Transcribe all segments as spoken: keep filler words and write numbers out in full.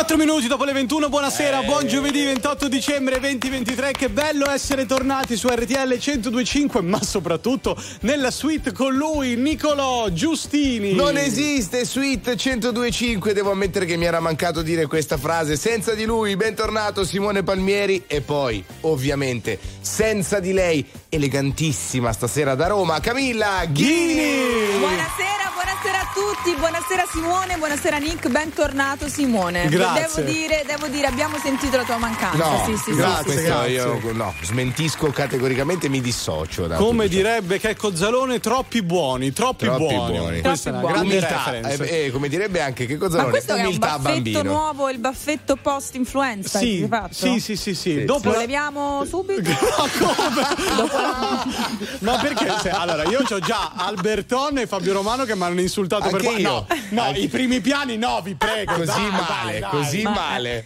quattro minuti dopo le ventuno, buonasera, eh. buon giovedì ventotto dicembre duemilaventitré, che bello essere tornati su R T L centodue e cinque, ma soprattutto nella suite con lui, Nicolò Giustini. Non esiste suite centodue e cinque, devo ammettere che mi era mancato dire questa frase, senza di lui, bentornato Simone Palmieri, e poi, ovviamente, senza di lei, elegantissima stasera da Roma, Camilla Ghini. Buonasera, buonasera a tutti, buonasera Simone, buonasera Nick, bentornato Simone. Grazie. Devo dire, devo dire, abbiamo sentito la tua mancanza. No, sì, sì, grazie, sì, sì, questo sì. io no, smentisco categoricamente, mi dissocio. Da Come tutto. direbbe Checco Zalone, troppi buoni, troppi, Troppi buoni. buoni. Questa Troppi è una buoni. grande Umiltà, reference. eh, eh, come direbbe anche Checco Ma Zalone, questo è un umiltà baffetto bambino. nuovo, il baffetto post-influenza che Sì, hai fatto? sì, sì, sì, sì. Sì. Dopo Lo la- leviamo subito? No, come? Ma perché? Se, allora, io ho già Alberton e Fabio Romano che mi hanno insultato Anche per qua- io. No, no, Anche- i primi piani no, vi prego. Così dai, male, dai, dai. così Ma- male.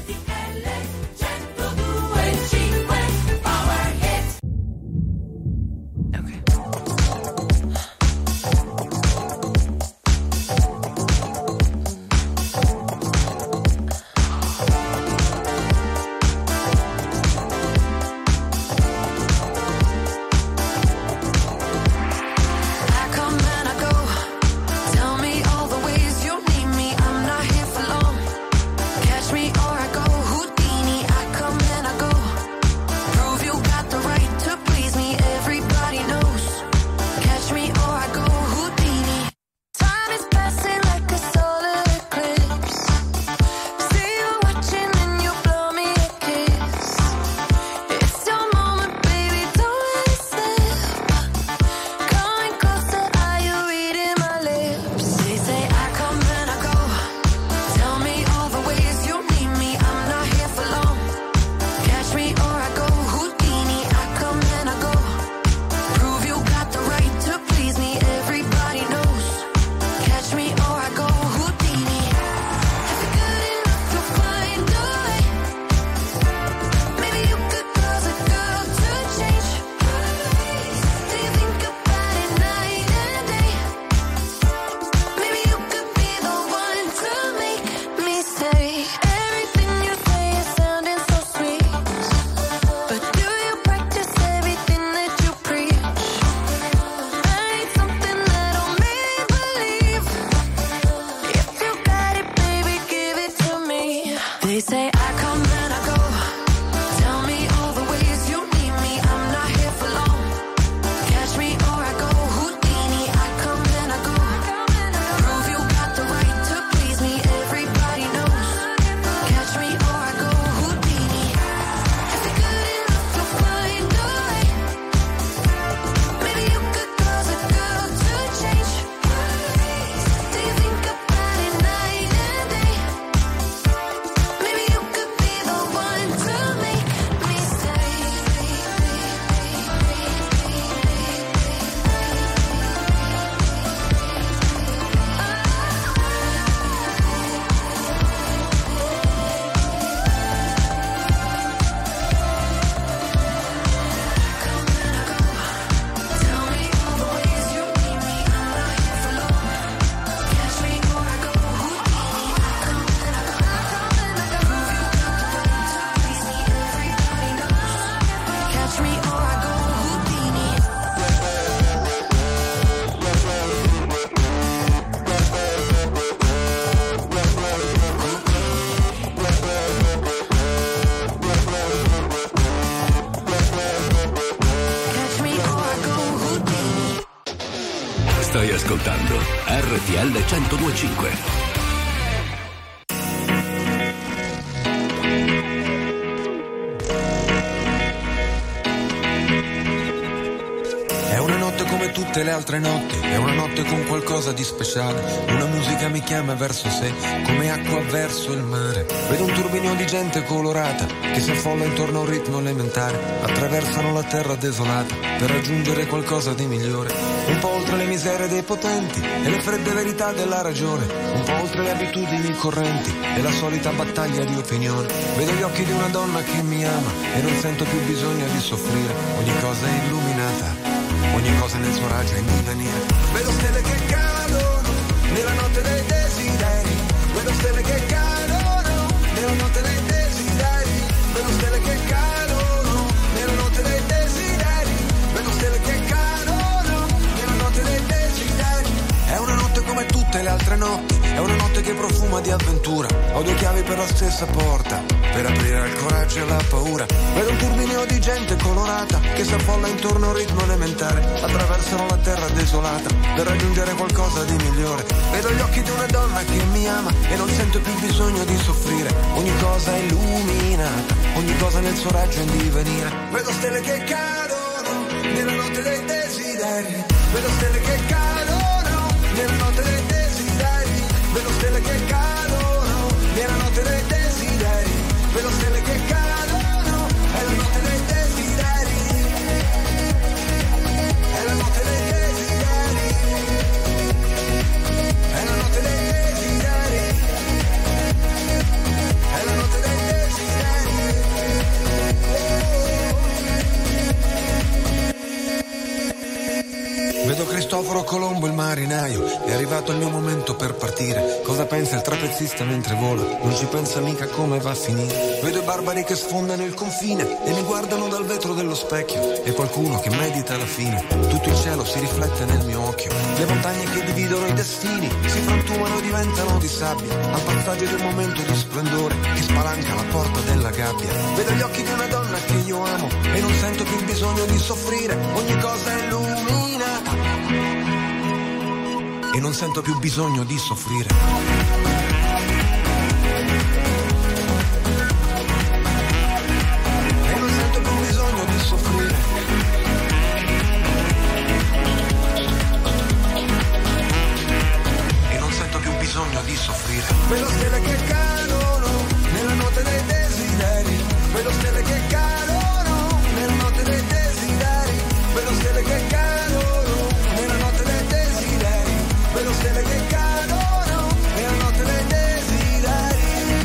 Stai ascoltando R T L centodue e cinque. È una notte come tutte le altre notti, è una notte con qualcosa di speciale. Una musica mi chiama verso sé, come acqua verso il mare. Vedo un turbinio di gente colorata che si affolla intorno a un ritmo elementare. Attraversano la terra desolata per raggiungere qualcosa di migliore. Un po' oltre le miserie dei potenti e le fredde verità della ragione. Un po' oltre le abitudini correnti e la solita battaglia di opinione. Vedo gli occhi di una donna che mi ama e non sento più bisogno di soffrire. Ogni cosa è illuminata, ogni cosa nel suo raggio è in divenire. Vedo stelle che cadono nella notte dei desideri. Vedo stelle che cadono notte, è una notte che profuma di avventura. Ho due chiavi per la stessa porta, per aprire al coraggio e alla paura. Vedo un turbinio di gente colorata che si affolla intorno a un ritmo elementare. Attraversano la terra desolata per raggiungere qualcosa di migliore. Vedo gli occhi di una donna che mi ama e non sento più bisogno di soffrire. Ogni cosa è illuminata, ogni cosa nel suo raggio in divenire. Vedo stelle che cadono nella notte dei desideri. Vedo stelle che cadono nella notte dei desideri. Vedo stelle che cadono nella notte dei desideri. Vedo stelle che cadono, è la notte dei desideri. È la notte dei desideri. È la notte dei desideri. È la notte dei desideri. Vedo Cristoforo Colombo il marinaio, è arrivato il mio momento per partire. Cosa pensa il trapezzista mentre vola? Non ci pensa mica come va a finire. Vedo i barbari che sfondano il confine e mi guardano dal vetro dello specchio. E qualcuno che medita la fine. Tutto il cielo si riflette nel mio occhio. Le montagne che dividono i destini si frantumano e diventano di sabbia al passaggio del momento di splendore che spalanca la porta della gabbia. Vedo gli occhi di una donna che io amo e non sento più il bisogno di soffrire. Ogni cosa è illuminata e non sento più bisogno di soffrire. E non sento più bisogno di soffrire. E non sento più bisogno di soffrire. Vedo stelle che cadono nella notte dei desideri. Vedo stelle che cadono nella notte dei desideri. Vedo stelle che cadono nella notte dei desideri. Vedo stelle che cadono nella notte dei desideri.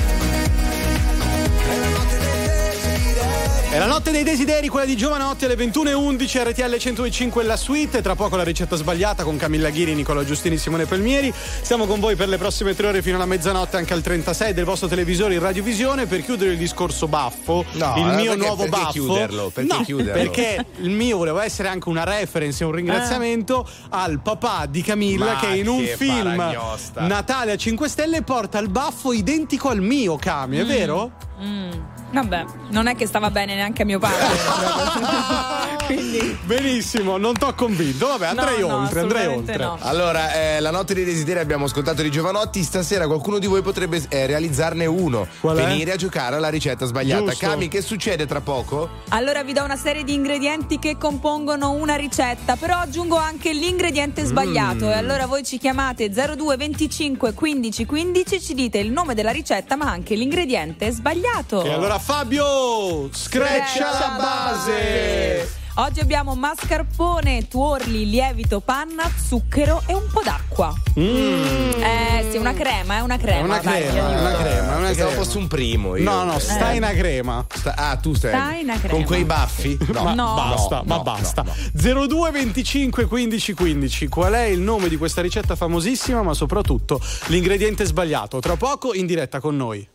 È la notte dei desideri. È la notte dei desideri, quella di Giovanotti alle ventuno e undici, R T L centodue e cinque la suite. Tra poco la ricetta sbagliata con Camilla Ghiri, Nicola Giustini, Simone Palmieri. Siamo con voi per le prossime tre ore fino alla mezzanotte, anche al trentasei del vostro televisore in radiovisione. Per chiudere il discorso baffo, No, il mio perché- nuovo perché baffo. chiuderlo? Perché No, chiuderlo? perché il mio voleva essere anche una reference e un ringraziamento al papà di Camilla, Ma che in un che film paragnosta. Natale a cinque Stelle porta il baffo identico al mio, Cami, è vero? Mm. Vabbè, non è che stava bene neanche a mio padre. Quindi Benissimo, non t'ho convinto. Vabbè, andrei No, no, oltre, andrei assolutamente oltre. no. Allora, eh, la notte dei desideri abbiamo ascoltato di Giovanotti. Stasera qualcuno di voi potrebbe eh, realizzarne uno. Qual è? Venire a giocare alla ricetta sbagliata. Giusto. Cami, che succede tra poco? allora vi do una serie di ingredienti che compongono una ricetta, però aggiungo anche l'ingrediente sbagliato. Mm. E allora voi ci chiamate zero due venticinque quindici quindici, ci dite il nome della ricetta ma anche l'ingrediente sbagliato. E allora Fabio, screccia la base. Oggi abbiamo mascarpone, tuorli, lievito, panna, zucchero e un po' d'acqua. Mm. Eh sì, una crema, è una crema. È una dai. crema, è una crema, è una Pensavo crema. fosse un primo. Io. No, no, stai una crema. Sta- ah, tu stai. Stai una crema. Con quei baffi? No. Ma No. basta, No, ma no, basta. no, no. zero due venticinque quindici quindici. Qual è il nome di questa ricetta famosissima, ma soprattutto l'ingrediente sbagliato? Tra poco in diretta con noi.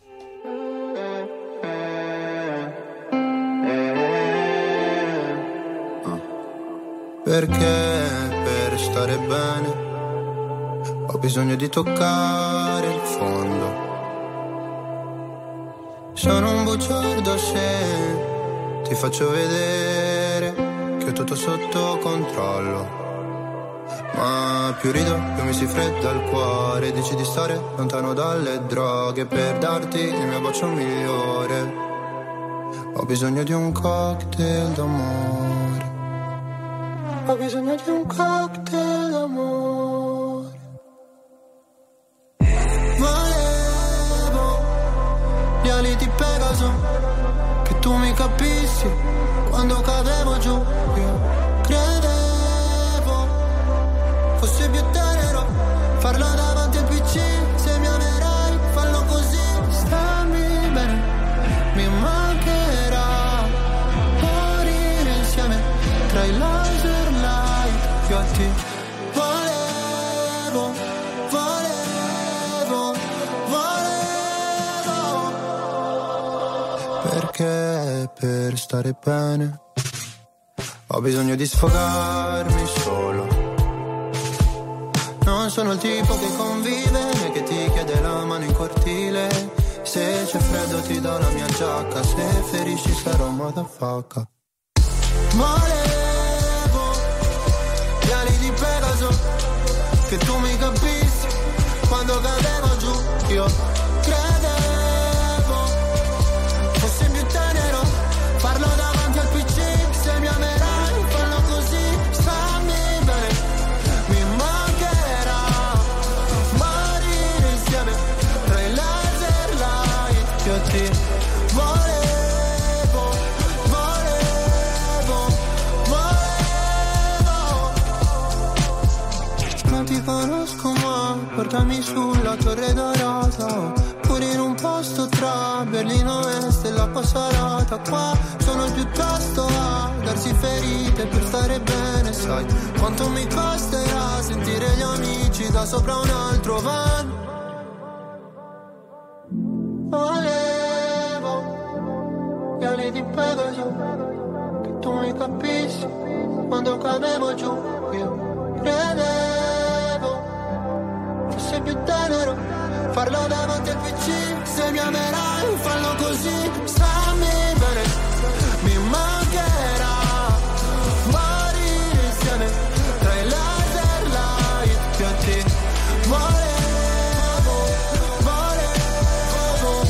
Perché per stare bene ho bisogno di toccare il fondo. Sono un bugiardo se ti faccio vedere che ho tutto sotto controllo. Ma più rido, più mi si fredda il cuore. Dici di stare lontano dalle droghe per darti il mio bacio migliore. Ho bisogno di un cocktail d'amore. Ho bisogno di un cocktail d'amore. Volevo gli ali di Pegaso, che tu mi capissi quando cadevo giù. Io credevo fosse più tenero farlo davanti al P C. Se mi amerai, fallo così. Stammi bene, mi mancherà morire insieme tra i laser light. Io a te volevo, volevo, volevo. Perché per stare bene ho bisogno di sfogarmi solo. Non non sono il tipo che convive e che ti chiede la mano in cortile. Se c'è freddo ti do la mia giacca, se ferisci sarò motherfucker. Volevo gli ali di Pegaso, che tu mi capissi quando cadevo giù. Io credevo fossi più tenero, parlo davanti al P C, se mi amerai fallo così, stammi bene, mi mancherà morire insieme tra i laser light. Io ti volevo, volevo, volevo. Non ti conosco ma portami sulla Torre Dorata, pure in un posto tra Berlino Est e la Passarata. Qua sono piuttosto a darsi ferite per stare bene, sai quanto mi costerà sentire gli amici da sopra un altro van. Volevo gli ali di Pegaso, che tu mi capissi quando cadevo giù. Io credevo fosse più tenero, farlo davanti al P C, se mi amerai fallo così, stammi bene, mi mancherà morire insieme tra i laser light. Io ti volevo, volevo,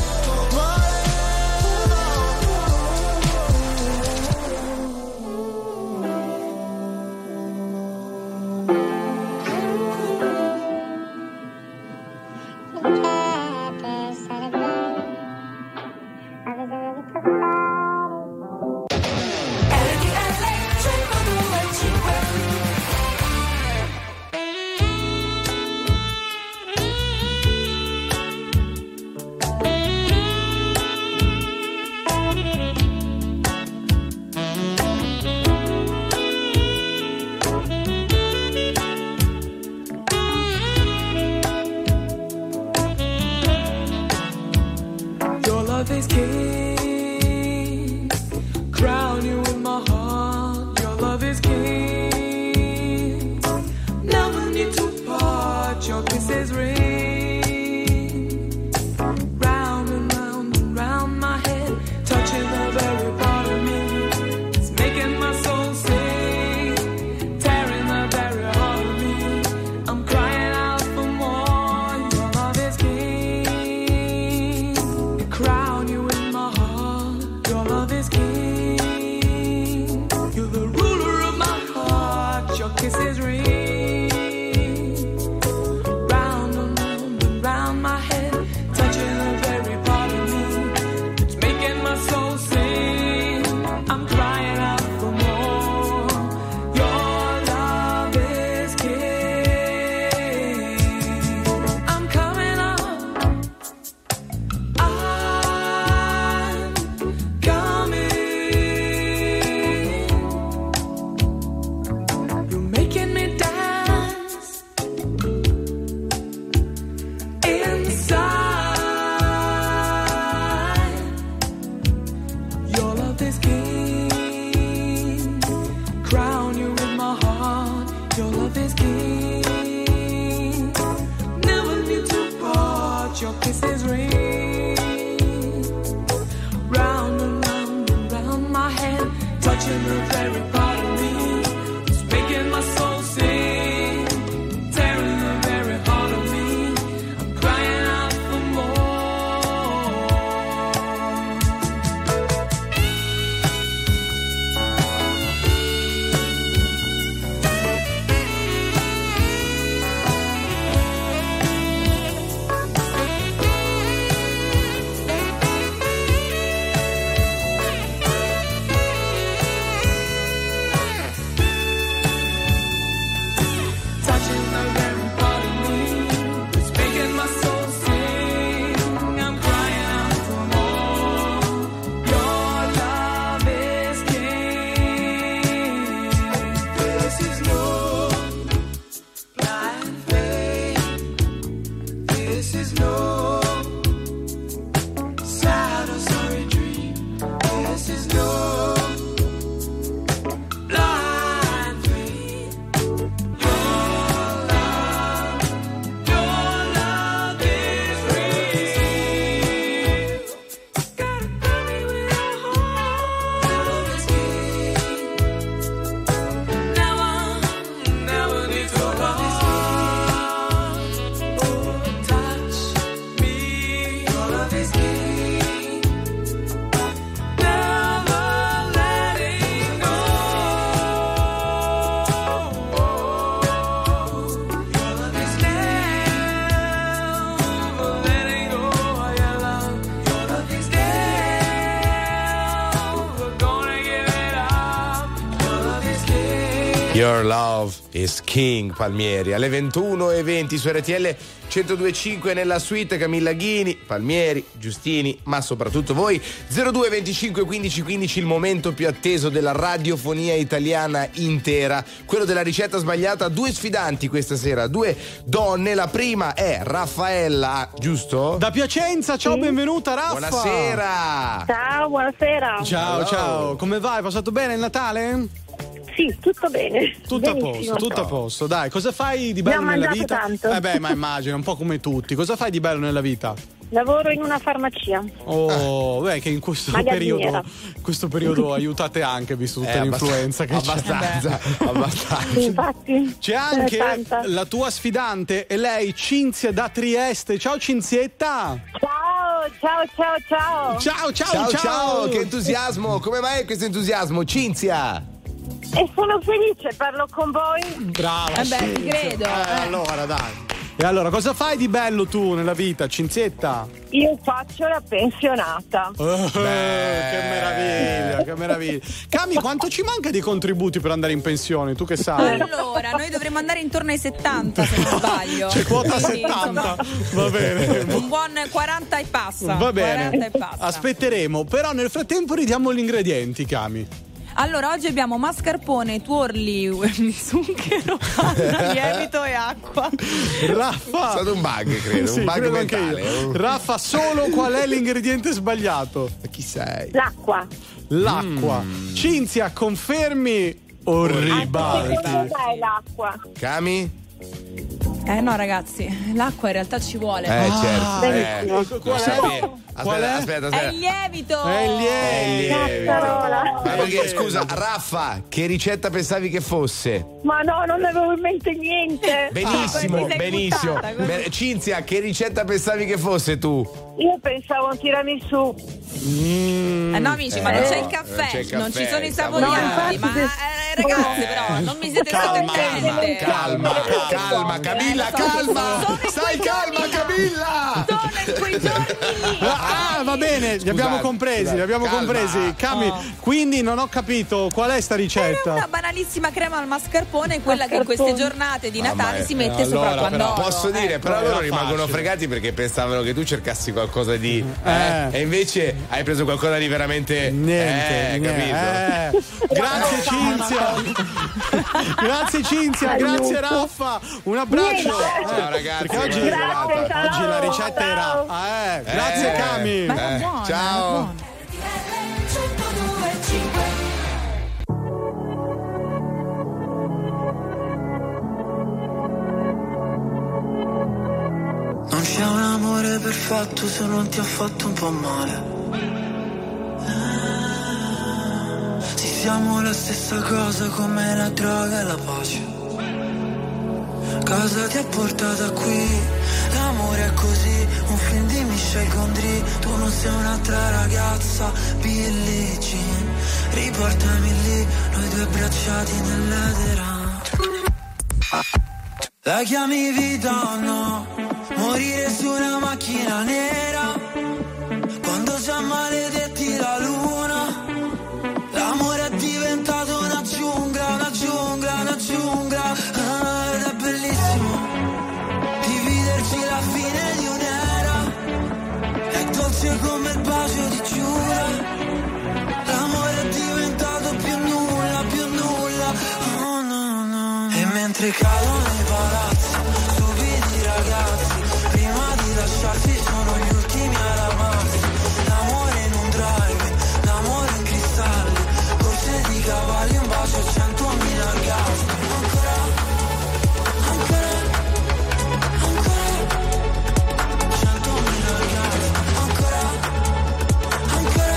Making me die. Your Love is King, Palmieri. Alle ventuno e venti su R T L centodue e cinque nella suite Camilla Ghini, Palmieri, Giustini, ma soprattutto voi. Zero due venticinque quindici quindici, il momento più atteso della radiofonia italiana intera, quello della ricetta sbagliata. Due sfidanti questa sera, due donne. La prima è Raffaella, giusto? Da Piacenza, ciao, sì. Benvenuta Raffa. Buonasera. Ciao, buonasera. Ciao, Hello. ciao. Come vai? Hai passato bene il Natale? Sì, tutto bene. Tutto a Benissimo. posto, tutto a posto. Dai, cosa fai di bello Abbiamo nella mangiato vita? tanto. Eh beh, ma immagino, un po' come tutti. Cosa fai di bello nella vita? Lavoro in una farmacia. Oh, beh, che in questo Magazziniera. periodo questo periodo aiutate anche, visto tutta Eh, l'influenza che abbastanza, c'è. abbastanza. Sì, infatti. C'è anche tanta. la tua sfidante, e lei, Cinzia da Trieste. Ciao Cinzietta! Ciao, ciao, ciao, ciao. Ciao, ciao, Ciao, ciao! ciao, che entusiasmo. Come mai questo entusiasmo, Cinzia? E sono felice, parlo con voi. Brava! Eh beh, ti Cinzia. credo. Eh, allora, dai. E allora, cosa fai di bello tu nella vita, Cinzietta? Io faccio la pensionata. Oh, che meraviglia, che meraviglia. Cami, quanto ci manca di contributi per andare in pensione? Tu che sai? Allora, noi dovremmo andare intorno ai settanta, se non sbaglio. C'è quota Quindi, settanta. insomma, Va bene. un buon quaranta e passa. Va bene. quaranta e passa. Aspetteremo, però nel frattempo ridiamo gli ingredienti, Cami. Allora, oggi abbiamo mascarpone, tuorli, zucchero, panna, lievito e acqua. Raffa. È stato un bug, credo, Sì, un bug credo anche mentale. io. Raffa, solo qual è l'ingrediente sbagliato? Chi sei? L'acqua. L'acqua. Mm. Cinzia, confermi o ribalti? Cos'è l'acqua? Cami? Eh no, ragazzi, l'acqua in realtà ci vuole. Eh, certo. Benissimo. Eh, Qual lo è? sapevo. Qual è? Aspetta, aspetta, È aspetta. il lievito. È il lievito. Cazzarola. Ma perché, scusa, Raffa, che ricetta pensavi che fosse? Ma no, non avevo in mente niente. Benissimo, Ah, ti sei benissimo. buttata, così. Beh, Cinzia, che ricetta pensavi che fosse tu? Io pensavo un tiramisù. Mm. Eh no, amici, Eh, ma non no, c'è il non caffè, c'è il non caffè, ci sono i saporiamo. saporiati. Ma eh, ragazzi, però, non mi siete stati Calma, attenti. Calma, calma, Camilla, Eh, lo so, calma. sono in Stai quei calma, giorni là. Camilla. Sono in quei giorni lì. Ah, va bene, li abbiamo Scusate, compresi, scusate, li abbiamo calma. compresi. Cami, Oh. quindi non ho capito qual è sta Era ricetta. una banalissima crema al mascarpone, quella che in queste Mascarpone. giornate di Mamma Natale mia. si mette Eh, sopra allora, il pandoro. però, Posso dire, Ecco. però loro era rimangono facile. fregati perché pensavano che tu cercassi qualcosa di. Eh, Eh. E invece hai preso qualcosa di veramente. Niente, eh, niente. capito? Eh. Grazie Cinzia. Grazie Cinzia, grazie Raffa. Un abbraccio. Ciao, ragazzi, Perché oggi, Grazie, ciao. oggi la ricetta era. Ah, eh. Grazie Eh. Cami. Ma era Eh, buona, ciao. era buona. Non c'è un amore perfetto se non ti ha fatto un po' male. Sì, siamo la stessa cosa come la droga e la pace. Cosa ti ha portato qui? L'amore è così, un film di Michel Gondry. Tu non sei un'altra ragazza, Billie Jean. Riportami lì, noi due abbracciati nell'edera. La chiami vita o no? Morire su una macchina nera quando già maledetti la luna. L'amore è diventato una giungla, una giungla, una giungla. Ah, ed è bellissimo dividerci la fine di un'era. È dolce come il bacio di Giura. L'amore è diventato più nulla, più nulla. Oh no no. E mentre cadono i palazzi, stupidi ragazzi, prima di lasciarsi sono gli ultimi ad amarsi. L'amore in un drive, l'amore in cristalli, corse di cavalli, un bacio, centomila orgasmi. Ancora, ancora, ancora, centomila orgasmi. Ancora, ancora,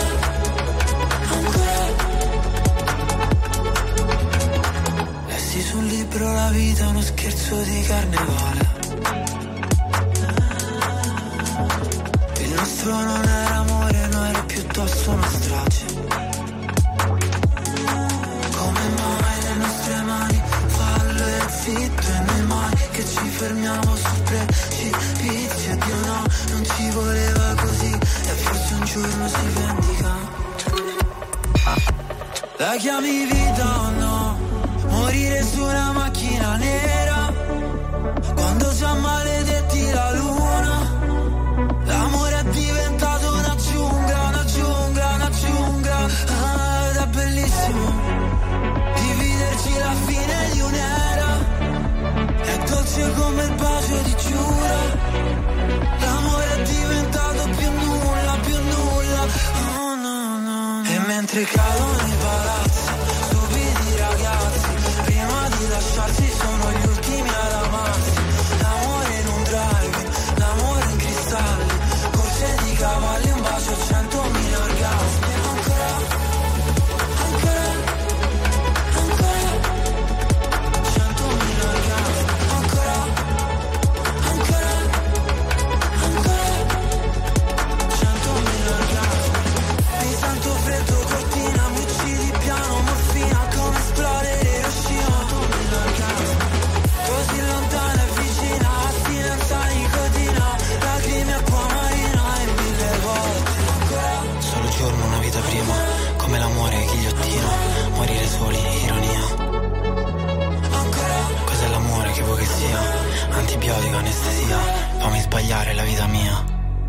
ancora. Lessi sul libro La vita è uno scherzo di carnevale. Il nostro non era amore, no, era piuttosto una strage. Come mai le nostre mani, fallo e zitto, e noi mai che ci fermiamo sul precipizio. Dio no, non ci voleva così, e forse un giorno si vendica. La chiami vita o no? Morire su antibiotico, anestesia, fammi sbagliare la vita mia.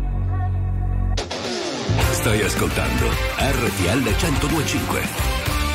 Stai ascoltando R T L centodue e cinque.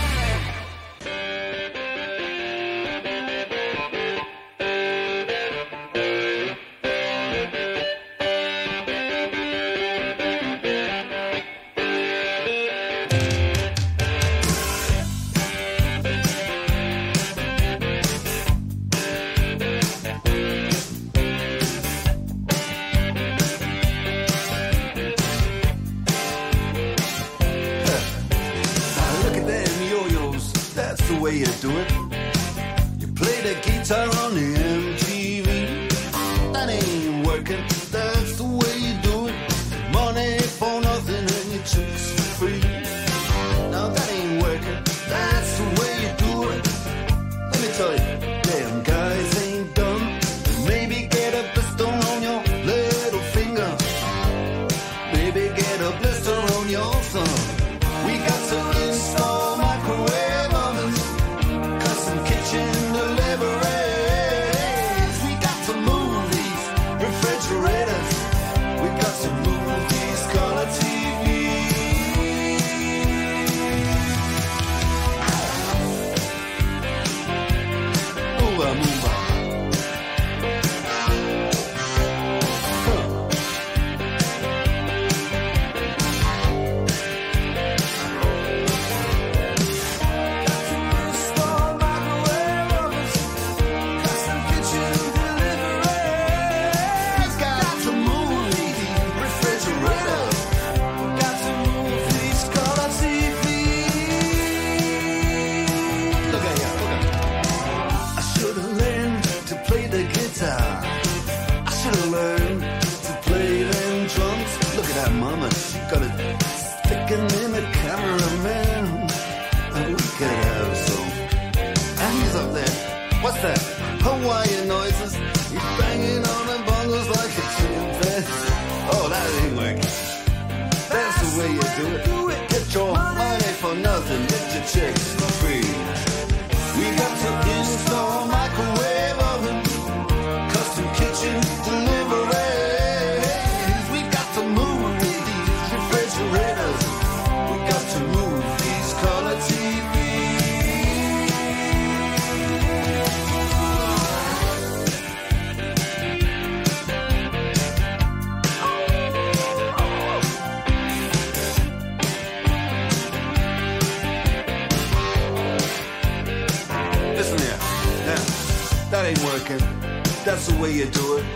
That's the way you do it.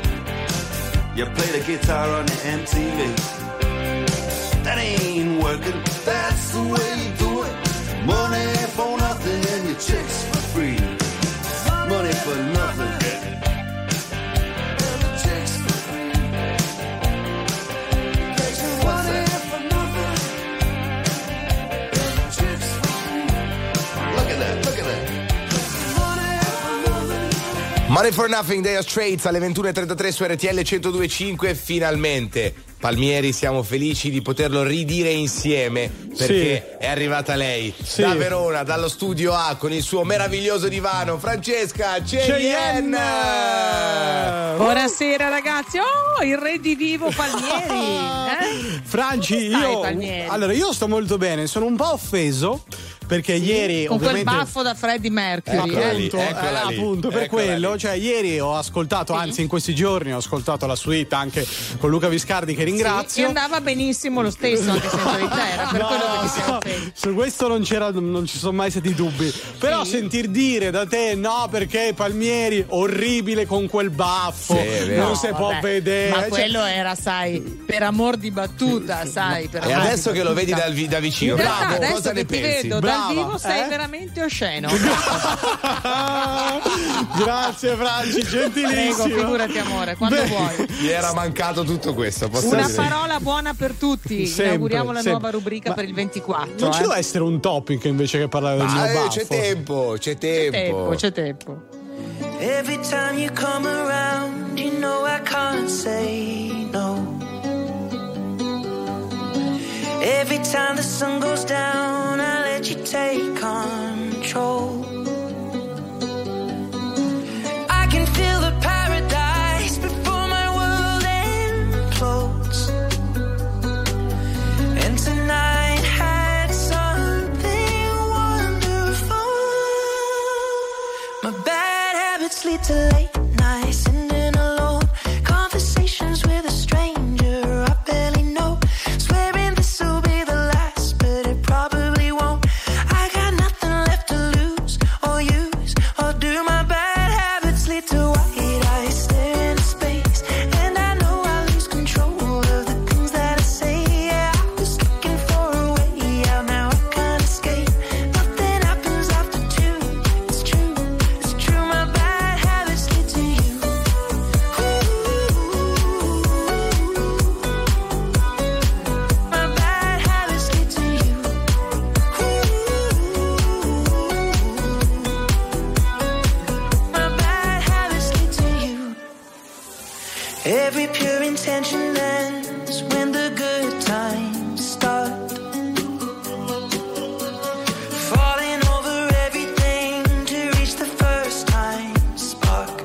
You play the guitar on the M T V. That ain't working. That's the way you do it. Money for nothing and your chicks for free. Money for nothing. Money for Nothing, Dire Straits alle ventuno e trentatré su R T L centodue e cinque. Finalmente Palmieri, siamo felici di poterlo ridire insieme perché sì. È arrivata lei sì. Da Verona, dallo studio A, con il suo meraviglioso divano, Francesca Cheyenne. Buonasera ragazzi. Oh, il re di vivo Palmieri. Eh? Franci, io Palmieri? Allora io sto molto bene, sono un po' offeso perché sì, ieri con ovviamente quel baffo da Freddie Mercury eccola eh? lì, eccola eh, lì, appunto per quello lì. Cioè ieri ho ascoltato sì. Anzi in questi giorni ho ascoltato la suite anche con Luca Viscardi che ringrazio sì, e andava benissimo lo stesso anche senza di te, era per no, quello che ti so, su questo non c'era non ci sono mai stati dubbi però sì. Sentir dire da te no perché Palmieri orribile con quel baffo sì, non no, si può vedere ma cioè, quello era sai per amor di battuta sai per e adesso che lo vedi dal, da vicino bravo, adesso cosa che ne ti pensi? vedo Brava. Dal vivo sei eh? veramente osceno. Grazie Franci, gentilissimo. Prego, figurati amore, quando Beh, vuoi. Mi era mancato tutto questo. Posso Una dire? parola buona per tutti. Sempre, Inauguriamo la sempre. nuova rubrica Ma per il ventiquattro. Non ci eh? deve essere un topic invece che parlare del Ma, mio eh, baffo. c'è tempo, c'è tempo. C'è tempo, c'è tempo. Every time you come around, you know I can't say no. Every time the sun goes down, I let you take control. I can feel the paradise My bad habits lead to late nights, sitting alone, conversations with a stranger I barely know, swearing this will be the last, but it probably won't. I got nothing left to lose or use or do. My bad habits lead to white eyes staring into space, and I know I lose control of the things that I say. Yeah, I was looking for a way out, now I can't escape. Nothing happens after two. It's true, it's true. My bad habits lead to you. My bad habits lead to you. My bad habits lead to you. Every pure intention ends when the good times start. Falling over everything to reach the first time spark.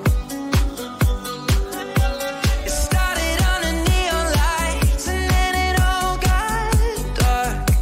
It started under neon lights and then it all got dark.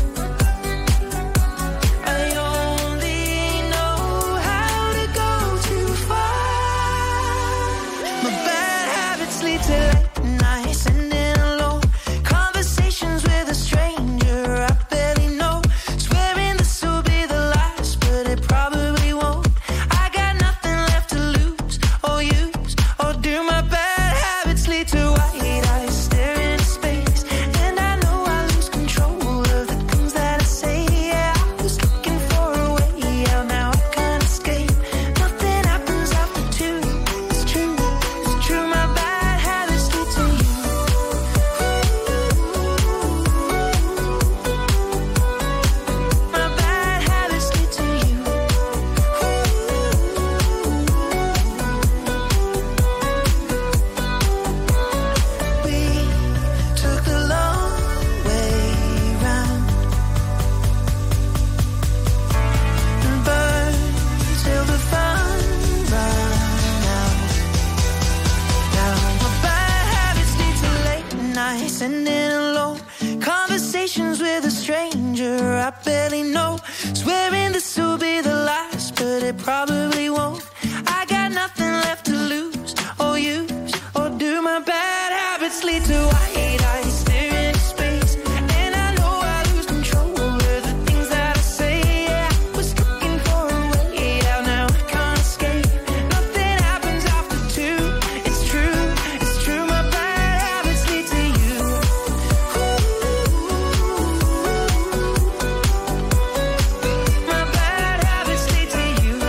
I only know how to go too far. My bad habits lead to late nights, sitting alone, conversations with a stranger I barely know, swearing this will be the last, but it probably won't. I got nothing left to lose or use or do. My bad habits lead to white eyes staring into space, and I know I lose control of the things that I say. Yeah, I was looking for a way out, now I can't escape. Nothing happens after two. It's true, it's true. My bad habits lead to you. My bad habits lead to you. We took the long way round and burned till the fun ran out. Now my bad habits lead to late nights, sitting alone, conversations with a stranger I barely know, swearing this will be the last, but it probably won't. I got nothing left to lose or use or do. My bad habits lead to white eyes staring into space, and I know I lose control of the things that I say. Yeah, I was looking for a way out, now I can't escape. Nothing happens after two. It's true, it's true. My bad habits lead to you. My bad habits lead to you.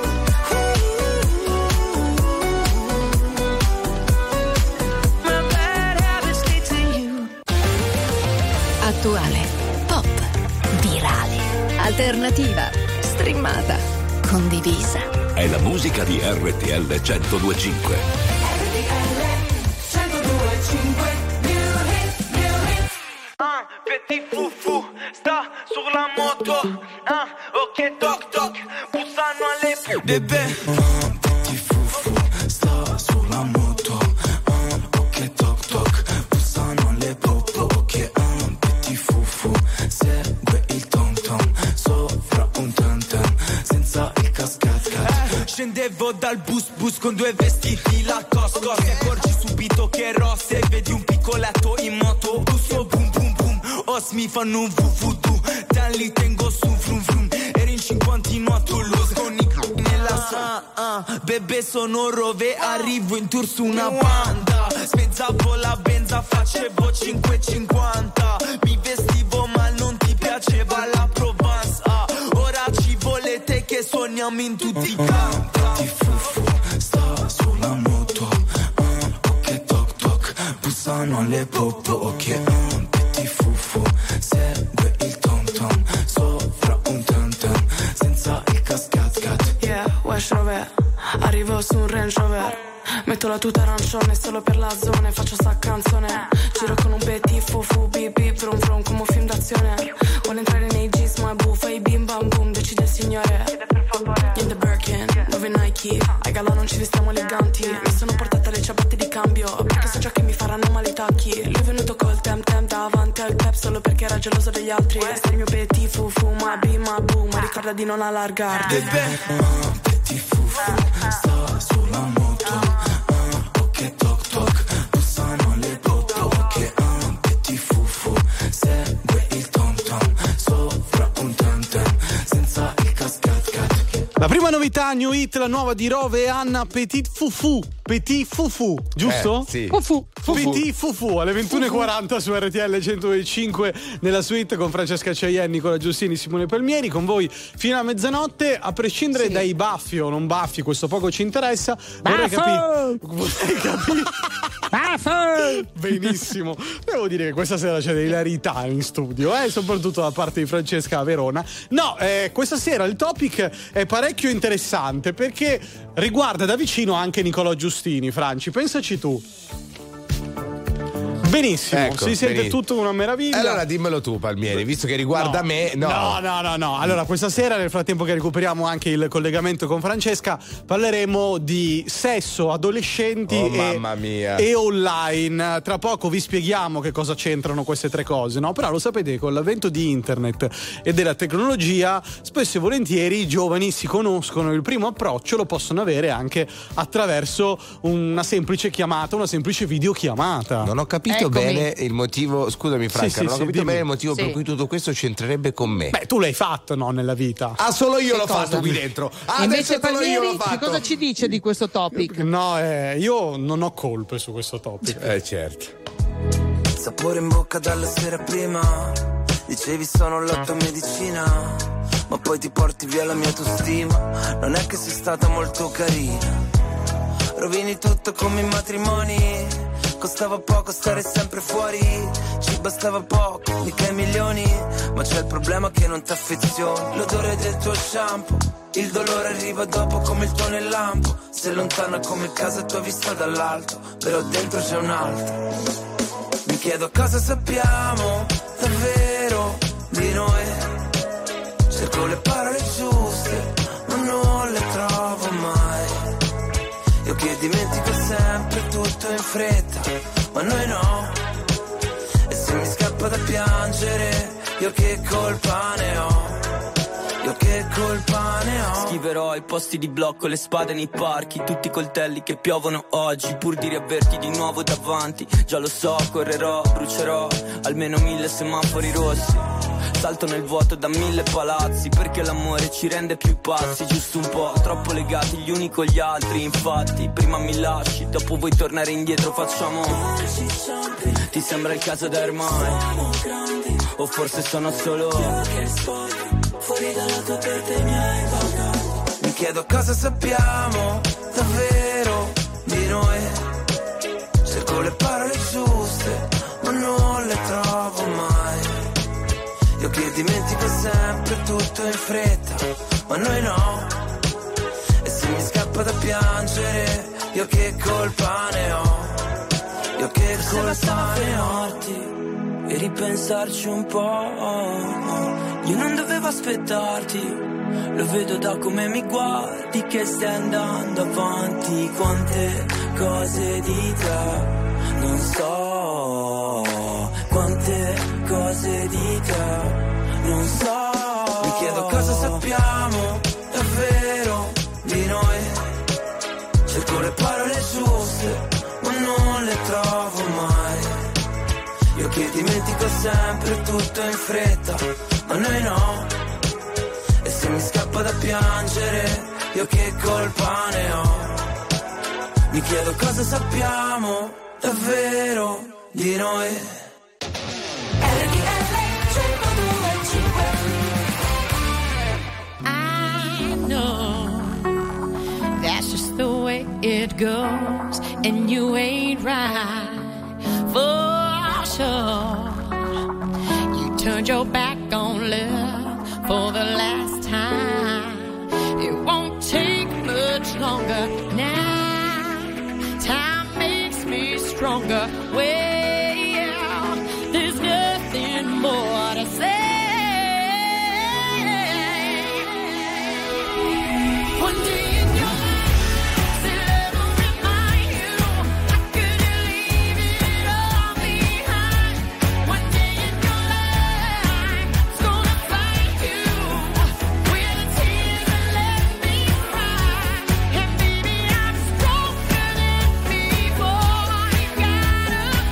My bad habits lead to you. Attuale, pop, virale, alternativa, streamata, condivisa. È la musica di R T L centodue e cinque. Ah, petit foufou, sta sulla moto. Ah, ok, toc toc, bussano alle bebè. Ah, petit foufou, sta sulla moto. Ah, ok, toc toc, bussano alle popo. Ok, ah, petit foufou, segue il tom tom sopra un tam tam, senza il cascat. Scendevo dal bus bus con due vestiti Lacoste, ti accorgi subito che è rosse, vedi un piccoletto in moto, busso boom boom boom, os mi fanno un vuvudu, da lì tengo su frum frum, eri in cinquantino a Toulouse con i c***i nella sua, ah, ah, bebè sono rove, arrivo in tour su una banda, spezzavo la benza, facevo cinque e cinquanta, mi vestivo ma non ti piaceva la Provence, ah, ora ci volete che suoniamo in tutti i campi. Petit fufu, sta sulla moto, ah, ok toc toc, bussano alle popo, ok, ah, petit fufu, segue il tom tom, sopra un tam tam, senza il cascat cat. Yeah, Wesh Rover, arrivo su un Range Rover, metto la tuta arancione solo per la zona e faccio sta canzone, giro con un petit fufu, bip bip, vrum vrum come un film d'azione, vuole entrare nei jeans ma buffa, i bim bam boom, decide il signore, in the Birkin, nuove Nike, ai gala non ci vestiamo eleganti, mi sono portata le ciabatte di cambio, perché so già che mi faranno male i tacchi, lui è venuto col tem tem davanti al club solo perché era geloso degli altri, sta il mio petit fufu, ma bim ma boom, ma ricorda di non allargarti. Bebè, petit fufu, novità, new hit, la nuova di Rove e Anna, Petit Fufu. Petit Fufu, giusto? Eh, sì. Fufu. Petit Fufu alle ventuno e quaranta su R T L centodue e cinque nella suite con Francesca Cheyenne, Nicola Giustini, Simone Palmieri, con voi fino a mezzanotte, a prescindere sì. dai baffi o non baffi, questo poco ci interessa. Vorrei capire. Vorrei capire. Baffo! Benissimo. Devo dire che questa sera c'è dell'ilarità in studio, eh, soprattutto da parte di Francesca a Verona. No, eh, questa sera il topic è parecchio interessante perché riguarda da vicino anche Nicola Giustini. Franci, pensaci tu. Benissimo, ecco, si sente benissimo. tutto una meraviglia. Allora dimmelo tu, Palmieri, visto che riguarda no, me. No. no, no, no, no. Allora, questa sera, nel frattempo che recuperiamo anche il collegamento con Francesca, parleremo di sesso, adolescenti oh, e, mamma mia. e online. Tra poco vi spieghiamo che cosa c'entrano queste tre cose, no? Però lo sapete, con l'avvento di internet e della tecnologia, spesso e volentieri i giovani si conoscono e il primo approccio lo possono avere anche attraverso una semplice chiamata, una semplice videochiamata. Non ho capito Eccomi. bene il motivo, scusami Franca, Sì, sì, non ho sì, capito dimmi. bene il motivo Sì. per cui tutto questo c'entrerebbe con me. Beh, tu l'hai fatto, no, nella vita. Ah, solo io Che l'ho cosa? fatto qui dentro. Ah, Invece adesso solo io Palmieri, l'ho che fatto. cosa ci dice di questo topic? No, eh, io non ho colpe su questo topic. Eh, certo. Sapore in bocca dalla sera prima. Dicevi sono la tua medicina, ma poi ti porti via la mia autostima. Non è che sei stata molto carina. Rovini tutto come i matrimoni. Costava poco stare sempre fuori. Ci bastava poco, mica i milioni. Ma c'è il problema che non ti affezioni. L'odore del tuo shampoo, il dolore arriva dopo come il tuo nel lampo. Sei lontana come casa tua vista dall'alto, però dentro c'è un altro. Mi chiedo cosa sappiamo davvero di noi. Cerco le parole giuste, ma non le trovo mai. Io che dimentico sempre tutto in fretta, ma noi no. E se mi scappa da piangere, io che colpa ne ho? Io che colpa ne ho? Scriverò ai posti di blocco, le spade nei parchi, tutti i coltelli che piovono oggi, pur di riaverti di nuovo davanti. Già lo so, correrò, brucerò almeno mille semafori rossi. Salto nel vuoto da mille palazzi, perché l'amore ci rende più pazzi. Giusto un po', troppo legati gli uni con gli altri. Infatti, prima mi lasci, dopo vuoi tornare indietro, facciamo. Ti sembra il caso da ormai? O forse sono solo fuori dalla tua testa i miei bagagli. Mi chiedo cosa sappiamo davvero di noi. Cerco le parole giuste, ma non le trovo mai. Io che dimentico sempre tutto in fretta, ma noi no. E se mi scappa da piangere, io che colpa ne ho? Io che colpa ne ho? E ripensarci un po'. Io non dovevo aspettarti, lo vedo da come mi guardi che stai andando avanti. Quante cose di te non so, quante cose di te non so. Mi chiedo cosa sappiamo davvero di noi. Cerco le parole giuste, ma non le trovo mai. Io che dimentico sempre tutto in fretta, ma noi no. E se mi scappa da piangere, io che colpa ne ho? Mi chiedo cosa sappiamo davvero di noi. I know that's just the way it goes, and you ain't right for sure. You turned your back on love for the last time. It won't take much longer now. Time makes me stronger. Well, there's nothing more to say. One day in your life, say love will remind you. I couldn't leave it all behind. One day in your life, it's gonna find you with the tears that let me cry. And baby, I'm stronger than before. You gotta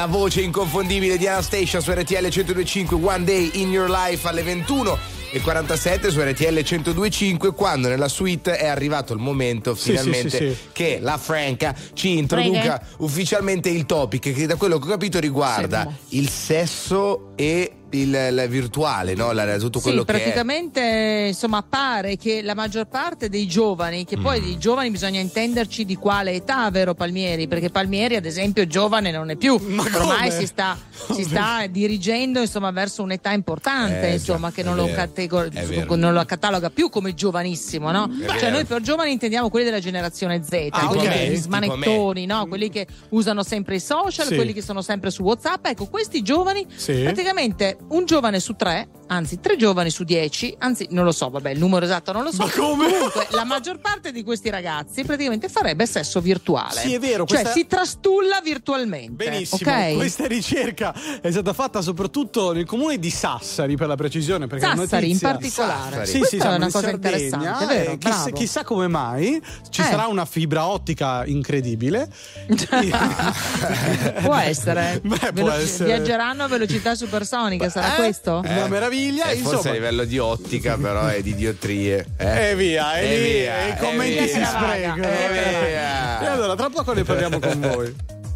la voce inconfondibile di Anastacia su R T L centodue e cinque, One Day in Your Life alle ventuno e quarantasette su R T L centodue e cinque, quando nella suite è arrivato il momento Sì, finalmente sì, sì, sì. che la Franca ci introduca Prega. ufficialmente il topic, che da quello che ho capito riguarda il sesso e il, il virtuale, no? La- tutto quello Sì, che è. praticamente insomma pare che la maggior parte dei giovani, che poi di giovani bisogna intenderci di quale età, vero Palmieri? Perché Palmieri ad esempio giovane non è più, ormai come? si sta, si sta dirigendo insomma verso un'età importante, Eh, insomma, già, che è non lo, vero, catego- è vero. non lo cataloga più come giovanissimo, no? È Cioè vero. noi per giovani intendiamo quelli della generazione Z, Ah, quelli ok. che gli Tipo smanettoni, no? Quelli che usano sempre i social, Sì. quelli che sono sempre su WhatsApp. Ecco, questi giovani, Sì. praticamente un giovane su tre, anzi tre giovani su dieci, anzi non lo so, vabbè, il numero esatto non lo so. Ma come? Comunque la maggior parte di questi ragazzi praticamente farebbe sesso virtuale. Sì, è vero, Cioè questa- si trastulla virtualmente. Benissimo, ok? questa ricerca è stata fatta soprattutto nel comune di Sassari, per la precisione, perché la Sassari in notizia- particolare. Sassari. Sì, Questa sì, è siamo una in cosa Sardegna, interessante, vero? e chissà, Bravo. chissà come mai ci Eh. sarà una fibra ottica incredibile. Può essere. Beh, può Velo- essere. Viaggeranno a velocità supersonica, sarà Eh? questo? Una meraviglia, Eh, forse a insomma. livello di ottica, però è di diottrie. Eh? E via, e, E lì, via, e i e commenti via. si sprecano. E via. E allora, tra poco ne parliamo con voi.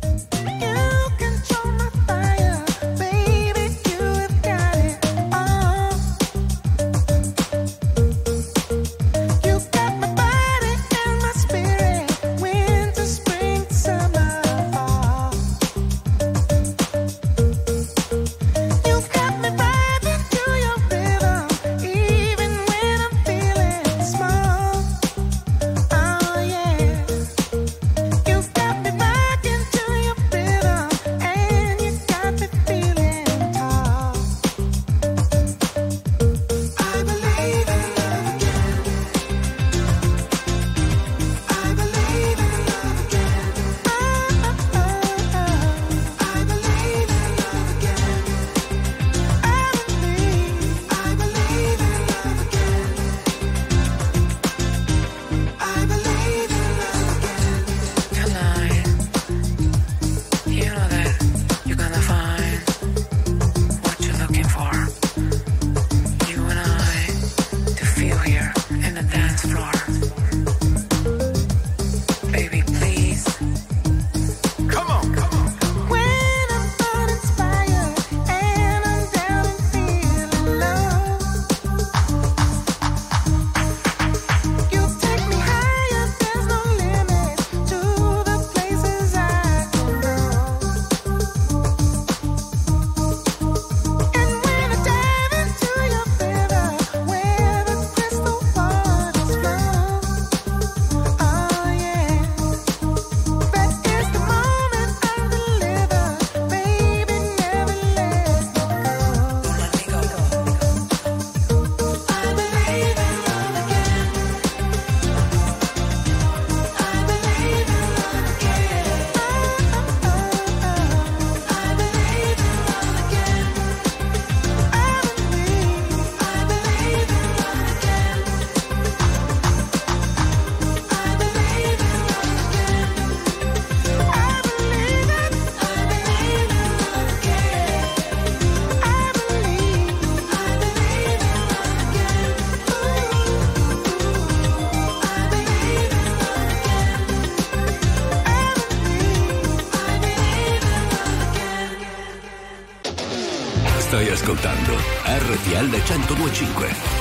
Stai ascoltando R T L centodue e cinque.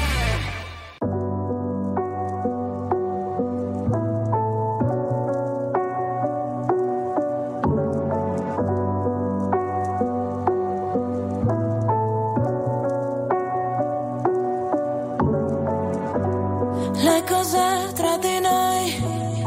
Le cose tra di noi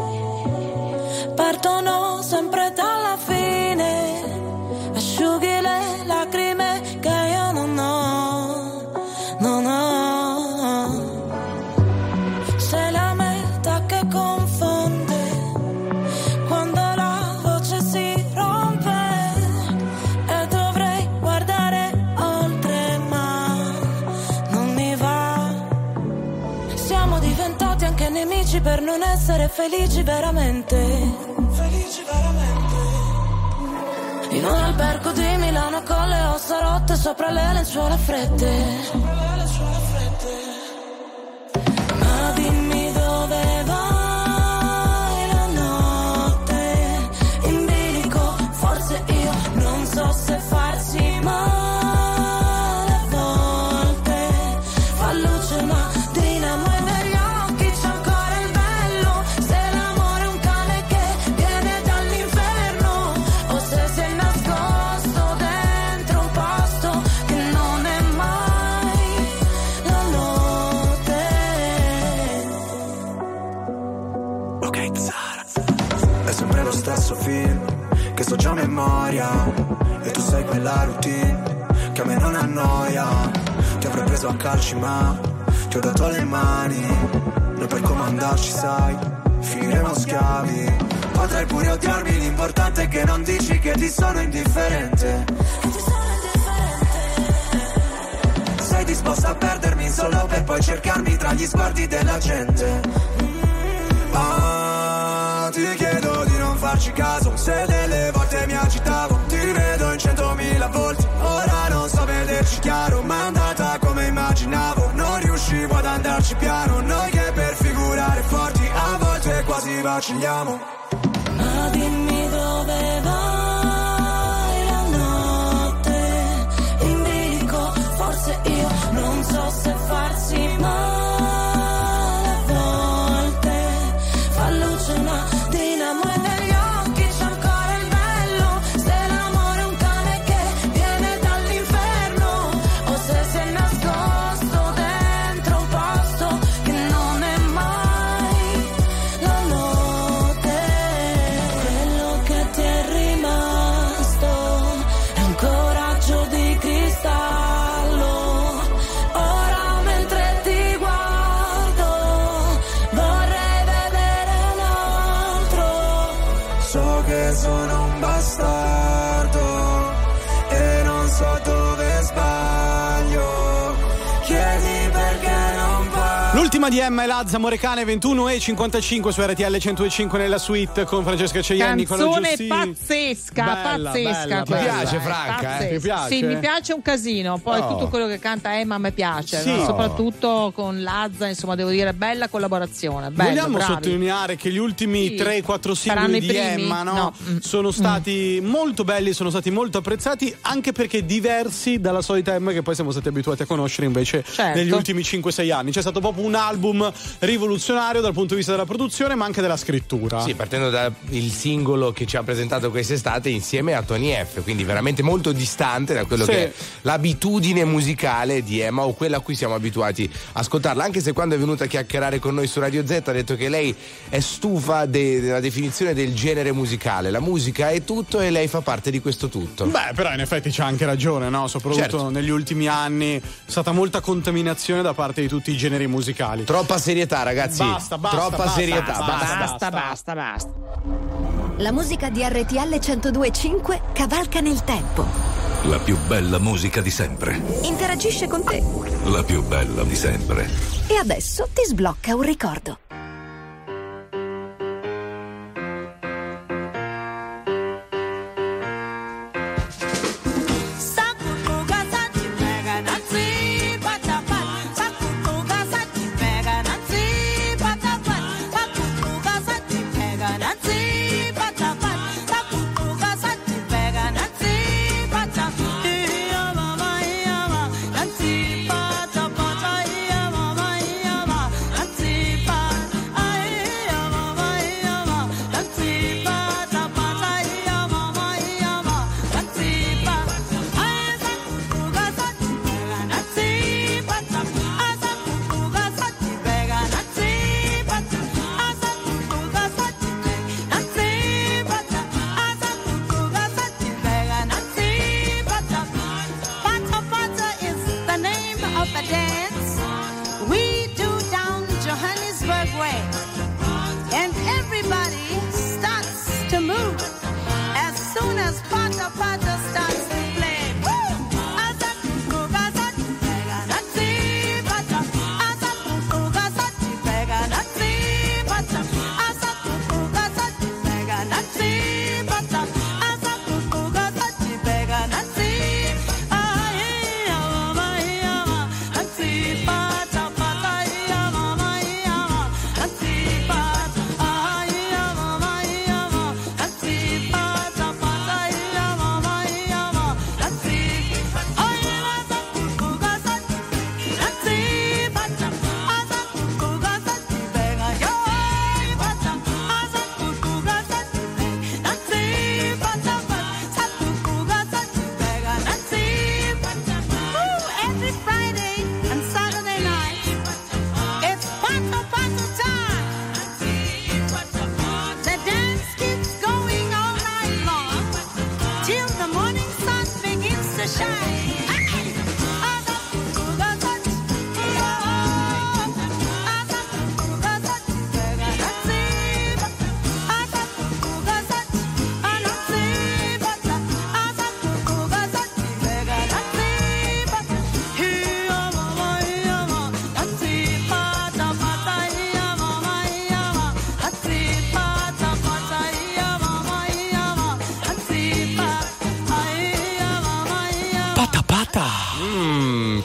partono sempre dalla fine, asciughi le lacrime che io non ho, non ho. Sei la meta che confonde quando la voce si rompe e dovrei guardare oltre ma non mi va. Siamo diventati anche nemici per non essere felici veramente. Felici veramente. in un albergo di Milano con le ossa rotte sopra le lenzuola fredde. Ma dimmi dove vai la notte in bilico, forse io non so se farsi male a volte, fa luce ma dinamo e negli occhi c'è ancora il bello, se l'amore è un cane che viene dall'inferno o se si è nascosto dentro un posto che non è mai la notte. Ok, Zara. È sempre lo stesso film che so già a memoria, e tu sei quella routine che a me non annoia. Ti avrei preso a calci ma ti ho dato le mani, noi per comandarci sai finiremo schiavi. Potrai pure odiarmi, l'importante è che non dici che ti sono indifferente. Sei disposta a perdermi solo per poi cercarmi tra gli sguardi della gente. Ah, ti chiedo di non farci caso, se delle volte mi agitavo, ti rivedo in centomila volti. Ora non so vederci chiaro, ma è andata come immaginavo, non riuscivo ad andarci piano. Noi che per figurare forti a volte quasi vacilliamo. Ma dimmi dove vai la notte in bilico, forse io non so se farsi male a volte, fa luce una dinamo e negli occhi c'è ancora il bello, se l'amore è un cane che viene dall'inferno o se si è nascosto dentro un posto che non è mai la notte. Quello che ti è rimasto è un coraggio di cristallo. Ora mentre ti guardo vorrei vedere un altro. So che sono un bastardo e non so dove sbaglio, chiedi perché non parlo. L'ultima di Emma e Lazza, Morecane, ventuno e cinquantacinque su R T L centodue e cinque nella suite con Francesca Ceiani, Nicola Canzone Giustini. pazzesca, Bella, pazzesca. bella, Ti bella. piace, Franca? Pazzesca. Eh? Ti piace? Sì, mi piace un casino. Poi Oh. tutto quello che canta Emma a me piace, Sì. no? Soprattutto con Lazza, insomma, devo dire, bella collaborazione. Bello, Vogliamo bravi. sottolineare che gli ultimi Sì. tre quattro Saranno singoli i di primi? Emma no, No. Mm. sono stati molto belli, sono stati molto apprezzati, anche perché diversi dalla solita Emma che poi siamo stati abituati a conoscere invece Certo. negli ultimi cinque sei anni. C'è stato proprio un album rivoluzionario dal punto di vista della produzione, ma anche della scrittura. Sì, partendo dal singolo che ci ha presentato quest'estate insieme a Tony F, quindi veramente molto distante da quello Sì. che è l'abitudine musicale di Emma o quella a cui siamo abituati a ascoltarla, anche se quando è venuta a chiacchierare con noi su Radio Z ha detto che lei è stufa de- della definizione del genere musicale, la musica è tutto e lei fa parte di questo tutto. Beh, però in effetti c'ha anche ragione, no? Soprattutto Certo. negli ultimi anni è stata molta contaminazione da parte di tutti i generi musicali. Troppa serietà, ragazzi. Basta, basta, Troppa basta, serietà, basta, basta. Basta, basta, basta. La musica di R T L centodue e cinque cavalca nel tempo. La più bella musica di sempre. Interagisce con te. La più bella di sempre. E adesso ti sblocca un ricordo. Nancy,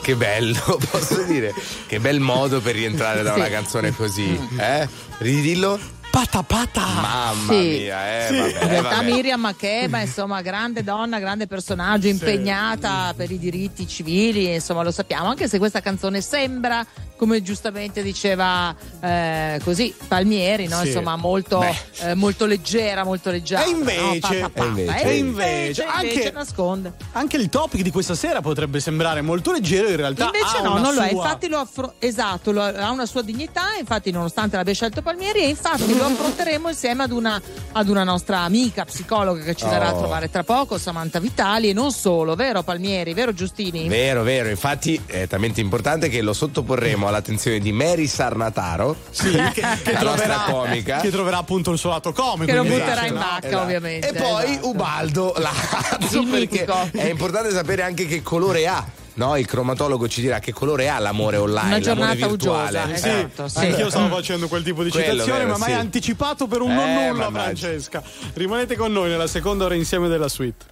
Che bello, posso dire? Che bel modo per rientrare da Sì. una canzone così, eh? Ridillo? Pata pata. Mamma Sì. mia, eh, Sì. vabbè, In realtà vabbè. Miriam Makeba, insomma, grande donna, grande personaggio, impegnata per i diritti civili, insomma, lo sappiamo, anche se questa canzone sembra, come giustamente diceva eh, così Palmieri, no? Sì. Insomma, molto, eh, molto leggera, molto leggera. E invece- no? Pata, pata. e invece- E e invece, invece, anche- invece nasconde. Anche il topic di questa sera potrebbe sembrare molto leggero, in realtà Invece ha no, una non lo è, sua- infatti lo affro- esatto, lo- ha una sua dignità, infatti nonostante l'abbia scelto Palmieri, e infatti lo affronteremo insieme ad una, ad una nostra amica psicologa che ci verrà a Oh. trovare tra poco, Samantha Vitali, e non solo, vero Palmieri, vero Giustini? Vero, vero, infatti è talmente importante che lo sottoporremo all'attenzione di Mary Sarnataro, Sì, che, che la nostra troverà, comica. che troverà appunto il suo lato comico. Che lo quindi- butterà in Esatto. vacca, Esatto. ovviamente. E poi esatto. Ubaldo Lazzo, Il perché mitico. è importante sapere anche che colore ha. No, il cromatologo ci dirà che colore ha l'amore online, Una l'amore giornata virtuale. uggiosa, Sì, esatto, sì. anch'io stavo facendo quel tipo di Quello, citazione, vero, ma mai sì. anticipato per un Eh, non nulla, mannaggia. Francesca. Rimanete con noi nella seconda ora insieme della suite.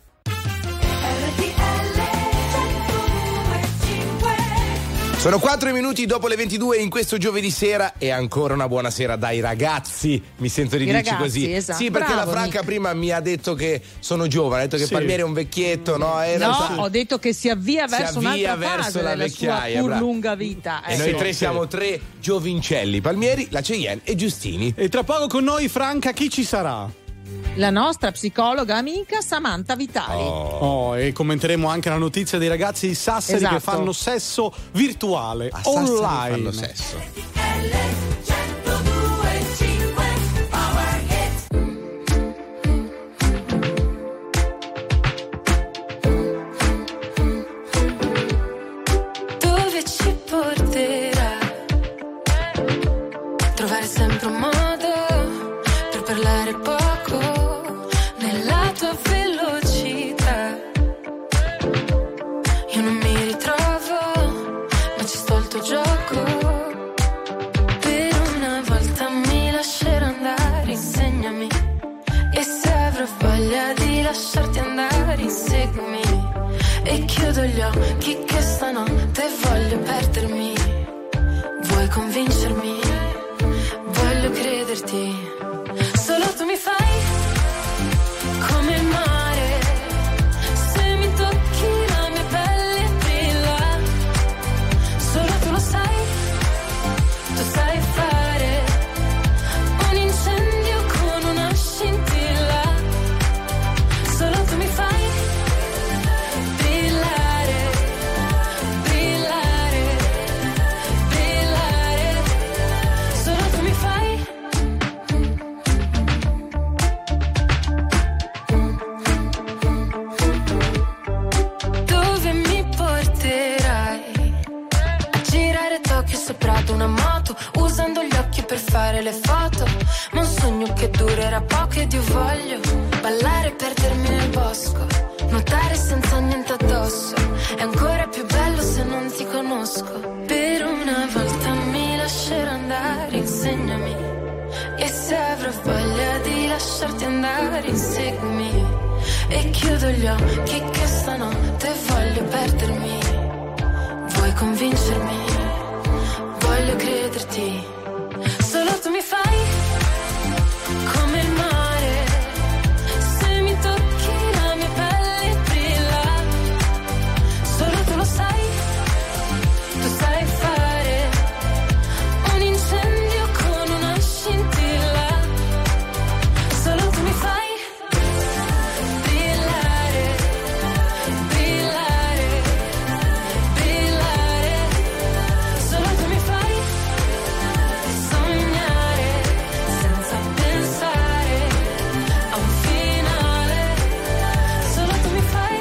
Sono quattro minuti dopo le ventidue in questo giovedì sera e ancora una buona sera dai ragazzi, mi sento di I dirci ragazzi, così. esatto. Sì, perché Bravo, la Franca Nick. prima mi ha detto che sono giovane, ha detto che Sì. Palmieri è un vecchietto, no? E in No, realtà- ho detto che si avvia Si verso avvia un'altra verso fase la della vecchiaia, sua pur bravo. lunga vita. E eh. noi sì, tre sì. siamo tre giovincelli, Palmieri, la Cheyenne e Giustini. E tra poco con noi, Franca, chi ci sarà? La nostra psicologa amica Samantha Vitali. Oh, e commenteremo anche la notizia dei ragazzi di Sassari Esatto. che fanno sesso virtuale, A Sassari online. fanno sesso. Dove ci porterà? Trovare sempre un modo per parlare poco nella tua velocità. Io non mi ritrovo, ma ci sto al tuo gioco. Per una volta mi lascerò andare, insegnami. E se avrò voglia di lasciarti andare, inseguimi. E chiudo gli occhi che stanotte voglio perdermi. Vuoi convincermi? Voglio crederti. Solo tu mi fai come il mare. Se mi tocchi la mia pelle brilla. Solo tu lo sai. Tu sai fare un incendio con una scintilla. Solo tu mi fai brillare, brillare, brillare. Solo tu mi fai. Dove mi porterai? A girare Tokyo sopra ad una moto, usando gli occhi per fare le foto. Ma un sogno che durerà poco ed io voglio ballare e perdermi nel bosco, nuotare senza niente addosso. È ancora più bello se non ti conosco. Per una volta mi lascerò andare, insegnami. E se avrò voglia di lasciarti andare, inseguimi. E chiudo gli occhi che stanotte voglio perdermi. Vuoi convincermi? Voglio crederti. Solo tu mi fai come il mare. Se mi tocchi la mia pelle brilla. Solo tu lo sai. Tu sai fare un incendio con una scintilla. Solo tu mi fai brillare, brillare, brillare. Solo tu mi fai sognare senza pensare a un finale. Solo tu mi fai.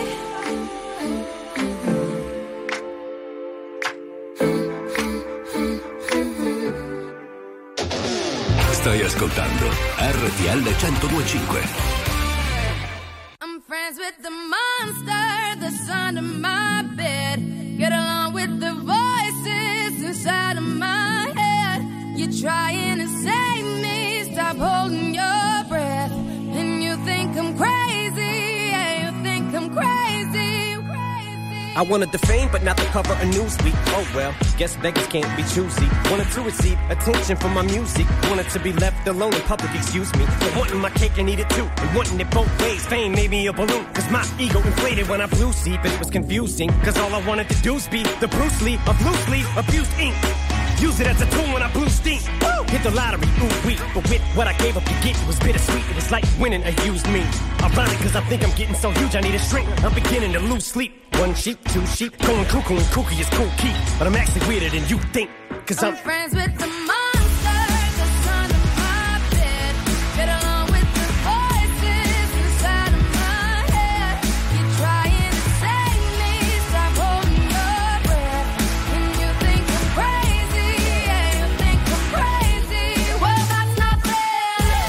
Stai ascoltando R T L centodue e cinque. I'm friends with the monster that's under my bed. Get along with the voices inside of my head. You're trying to save me, stop holding your breath. And you think I'm crazy, yeah, you think I'm crazy. I wanted the fame, but not the cover of Newsweek. Oh well, guess beggars can't be choosy. Wanted to receive attention from my music. Wanted to be left alone in public, excuse me. But wanting my cake and eat it too. And wanting it both ways. Fame made me a balloon. Cause my ego inflated when I blew sleep. And it was confusing. Cause all I wanted to do was be the Bruce Lee of loosely abused ink. Use it as a tool when I blew steam. Woo! Hit the lottery, ooh wee. But with what I gave up to get, it was bittersweet. It was like winning a used me. Ironic, cause I think I'm getting so huge I need a shrink. I'm beginning to lose sleep. One sheep, two sheep, going cuckoo and kooky is cool key. But I'm actually weirder than you think. Cause I'm, I'm friends with the monster that's under my bed. Get along with the voices inside of my head. You're trying to save me, stop holding your breath. And you think I'm crazy, yeah, you think I'm crazy. Well, that's not fair.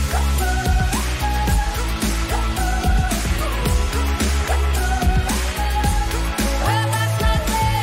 Well, that's not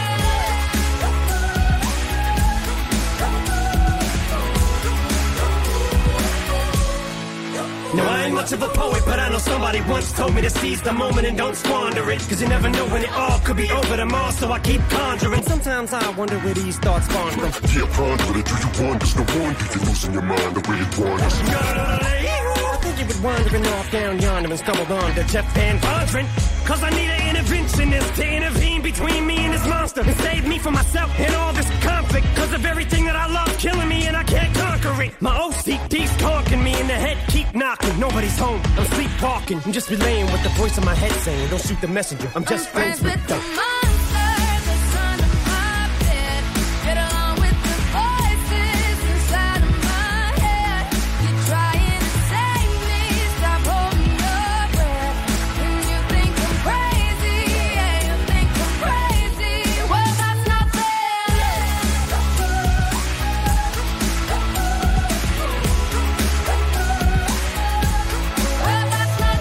now I ain't much of a poet, but I know somebody once told me to seize the moment and don't squander it. Cause you never know when it all could be over tomorrow, so I keep conjuring. Sometimes I wonder where these thoughts spawn from. Yeah, ponder it. Do you wonder? No wonder you're losing your mind the way it wanders. I think you were wandering off down yonder and stumbled on to Jeff Van Vondren. Cause I need an interventionist to intervene between me and this monster and save me from myself and all this conflict. Cause of everything that I love killing me and I can't conquer it. My O C D's conking me in the head, keep knocking. Nobody's home, I'm sleepwalking. I'm just relaying what the voice in my head saying. Don't shoot the messenger, I'm just I'm friends, friends with with the them. monster that's under my bed. Get along with the voices inside of my head. You're trying to save me, stop holding your breath. And you think I'm crazy, yeah, you think I'm crazy. Well, that's not fair. Well, that's not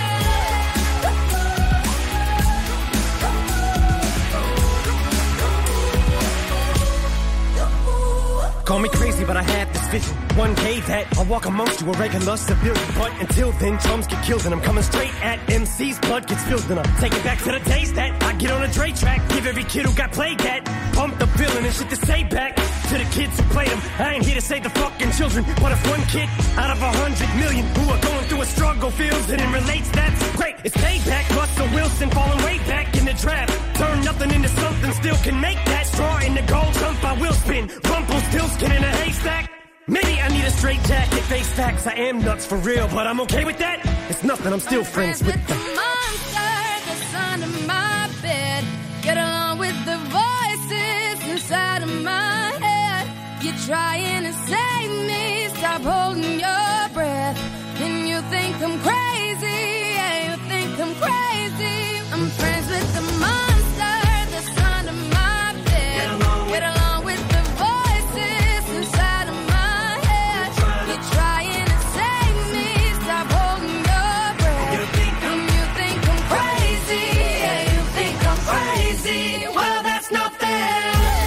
Call me crazy, but I had this vision. One day that I'll walk amongst you, a regular civilian. But until then, drums get killed and I'm coming straight at M C's. Blood gets filled and I take it back to the days that I get on a Dre track. Give every kid who got played that. Pump the feeling and shit to say back to the kids who played them. I ain't here to save the fucking children. But if one kid out of a hundred million who are going through a struggle feels it and relates, that's great. It's payback. Russell Wilson falling way back in the draft. Turn nothing into something, still can make that. Straw in the gold jump, I will spin. Rumple still skin in a haystack. Maybe I need a straight jacket, face facts. I am nuts for real, but I'm okay with that. It's nothing, I'm still friends with them. monster that's under my bed. Get along with the voices inside of my head. You're trying to save me, stop holding your breath. And you think I'm crazy, yeah, you think I'm crazy. I'm friends with the monster that's under my bed. Get along with, Get along with the voices inside of my head. You're trying to save me, stop holding your breath. And you think I'm crazy, yeah, you think I'm crazy. Well, that's not fair.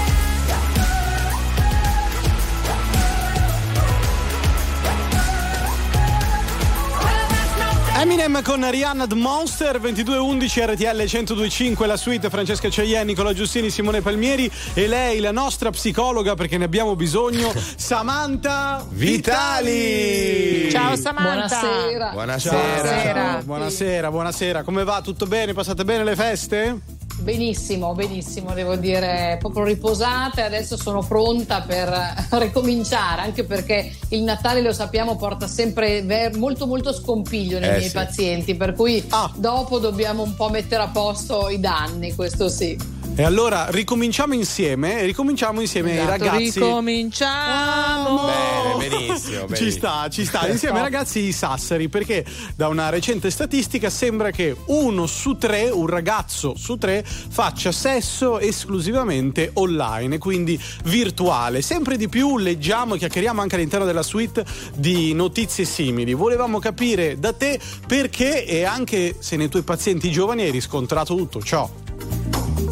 Eminem con Rihanna The Monster, ventidue undici R T L centodue e cinque, la suite. Francesca Ceieni, Nicola Giustini, Simone Palmieri e lei, la nostra psicologa, perché ne abbiamo bisogno, Samantha Vitali. Ciao Samantha. Buonasera. Buonasera. Buonasera, buonasera. Come va? Tutto bene? Passate bene le feste? Benissimo, benissimo, devo dire, proprio riposata e adesso sono pronta per ricominciare, anche perché il Natale, lo sappiamo, porta sempre ver- molto molto scompiglio nei Eh, miei sì. pazienti, per cui dopo dobbiamo un po' mettere a posto i danni, questo sì. E allora ricominciamo insieme, ricominciamo insieme ai Esatto, ragazzi. ricominciamo. Bene, benissimo, benissimo. Ci sta, ci sta. Insieme ai ragazzi di Sassari, perché da una recente statistica sembra che uno su tre, un ragazzo su tre, faccia sesso esclusivamente online, quindi virtuale. Sempre di più leggiamo e chiacchieriamo anche all'interno della suite di notizie simili. Volevamo capire da te perché e anche se nei tuoi pazienti giovani hai riscontrato tutto ciò.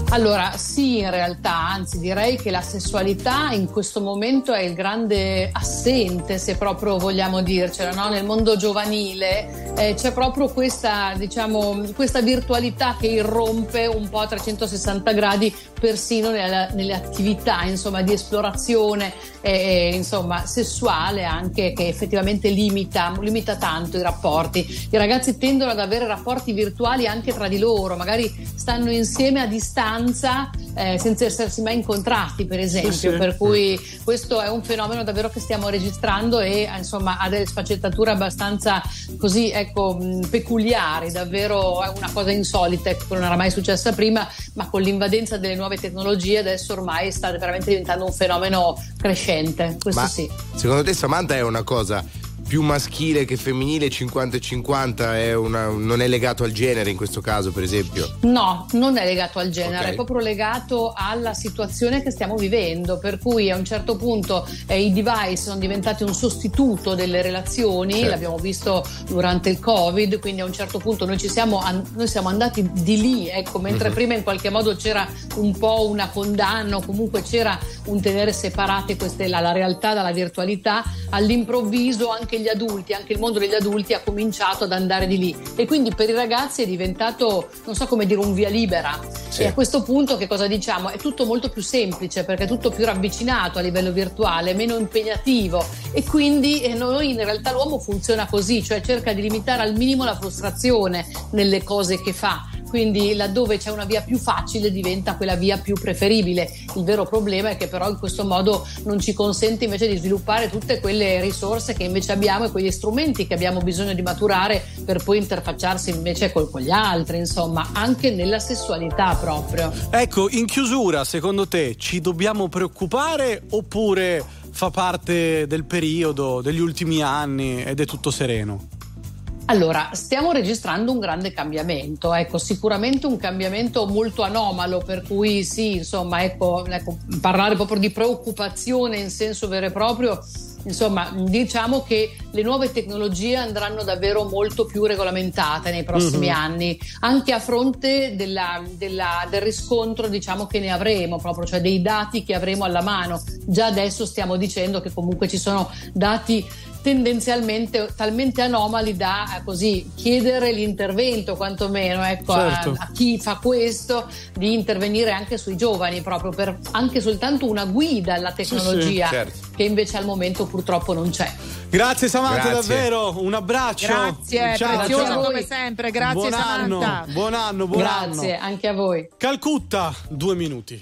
Allora, sì, in realtà, anzi direi che la sessualità in questo momento è il grande assente, se proprio vogliamo dircelo, no? Nel mondo giovanile eh, c'è proprio questa, diciamo, questa virtualità che irrompe un po' a trecentosessanta gradi persino nelle, nelle attività, insomma, di esplorazione eh, insomma, sessuale anche, che effettivamente limita, limita tanto i rapporti. I ragazzi tendono ad avere rapporti virtuali anche tra di loro, magari stanno insieme a distanza eh, senza essersi mai incontrati, per esempio, Sì, sì. per cui questo è un fenomeno davvero che stiamo registrando e insomma ha delle sfaccettature abbastanza così, ecco, mh, peculiari, davvero è una cosa insolita, ecco, non era mai successa prima, ma con l'invadenza delle nuove tecnologie adesso ormai sta veramente diventando un fenomeno crescente, questo Ma sì. secondo te, Samantha, è una cosa più maschile che femminile, cinquanta e cinquanta, è una, non è legato al genere in questo caso, per esempio? No, non è legato al genere, Ok. è proprio legato alla situazione che stiamo vivendo, per cui a un certo punto eh, i device sono diventati un sostituto delle relazioni, Certo. l'abbiamo visto durante il Covid, quindi a un certo punto noi ci siamo, an- noi siamo andati di lì, ecco, mentre Mhm. prima in qualche modo c'era un po' una condanna o comunque c'era un tenere separate queste, la, la realtà dalla virtualità, all'improvviso anche gli adulti, anche il mondo degli adulti ha cominciato ad andare di lì e quindi per i ragazzi è diventato, non so come dire, un via libera. Sì. E a questo punto che cosa diciamo? È tutto molto più semplice perché è tutto più ravvicinato a livello virtuale, meno impegnativo e quindi eh, noi in realtà l'uomo funziona così, cioè cerca di limitare al minimo la frustrazione nelle cose che fa. Quindi laddove c'è una via più facile diventa quella via più preferibile. Il vero problema è che però in questo modo non ci consente invece di sviluppare tutte quelle risorse che invece abbiamo e quegli strumenti che abbiamo bisogno di maturare per poi interfacciarsi invece col- con gli altri, insomma, anche nella sessualità proprio. Ecco, in chiusura, secondo te ci dobbiamo preoccupare oppure fa parte del periodo, degli ultimi anni ed è tutto sereno? Allora, stiamo registrando un grande cambiamento, ecco, sicuramente un cambiamento molto anomalo, per cui sì, insomma, ecco, ecco, parlare proprio di preoccupazione in senso vero e proprio, insomma, diciamo che le nuove tecnologie andranno davvero molto più regolamentate nei prossimi Mhm. anni, anche a fronte della, della- del riscontro, diciamo, che ne avremo proprio, cioè dei dati che avremo alla mano. Già adesso stiamo dicendo che comunque ci sono dati tendenzialmente talmente anomali da eh, così chiedere l'intervento, quantomeno, ecco, Certo. a, a chi fa questo, di intervenire anche sui giovani, proprio per anche soltanto una guida alla tecnologia, sì, certo. che invece al momento purtroppo non c'è. Grazie Samantha, Grazie. davvero, un abbraccio. Grazie, Ciao, preziosa ciao. come sempre, grazie Buon Samantha. anno, buon anno, buon Grazie, anno. anche a voi. Calcutta, due minuti.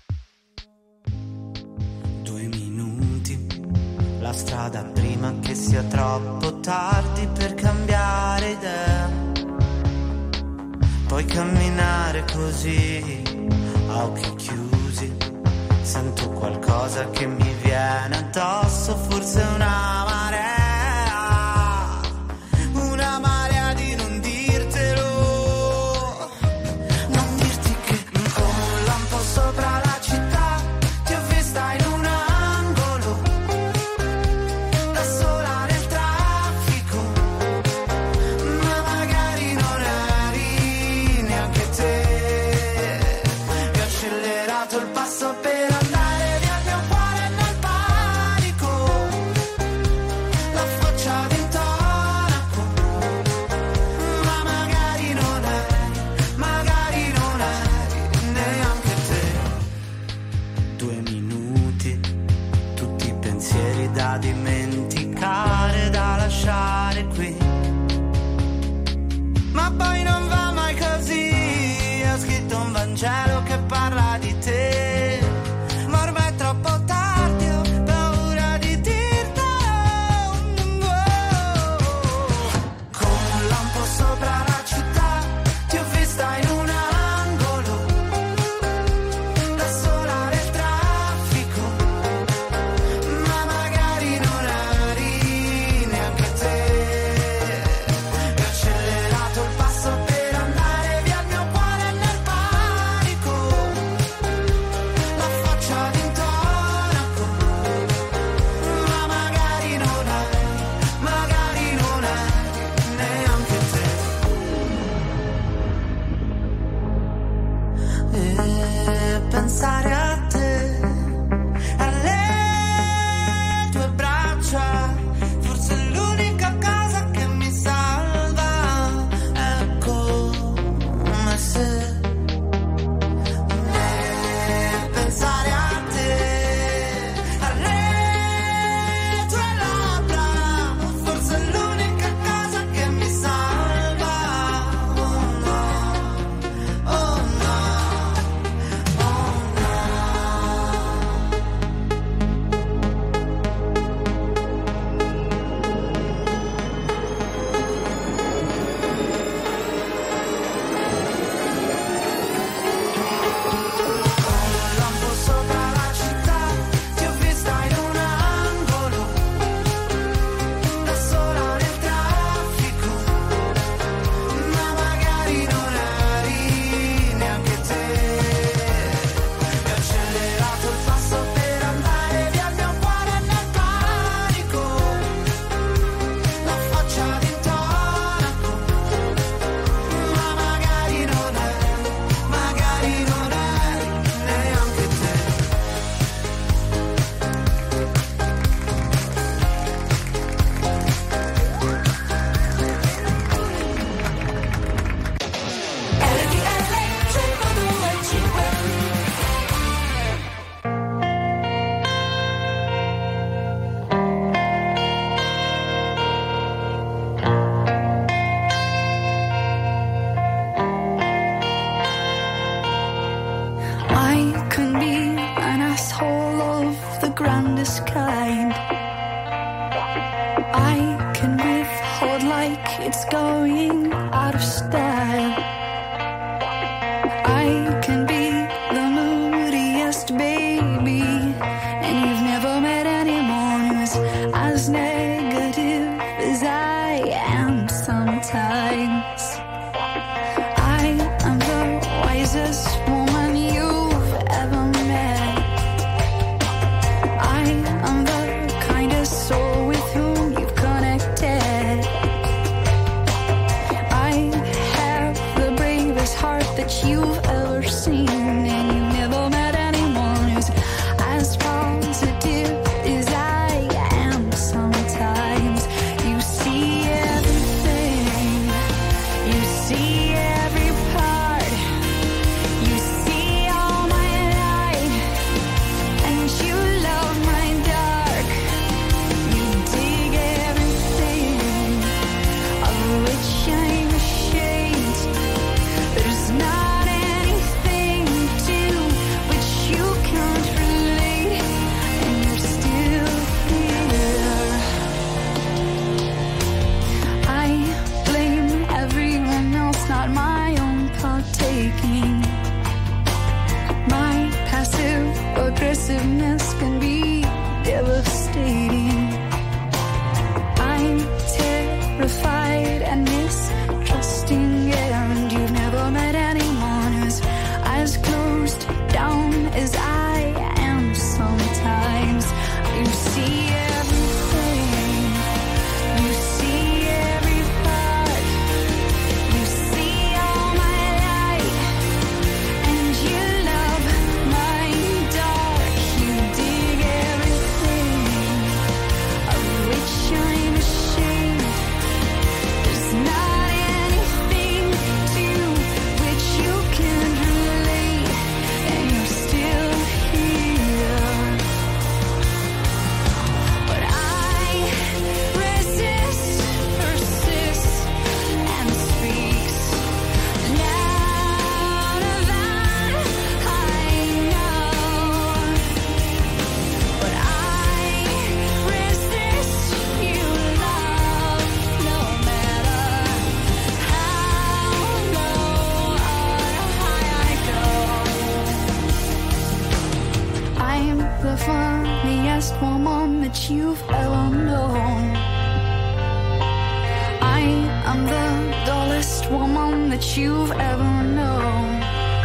Due minuti, la strada prima che sia troppo tardi per cambiare idea. Puoi camminare così, a occhi chiusi. Sento qualcosa che mi viene addosso, forse una marea. Una marea di non dirtelo. Non dirti che come un lampo sopra la città ti ho vista in un angolo, da sola nel traffico, ma magari non eri neanche te. E ho accelerato il passo per andare via, il mio cuore nel panico. I can withhold like it's going out of style. I can be the moodiest baby, and you've never met anyone who's as negative as I am sometimes. I am the wisest woman you've ever met. I am the kindest soul with whom you've connected. I have the bravest heart that you've ever seen, and you've never met anyone who's as positive as I am sometimes. You see everything, you see every part, you see all my light, and you love my dark. You dig everything of which I'm ashamed. There's not anything to which you can't relate, and you're still here. I blame everyone else, not my own partaking. My passive aggressiveness can be devastating. I'm terrified and mistrusting, and you've never met anyone who's as closed down as I am sometimes. You see everything, you see every part, you see all my light, and you love my dark. You dig everything of which I'm ashamed. There's not anything to which you can relate, and you're still here. But I resist, persist, and speaks louder than I know. But I resist you, love, no matter how low or high I go. I'm the funniest woman that you've ever known. I am the dullest woman that you've ever known.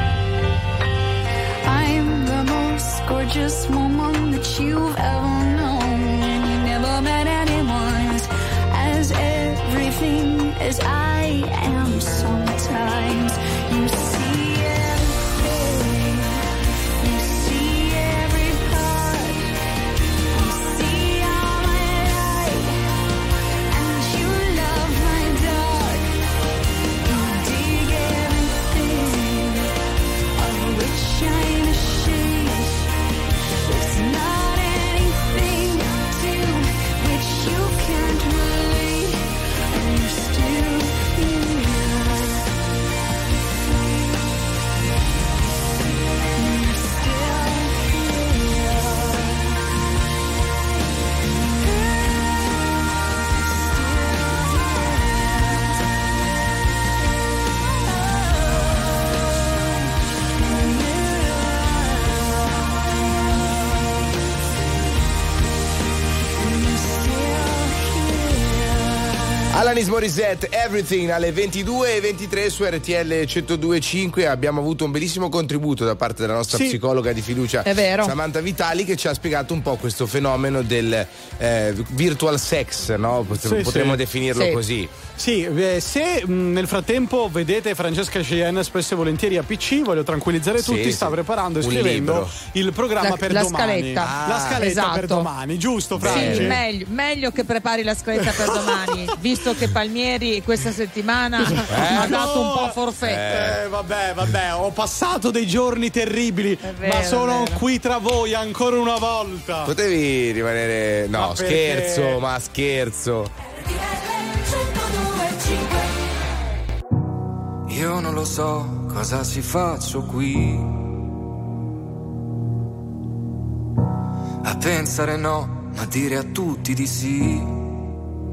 I'm the most gorgeous woman that you've ever known. And you never met anyone who's as everything as I am sometimes. You see everything, you see every part, you see all my light, and you love my dark. You dig everything of which I'm ashamed. There's not anything to which you can't relate, and you're still here. You're still Alanis Morissette, Everything, alle ventidue e ventitré su R T L centodue e cinque. Abbiamo avuto un bellissimo contributo da parte della nostra Sì. psicologa di fiducia, È vero. Samantha Vitali, che ci ha spiegato un po' questo fenomeno del eh, virtual sex, no? Pot- Sì, potremmo sì. definirlo Sì. così. Sì, eh, se mh, nel frattempo vedete Francesca Cheyenne spesso e volentieri a P C, voglio tranquillizzare Sì, tutti, sì. sta preparando e Un scrivendo libro. il programma La- per la domani. scaletta. La scaletta esatto. per domani, giusto Franci? Sì, meglio, meglio che prepari la scaletta per domani, visto che Palmieri questa settimana ha dato un po' forfetto. Eh, vabbè, vabbè, ho passato dei giorni terribili, vero, ma sono è vero. qui tra voi ancora una volta. Potevi rimanere. No, Ma perché? scherzo, ma scherzo. Io non lo so cosa ci faccio qui. A pensare no, ma dire a tutti di sì.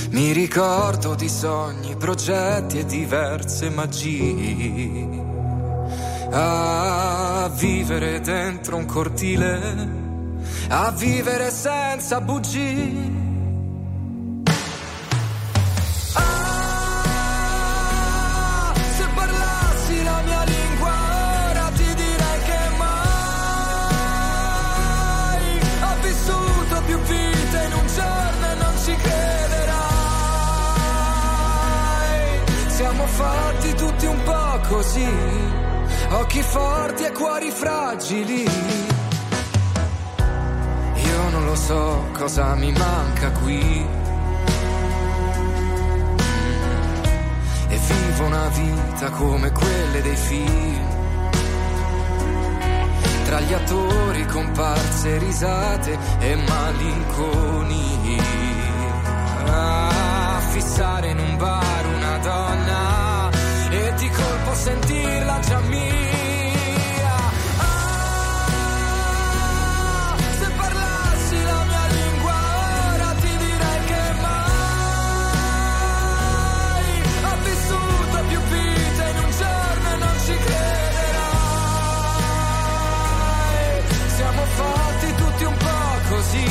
Mi ricordo di sogni, progetti e diverse magie. A vivere dentro un cortile, a vivere senza bugie. Ah, se parlassi la mia lingua ora ti direi che mai ho vissuto più vite in un giorno e non ci crederai. Siamo fatti tutti un po' così, occhi forti e cuori fragili. Io non lo so cosa mi manca qui, e vivo una vita come quelle dei film, tra gli attori, comparse, risate e malinconia. A fissare in un bar una donna e di colpo sentirla già mia. Ah, se parlassi la mia lingua ora ti direi che mai ho vissuto più vite in un giorno e non ci crederai. Siamo fatti tutti un po' così.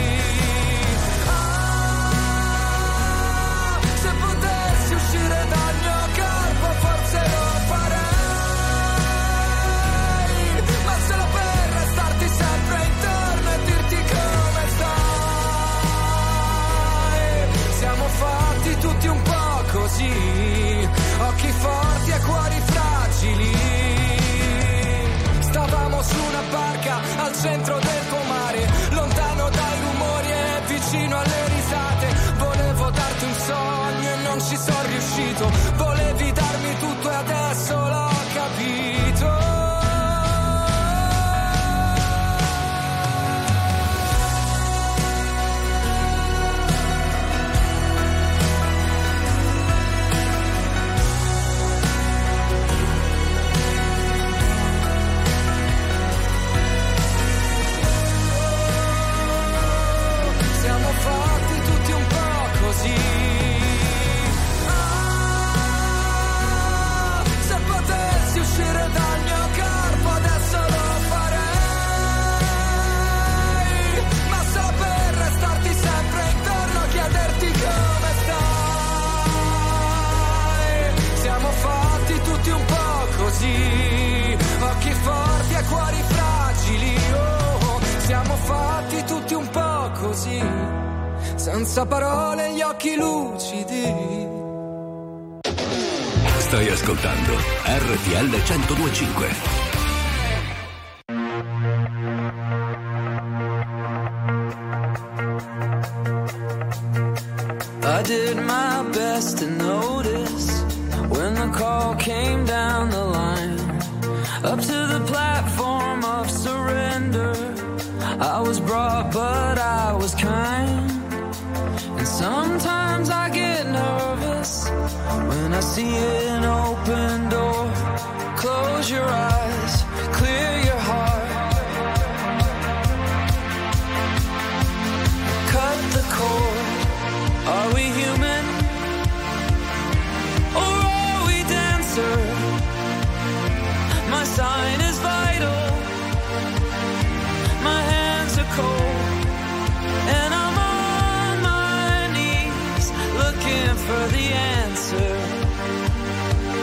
Ah, se potessi uscire dal mio corpo forse lo farei, ma solo per restarti sempre intorno e dirti come stai. Siamo fatti tutti un po' così, occhi forti e cuori fragili. Stavamo su una barca al centro del pomare, lontano dai rumori e vicino alle risate. Volevo darti un sogno e non ci sono riuscito, volevi darmi tutto e adesso l'ho capito. Siamo fatti tutti un po' così. Ah, se potessi uscire dal mio corpo adesso lo farei, ma solo per restarti sempre intorno, chiederti come stai. Siamo fatti tutti un po' così, occhi forti e cuori fragili. Oh, siamo fatti tutti un po' così, senza parole, gli occhi lucidi. Stai ascoltando R T L centodue e cinque. I did my best to notice when the call came down the line, up to the platform of surrender. I was brought, but I was kind. And sometimes I get nervous when I see an open door. Close your eyes, clear your heart, cut the cord. Are we human or are we dancer? My sign is vital, my hands are cold, and I'm on my knees looking for the answer.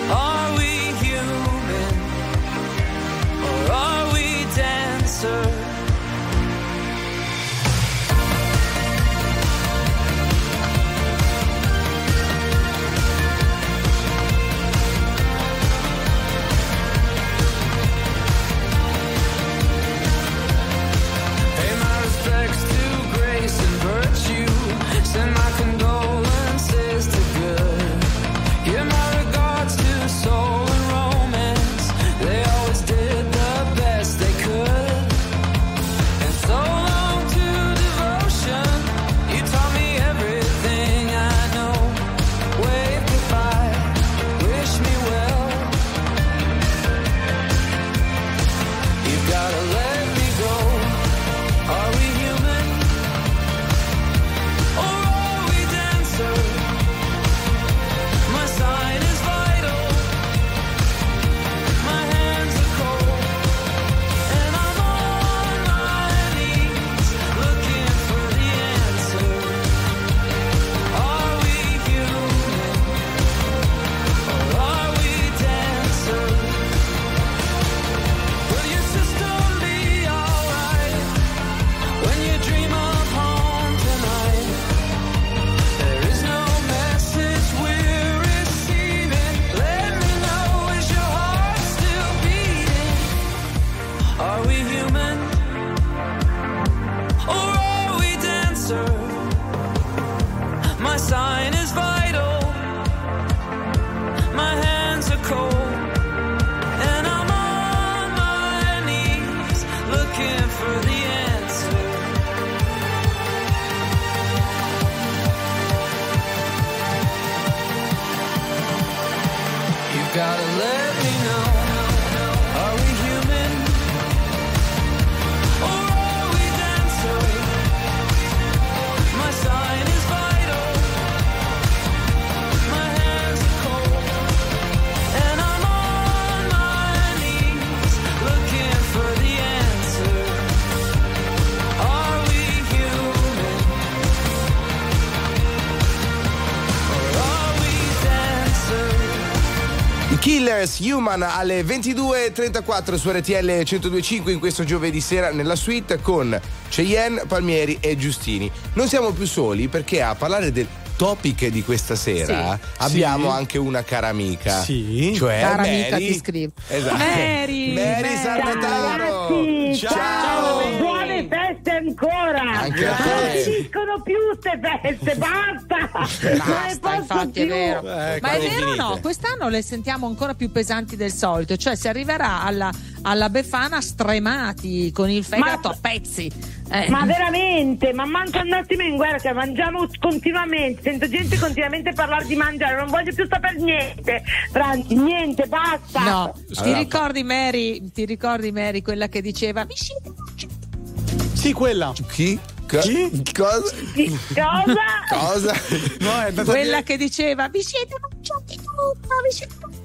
Killers, Human alle ventidue e trentaquattro su R T L centodue e cinque in questo giovedì sera nella suite con Cheyenne, Palmieri e Giustini. Non siamo più soli perché a parlare del topic di questa sera Sì. abbiamo Sì. anche una cara amica. Sì. Cioè Cara amica Mary. ti scrive. Esatto. Mary, Mary Mary. Salvataro. Ragazzi, Ciao. ciao. Buone feste ancora. Anche a te. Non finiscono più ste feste, basta. Non ne Basta, posso infatti più. è vero. Eh, Ma è quando vero o no? finite? Quest'anno le sentiamo ancora più pesanti del solito, cioè si arriverà alla, alla Befana stremati con il fegato Ma- a pezzi. Eh. Ma veramente, ma manco un attimo in guerra, cioè mangiamo continuamente, sento gente continuamente parlare di mangiare, non voglio più sapere niente, Franci, niente, basta. No, ti Allora- ricordi Mary, ti ricordi Mary quella che diceva "Mi siete Sì, quella. Chi? Co- Chi? Cosa? Cosa? Cosa? No, è andata quella via. che diceva "Vi siete mangiati tutto, vi siete mangiati".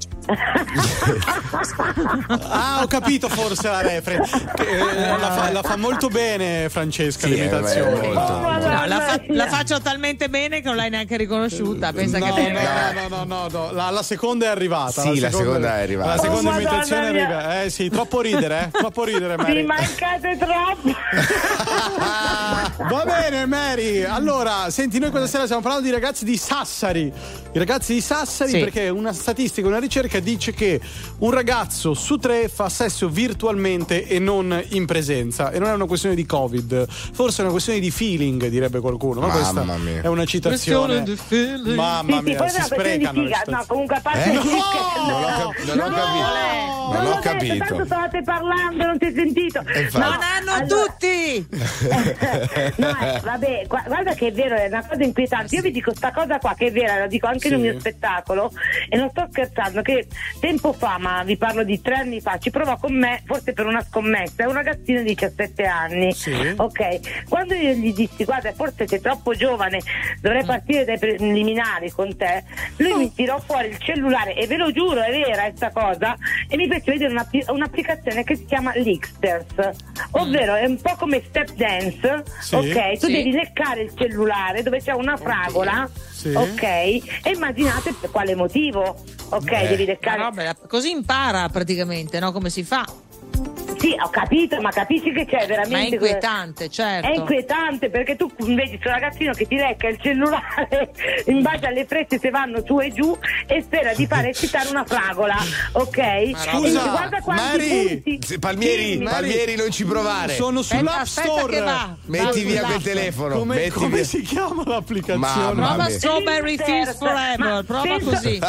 Ah, ho capito forse la refre. Che, eh, la, fa, la fa molto bene Francesca Sì, l'imitazione. è molto. Oh, No, la, fa- la faccio talmente bene che non l'hai neanche riconosciuta. Pensa no, che te- no, no, no, no, no. La, la seconda è arrivata. Sì, la seconda è arrivata. La seconda Oh, imitazione è Madonna mia. arrivata. Eh sì, troppo ridere, eh. Troppo ridere, Mi Mary. mancate troppo. Va bene, Mary. Allora, senti, noi questa sera stiamo parlando di ragazzi di Sassari. I ragazzi di Sassari, Sì. perché una statistica, una ricerca dice che un ragazzo su tre fa sesso virtualmente e non in presenza. E non è una questione di Covid, forse è una questione di feeling, direbbe qualcuno. Ma Mamma questa mia. è una citazione. Mamma Sì, sì, mia, poi è si una questione di sprecano le figa. citazioni. No, comunque a parte Eh? il No! fisco- Non ho cap- non ho No, capito. non Non ho l'ho detto, capito. tanto stavate parlando, non si è sentito. infatti. No, non hanno allora- tutti. No, eh, vabbè, gu- guarda che è vero, è una cosa inquietante. Io vi dico sta cosa qua che è vera, la dico anche Sì. nel mio spettacolo e non sto scherzando, che tempo fa, ma vi parlo di tre anni fa, ci provò con me, forse per una scommessa, è un ragazzino di diciassette anni. Sì. Ok, quando io gli dissi guarda forse sei troppo giovane, dovrei partire dai preliminari con te, lui mi tirò fuori il cellulare e ve lo giuro è vera questa cosa e mi fece vedere un'app- un'applicazione che si chiama Licksters, ovvero è un po' come Step Dance. Sì. Ok, tu Sì. devi leccare il cellulare dove c'è una fragola. Sì. Ok, e immaginate per quale motivo. Ok, Eh. devi Ma leccare. no, beh, così impara praticamente, no? Come si fa? Sì, ho capito, ma capisci che c'è veramente. Ma è inquietante, certo. È inquietante perché tu vedi questo ragazzino che ti lecca il cellulare in base alle frette se vanno su e giù e spera di fare eccitare una fragola, ok? Scusa, E dici, guarda quanti Mary, punti. Se- Palmieri, Dimmi. Palmieri, non ci provare. Sono Aspetta, sull'App aspetta Store. che va. Metti Va via quel sull'app. telefono. Come, metti come via. si chiama l'applicazione? Mamma Prova mia. Strawberry Licksters. Fields Forever, Ma prova penso- così.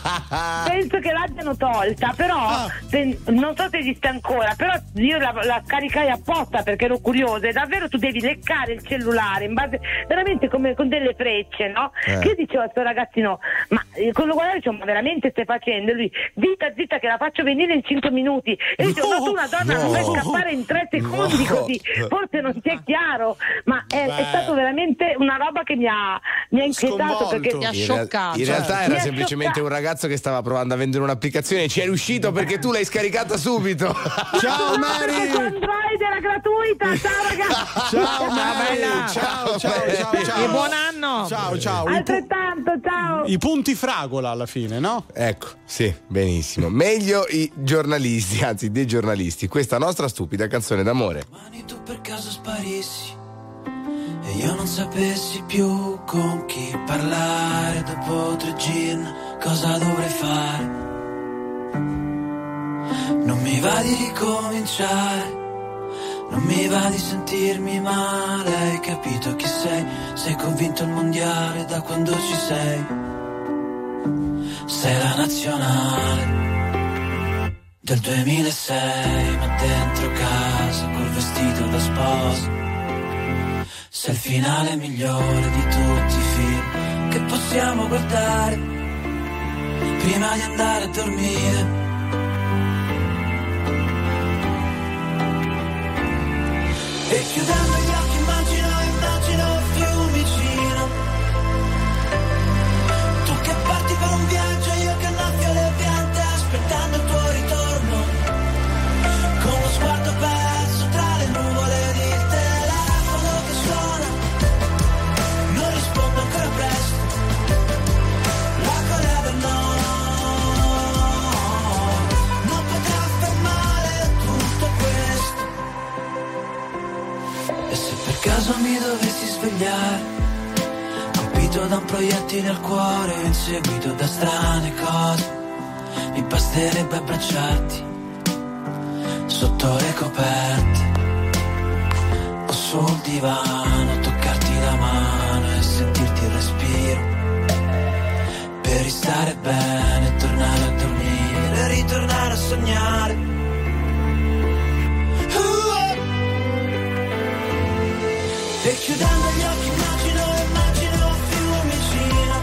Penso che l'abbiano tolta, però Ah. se- non so se esiste ancora, però io la, la caricai apposta perché ero curiosa e davvero tu devi leccare il cellulare in base veramente come con delle frecce, no? Eh. Che io dicevo a sto ragazzino, ma eh, con lo guardare dicevo, ma veramente stai facendo? E lui, zitta zitta che la faccio venire in cinque minuti. E io dicevo, ma tu una donna no, non puoi scappare in tre secondi no. così, forse non ti è chiaro, ma è, è Beh. stato veramente una roba che mi ha, mi ha inquietato Sconvolto. perché Ti ha In, real- scioccato. in realtà Mi era ha semplicemente scioccato. un ragazzo che stava provando a vendere un'applicazione e ci è riuscito perché tu l'hai scaricata subito. Ciao No, perché su Mary. Android era gratuita, ciao ragazzi. Ciao Mary. bella. Ciao, ciao, ciao, ciao. E buon anno. Ciao, ciao. I, pu- Altrettanto, ciao. i punti fragola alla fine, no? Ecco, sì, benissimo. Meglio i giornalisti, anzi dei giornalisti. Questa nostra stupida canzone d'amore. Domani tu per caso sparissi e io non sapessi più con chi parlare. Dopo tre gin cosa dovrei fare? Non mi va di ricominciare, non mi va di sentirmi male. Hai capito chi sei? Sei convinto il mondiale da quando ci sei. Sei la nazionale del duemilasei, ma dentro casa col vestito da sposa. Sei il finale migliore di tutti i film che possiamo guardare prima di andare a dormire. E chiudendo gli occhi immagino, immagino Fiumicino. Tu che parti per un viaggio, io che annaffio le piante aspettando il tuo ritorno. Con lo sguardo perso tra le nuvole ed il telefono che suona. Non rispondo ancora presto. La Corea del Nord. svegliare, colpito da un proiettile al cuore, inseguito da strane cose. Mi basterebbe abbracciarti sotto le coperte o sul divano, toccarti la mano e sentirti il respiro, per ristare bene, tornare a dormire, ritornare a sognare. E chiudendo gli occhi immagino, immagino un fiumicino,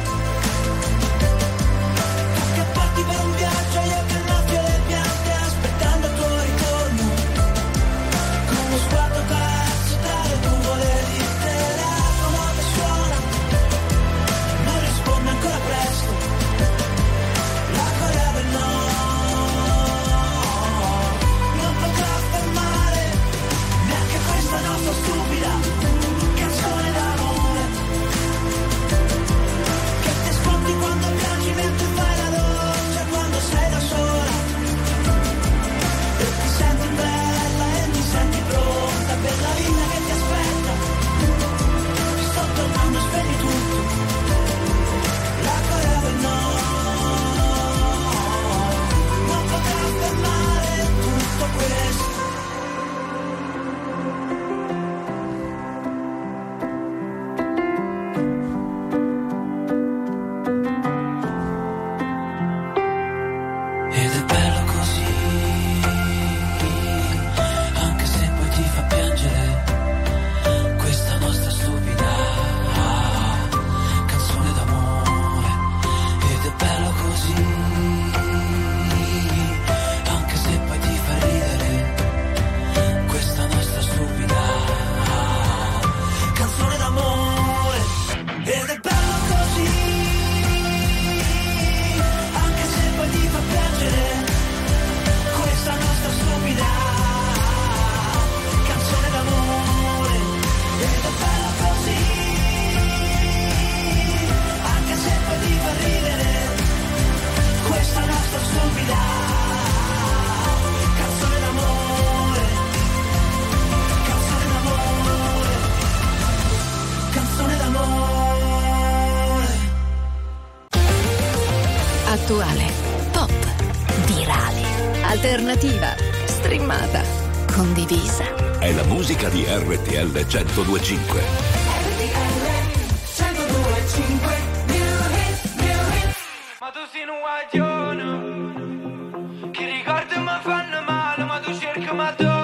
tu che parti per un viaggio, io che innaffio le piante aspettando il tuo ritorno, con lo sguardo perso tra le nuvole di telefono che suona, non risponde ancora presto, la Corea del Nord non potrà fermare neanche questa nostra stupida canzone d'amore, che ti ascolti quando piangi mentre fai la doccia, quando sei da sola e ti senti bella e ti senti pronta per la vita che ti aspetta. Ti sto tornando, spegni tutto, la Corea del Nord non potrà fermare tutto questo. Ed è bello così, anche se poi ti fa piangere questa nostra stupida canzone d'amore. Ed è bello così, anche se poi ti fa ridere questa nostra stupida canzone d'amore. Ed è bello così, anche se poi ti fa piangere questa nostra stupida canzone d'amore. Ed è bello così, anche se poi ti fa ridere questa nostra stupida canzone d'amore. Canzone d'amore, canzone d'amore. Attuale, pop, virale, alternativa, streamata, condivisa. È la musica di R T L centodue e cinque. Ma tu sei un guaglione, che ricordi mi fanno male, ma tu cerchi ma tu,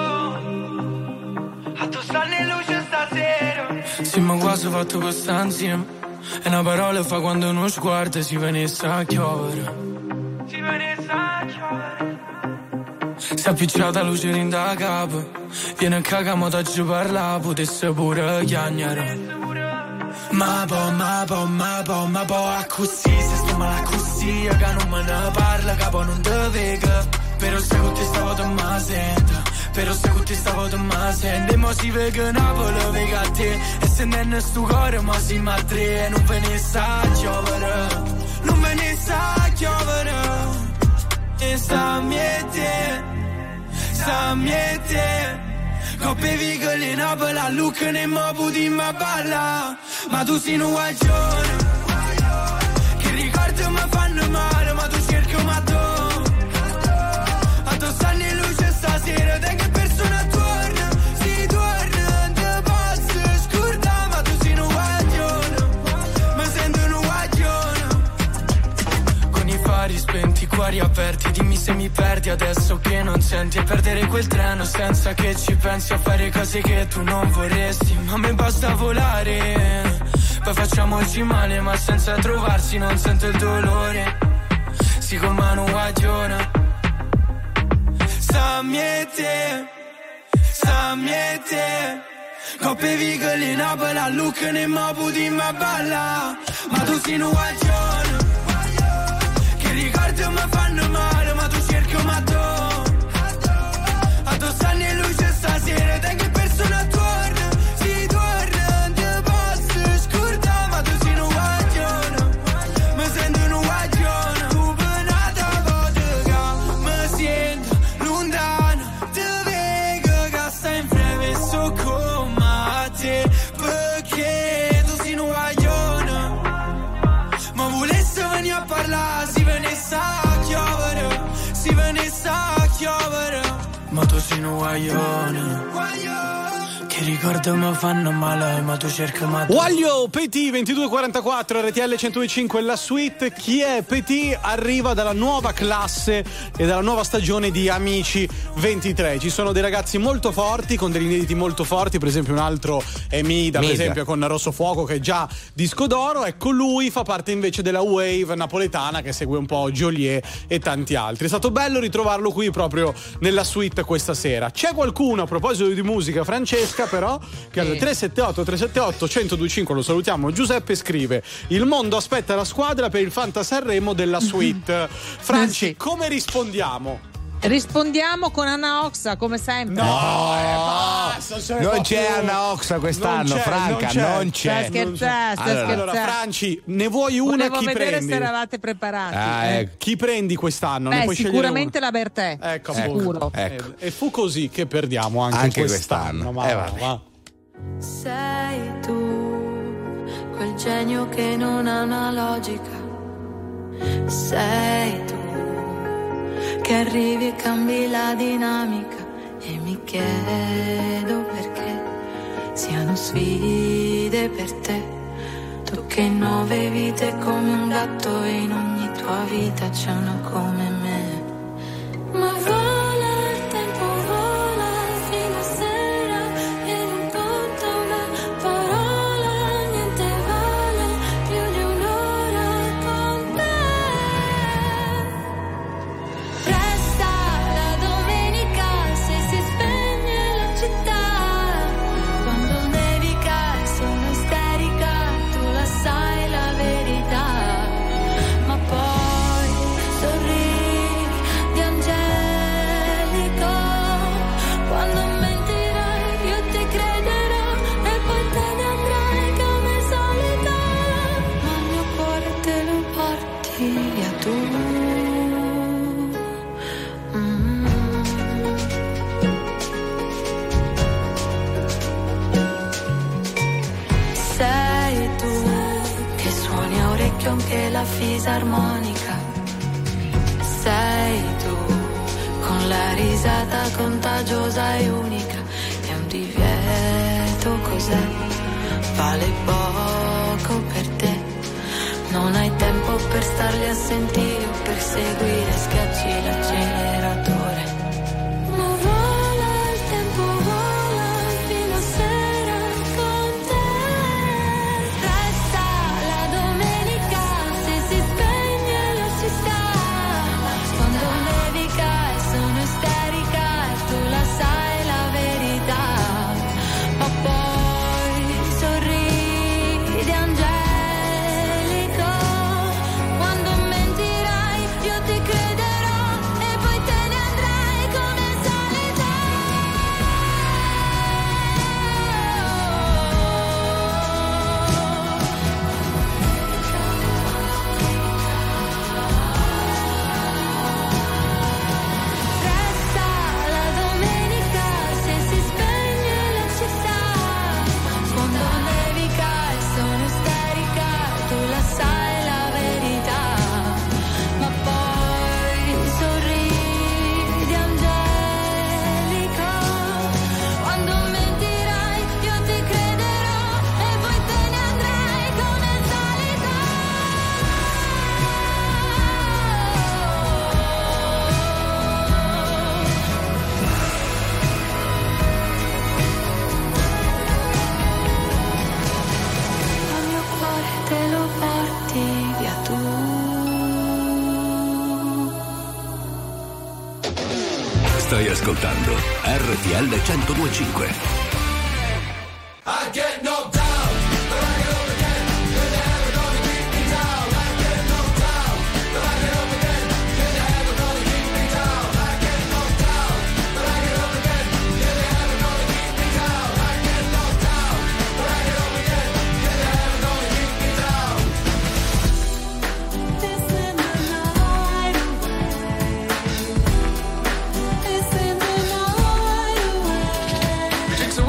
a tu stanno in luce stasera. Sì, ma quasi fatto questa insieme, e una parola fa quando uno sguardo si venisse a chiovere. Si venisse a chiovere. Si è appicciata luce in da capo, viene a cagamo da giù parla, potesse pure chiagnare. Ma po, ma po, ma po, ma po, a così, se sto male così, che non me ne parla, capo non te vega. Però se con te stavo te ma sento, però se con te stavo te ma sento. E mo si vega Napoli, vega a te, e se non è sto cuore, ma si ma tre. Non ve ne sa chiovere, non ve ne sa chiovere. E sta miete, sta miete. Coppe vigole in Napoli, a Lucca ne mo putimma balla. Ma tu sei un guaglione, che ricordi mi fanno male, ma tu cerchi ma tu, a tu stanno in luce stasera, te che persona torna, si torna, te posso scordare, ma tu sei un guaglione, mi sento un guaglione. Con i fari spenti, cuori aperti, dimmi se mi perdi adesso che non senti, e perdere quel treno senza che ci pensi a fare cose che tu non vorresti. Ma a me basta volare, poi facciamoci male, ma senza trovarsi non sento il dolore. Si colma un guaglione. Sta miete, sta miete. Coppe vigole in Napoli, a Lucca ne mo putimma balla. Ma tu sei un guaglione, che ricordi mi fanno male, ma tu cerchi ma tu, a tu stanno in luce stasera, te che persona torna, si torna, te posso scordare, ma tu sei un guaglione, mi sento un guaglione. Tu penata vodka, mi sento lontano, te vedo che stai in freve, so come a te, perché sei un guaglione. Che ricordo mi fanno male, ma tu cerchi ma tu. Waglio, Petit ventidue quarantaquattro, R T L centodue e cinque la suite. Chi è Petit? Arriva dalla nuova classe e dalla nuova stagione di Amici ventitré. Ci sono dei ragazzi molto forti, con degli inediti molto forti, per esempio un altro è Mida, Mida. per esempio con Rosso Fuoco, che è già disco d'oro. Ecco, lui fa parte invece della wave napoletana che segue un po' Geolier e tanti altri. È stato bello ritrovarlo qui proprio nella suite questa sera. C'è qualcuno, a proposito di musica, Francesca, però, che al tre sette otto tre sette otto uno zero due cinque, lo salutiamo, Giuseppe scrive: il mondo aspetta la squadra per il Fanta Sanremo della suite. Franci, Sì. come rispondiamo? Rispondiamo con Anna Oxa, come sempre. No, eh, basta, cioè, Non proprio- c'è Anna Oxa quest'anno, Non c'è, Franca, non c'è. non c'è. Stai scherzando, stai Allora, Allora, scherzando. Franci, ne vuoi una? Volevo Chi vedere prendi? se eravate preparati. Ah, Eh. ecco. Chi prendi quest'anno? Ne Beh, puoi scegliere sicuramente uno. la Bertè. Ecco, Sicuro. appunto. Ecco. E, e fu così che perdiamo anche, Anche quest'anno. quest'anno. Ma Eh, va, vabbè. va. Sei tu, quel genio che non ha una logica. Sei tu, che arrivi e cambi la dinamica. E mi chiedo perché siano sfide per te. Tu che in nove vite come un gatto, e in ogni tua vita c'è una come me. Ma vola il tempo, vola fino a sera, e non conta una parola, niente vale più di un'ora con te. Resta la domenica se si spegne la città, quando nevica e sono isterica, tu la sai la verità, ma poi sorridi di angelico, quando mentirai io ti crederò e poi te ne andrai come solita, ma il mio cuore te lo porti via tu. Mm. Sei tu che suoni a orecchio anche la fisarmonica. Sei tu con la risata contagiosa e unica. È un divieto, cos'è? Vale poco per te. Non hai tempo per starli a sentire o per seguire, schiacci l'acceleratore. Ma vola il tempo, vola fino a sera con te. Resta la domenica se si spegne la città, quando nevica e sono isterica e tu la sai la verità, ma poi sorridi angelico, quando mentirai io ti crederò e poi te ne andrai come solita. Resta la domenica se si spegne la città, quando nevica e sono isterica, tu la sai la verità, ma poi sorridi angelico, quando mentirai io ti crederò e poi te ne andrai come solita. Al mio cuore te lo porti via tu. Stai ascoltando R T L centodue e cinque. I get knocked down, but I get up again. You're never gonna keep me down. I get knocked down, but I get up again. You're never gonna keep me down. I get knocked down, but I get up again. You're never gonna keep me down. I get knocked down, but I get up again. You're never gonna keep me down. This in the night away. This in the night away.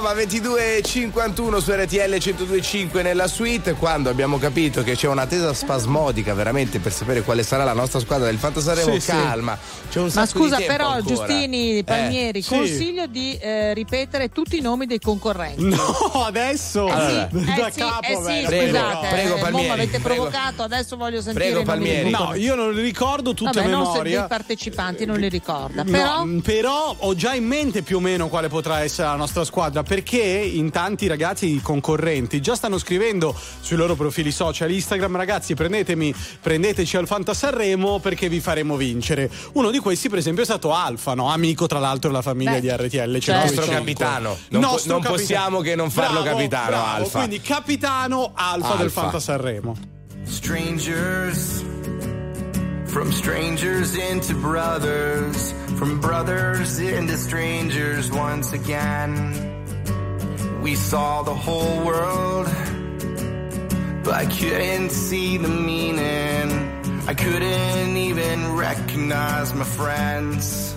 insomma, ventidue e cinquantuno su R T L centodue e cinque nella suite, quando abbiamo capito che c'è un'attesa spasmodica veramente per sapere quale sarà la nostra squadra del Fantasarremo. Sì, sì. Calma, c'è un Ma sacco scusa, di tempo però, ancora. Giustini, Palmieri, Eh, sì. consiglio di eh, ripetere tutti i nomi dei concorrenti. No, adesso Eh Allora. sì, da eh sì, capo, eh sì, beh, Prego, scusate, prego, eh, Palmieri, mo m'avete prego. provocato, adesso voglio sentire Prego, i nomi dei Palmieri. No, concorrenti. io non li ricordo tutti Vabbè, a non se memoria. dei partecipanti non li ricorda, No, però però ho già in mente più o meno quale potrà essere la nostra squadra, perché in tanti ragazzi concorrenti già stanno scrivendo sui loro profili social Instagram: ragazzi, prendetemi, prendeteci al Fantasarremo perché vi faremo vincere. Uno di questi, per esempio, è stato Alfa, no? Amico tra l'altro della famiglia Beh, di R T L. Il nostro capitano. Non, po- Nostro non capitano. possiamo che non farlo Bravo, capitano, bravo. Alfa. Quindi capitano Alfa, del Alfa. Fantasarremo. Strangers, from strangers into brothers, from brothers into strangers once again. We saw the whole world, but I couldn't see the meaning. I couldn't even recognize my friends.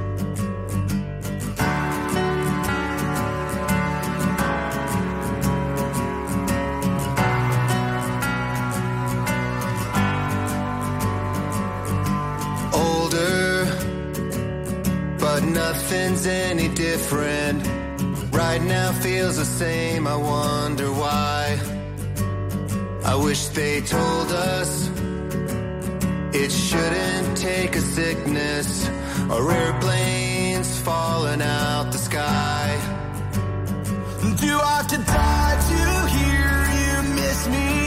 Older, but nothing's any different. Right now feels the same, I wonder why. I wish they told us it shouldn't take a sickness or airplanes falling out the sky. Do I have to die to hear you miss me?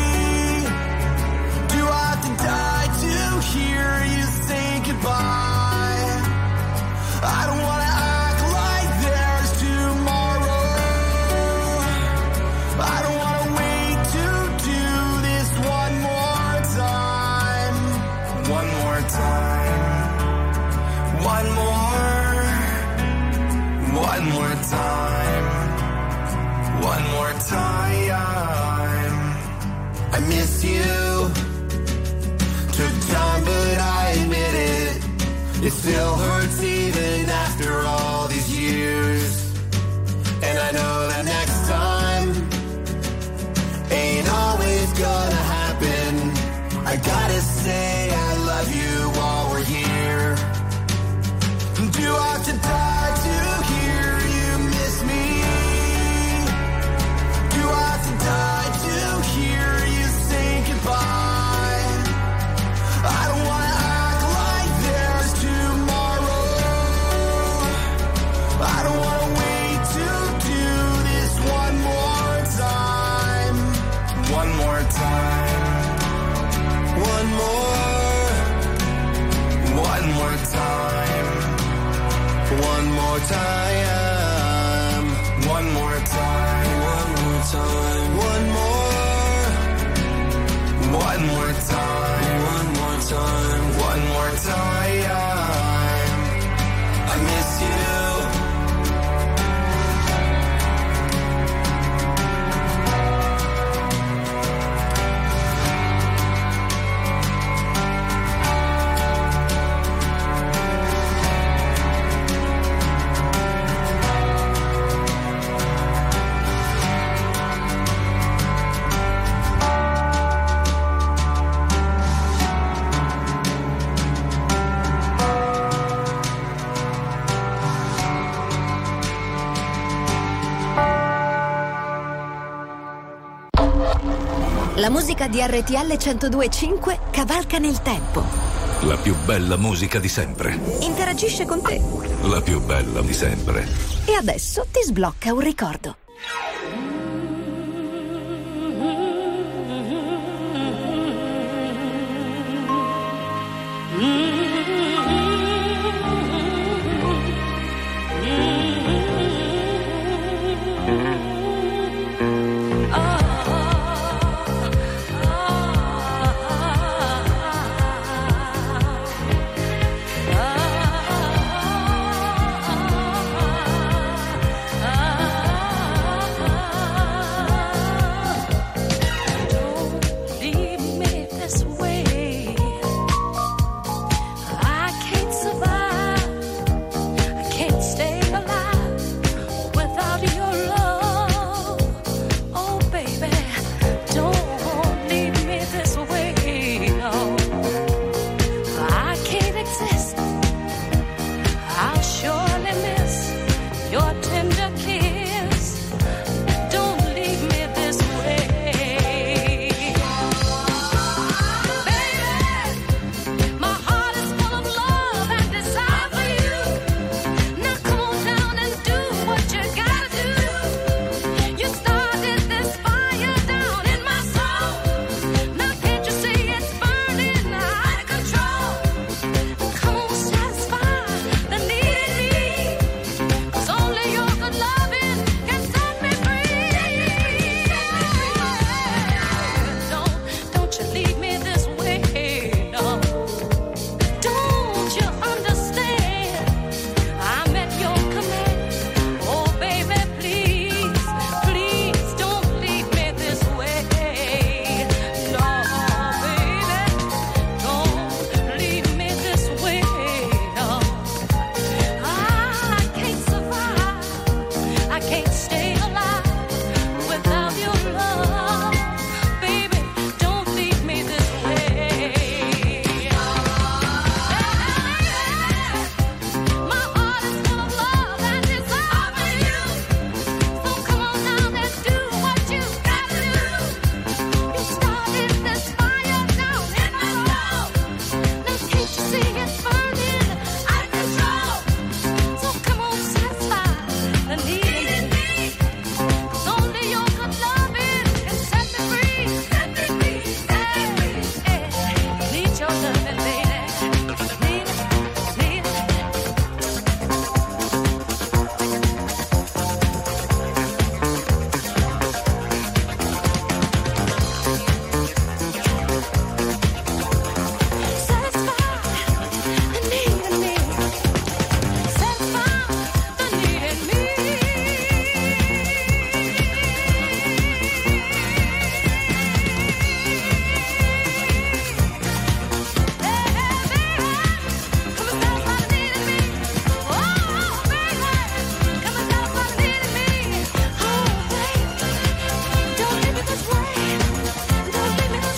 Do I have to die to hear you say goodbye? I don't wanna act like there's tomorrow. I don't wanna wait to do this one more time. One more time. One more. One more time. One more time. I miss you. Took time, but I admit it. It still hurts even after all these years. And I know that next time ain't always gonna happen. I gotta say I love you while we're here. Do I have to die to hear you miss me? Do I have to die to hear you say goodbye? I don't wanna act like there's tomorrow. I don't wanna wait to do this one more time. One more time. One more. One more time. One more time. One more time. One more time. One more. One more time. One more time. One more time. I miss you. La musica di R T L centodue e cinque cavalca nel tempo. La più bella musica di sempre. Interagisce con te. La più bella di sempre. E adesso ti sblocca un ricordo. Ah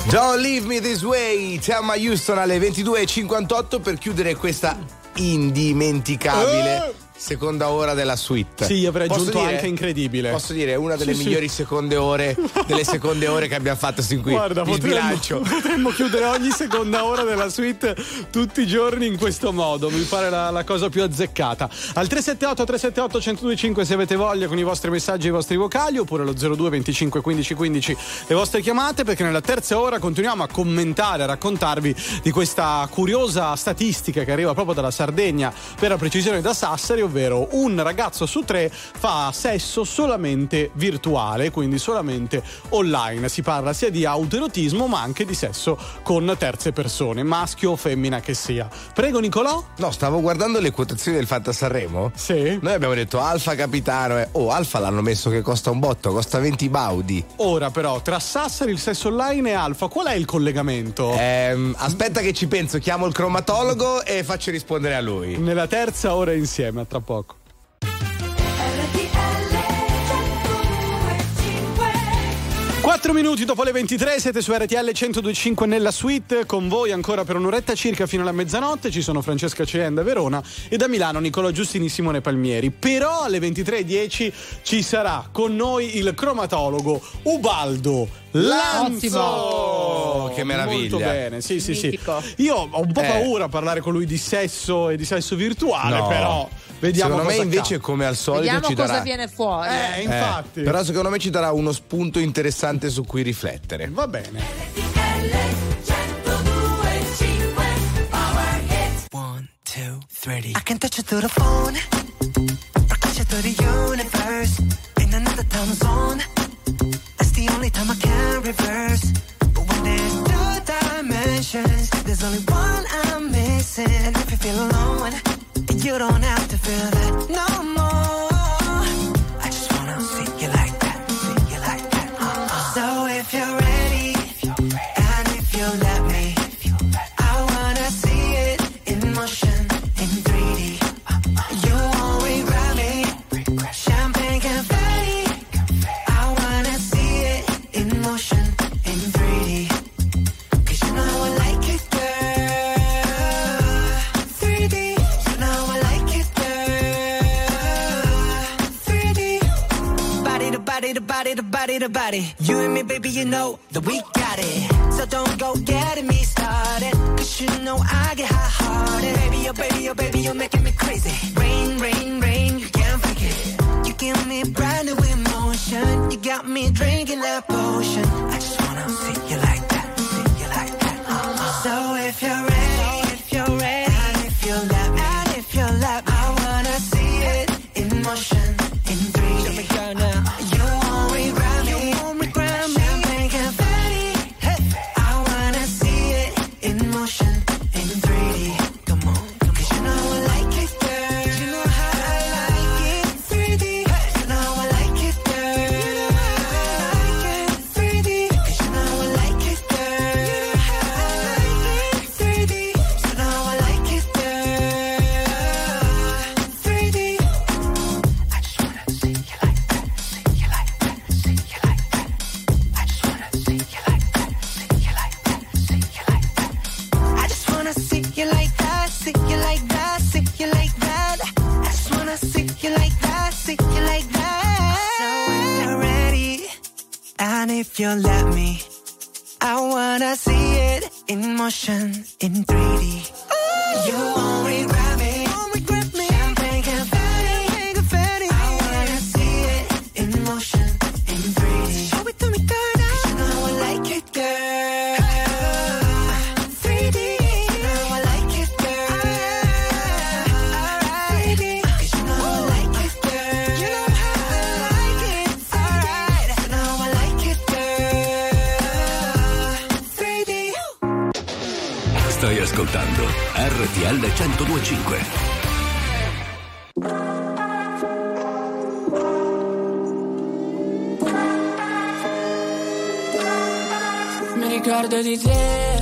Don't Leave Me This Way, Thelma Houston alle ventidue e cinquantotto per chiudere questa indimenticabile Eh! seconda ora della suite. Sì, io avrei Posso aggiunto dire- anche incredibile. Posso dire, è una delle Sì, migliori sì. seconde ore delle seconde ore che abbiamo fatto sin qui. Guarda, di potremmo, sbilancio. potremmo chiudere ogni seconda ora della suite tutti i giorni in questo modo. Mi pare la, la cosa più azzeccata. Al tre sette otto tre sette otto uno zero due cinque se avete voglia, con i vostri messaggi e i vostri vocali, oppure lo zero due venticinque quindici quindici le vostre chiamate, perché nella terza ora continuiamo a commentare, a raccontarvi di questa curiosa statistica che arriva proprio dalla Sardegna, per la precisione da Sassari, ovvero un ragazzo su tre fa sesso solamente virtuale, quindi solamente online. Si parla sia di autoerotismo ma anche di sesso con terze persone, maschio o femmina che sia. Prego Nicolò. No, stavo guardando le quotazioni del Fanta Sanremo. Sì. Noi abbiamo detto Alfa capitano. Eh. Oh, Alfa l'hanno messo che costa un botto, costa venti baudi. Ora però, tra Sassari, il sesso online e Alfa, qual è il collegamento? Ehm, aspetta che ci penso, chiamo il cromatologo e faccio rispondere a lui. Nella terza ora insieme, a tra poco. quattro minuti dopo le ventitré, siete su R T L centodue e cinque nella suite, con voi ancora per un'oretta circa fino alla mezzanotte. Ci sono Francesca Ceen da Verona e da Milano Nicolò Giustini, Simone Palmieri. Però alle ventitré e dieci ci sarà con noi il cromatologo Ubaldo Lanzo. Oh, che meraviglia. Molto bene, sì sì Mitico. sì. Io ho un po' Eh. paura a parlare con lui di sesso e di sesso virtuale, No. però vediamo Secondo me cosa invece accade. come al solito Vediamo ci cosa darà viene fuori. Eh, infatti. Eh, però secondo me ci darà uno spunto interessante su cui riflettere. Va bene. One, two, three. I can touch you through the phone, or catch you through the universe, in another time zone. That's the only time I can reverse. But when there's two dimensions, there's only one I'm missing. And if you feel alone, you don't have to feel that no more. I just wanna see you like that, see you like that. Uh-uh. So if you're ready, and if you let me, I wanna see it in motion, in three D. You won't regret me. Champagne confetti. I wanna see it in motion, in three D. 'Cause you know I like it, girl. three D. You know I like it, girl. three D. Body to body to body to body to body. You and me, baby, you know that we got it. So don't go getting me started. 'Cause you know I get hot-hearted. Baby, oh baby, oh baby, you're making me crazy. Rain, rain, rain, you can't fake it. You give me brand new emotion. You got me drinking that potion. I just wanna see you like that, see you like that. Uh-uh. So if you're ready, if you're ready, and if you let me, and if you let me, I wanna see it in motion, in three D. Show me girl now. You won't regret me. You won't regret me. Champagne confetti. Hey. I wanna see it in motion, in three D. Come on, come on. 'Cause you know I like it, girl. You know how I like it. three D. You know I like it, girl. You know how I like it. three D. 'Cause you know I like it, girl. You know how I like it. three D. You know I like it, girl. three D. I just wanna see you like that, see you like that, see you like that. I just wanna see you like that, see you like that, see you like that. I just wanna see you like that, see you like that, see you like that. I just wanna see you like that, see you like that. So if you're ready, and if you let me, I wanna see it in motion, in three D. You won't regret me. Champagne confetti, confetti. I wanna see it in motion, in three D. Show it to me, girl. 'Cause you know I like it, girl. three D. You know I like it, girl. three D. 'Cause you know I like it, girl. You know how I like it. Alright. You know I like it, girl. three D. Stai ascoltando R T L centodue e cinque. Mi ricordo di te.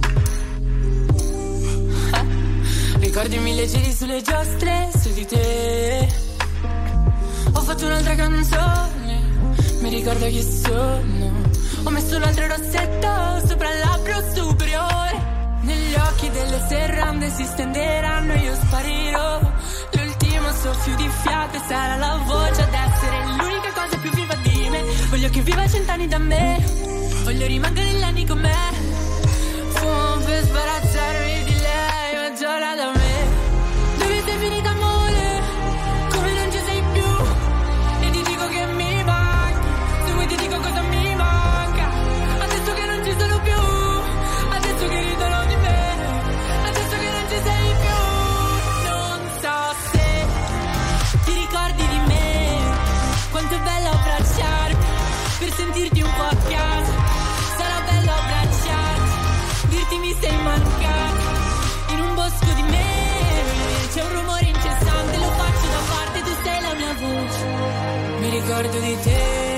Ricordi mille giri sulle giostre, su di te. Ho fatto un'altra canzone mi ricordo chi sono. Ho messo un altro rossetto sopra il labbro superiore. Negli occhi delle serrande si stenderanno e io sparirò. L'ultimo soffio di fiato e sarà la voce ad essere l'unica cosa più viva di me. Voglio che viva cent'anni da me, voglio rimanere negli anni con me. Fumo per sbarazzarmi di lei, mezz'ora da me. Dove sei finita amore? Come non ci sei più? E ti dico che mi manchi, se vuoi ti dico cosa mi manca. Adesso che non ci sono più, adesso che ridono di me, adesso che non ci sei più. Non so se ti ricordi di me, quanto è bello abbracciarmi, per sentirti un po' a casa. Sarà bello abbracciarti, dirti mi sei mancato. In un bosco di me c'è un rumore incessante, lo faccio da parte, tu sei la mia voce. Mi ricordo di te.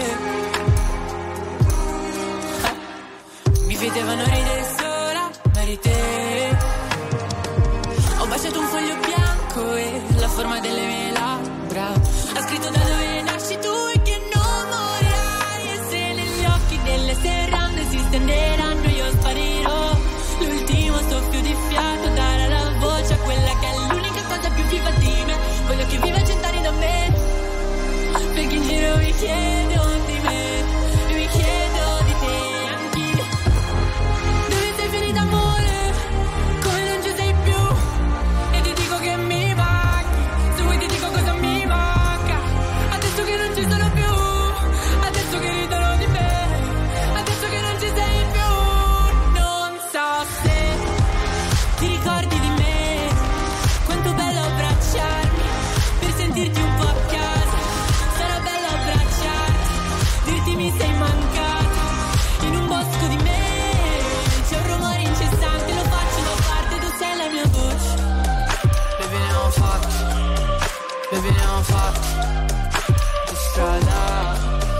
Mi vedevano ridere sola, ma eri te. Ho baciato un foglio bianco e la forma delle mie labbra ha scritto da dove nasci tu e che non morirai. E se negli occhi delle serrande si stenderanno io sparirò. L'ultimo soffio di fiato darà la voce a quella che è l'unica cosa più viva di me. Voglio che viva cent'anni da me, perché in giro mi chiedo di me e mi chiedo di te anch'io. Dove sei finita amore? Come non ci sei più? E ti dico che mi manchi, se vuoi ti dico cosa mi manca. Adesso che non ci sono più, adesso che ridono di me, adesso che non ci sei più. Non so se ti ricordi di me, quanto bello abbracciarmi, per sentirti un po' a casa. Sarà bello abbracciarti, dirti mi sei mancato. In un bosco di me c'è un rumore incessante, lo faccio da parte, tu sei la mia voce. Baby ne ho fatti, baby ne ho fatti di strada.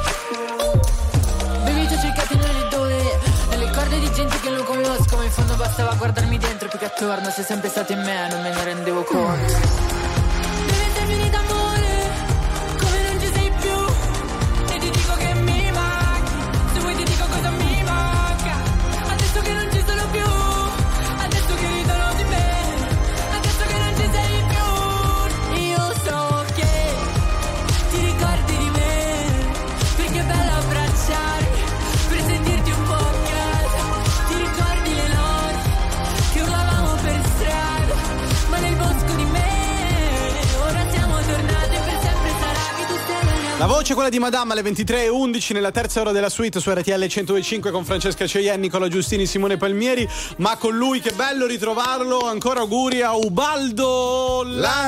Baby ti ho cercati nelle dove, nelle corde di gente che non conosco, ma in fondo bastava guardarmi dentro più che attorno. Sei sempre stato in me, non me ne rendevo conto. Dove sei finita amore? Come non ci sei più? E ti dico che mi manchi, se vuoi ti dico cosa mi manca. Adesso che non ci sono più, adesso che ridono di me, adesso che non ci sei più. Io so che ti ricordi di me, perché è bello abbracciarmi, per sentirti un po' a casa. Ti ricordi le notti che urlavamo per strada, ma nel bosco di me ora siamo tornate, per sempre sarà che tu sei la mia. La voce è quella di Madame alle ventitré e undici nella terza ora della suite su R T L centodue e cinque con Francesca Cheyenne, Nicola Giustini, Simone Palmieri. Ma con lui che bello ritrovarlo, ancora auguri a Ubaldo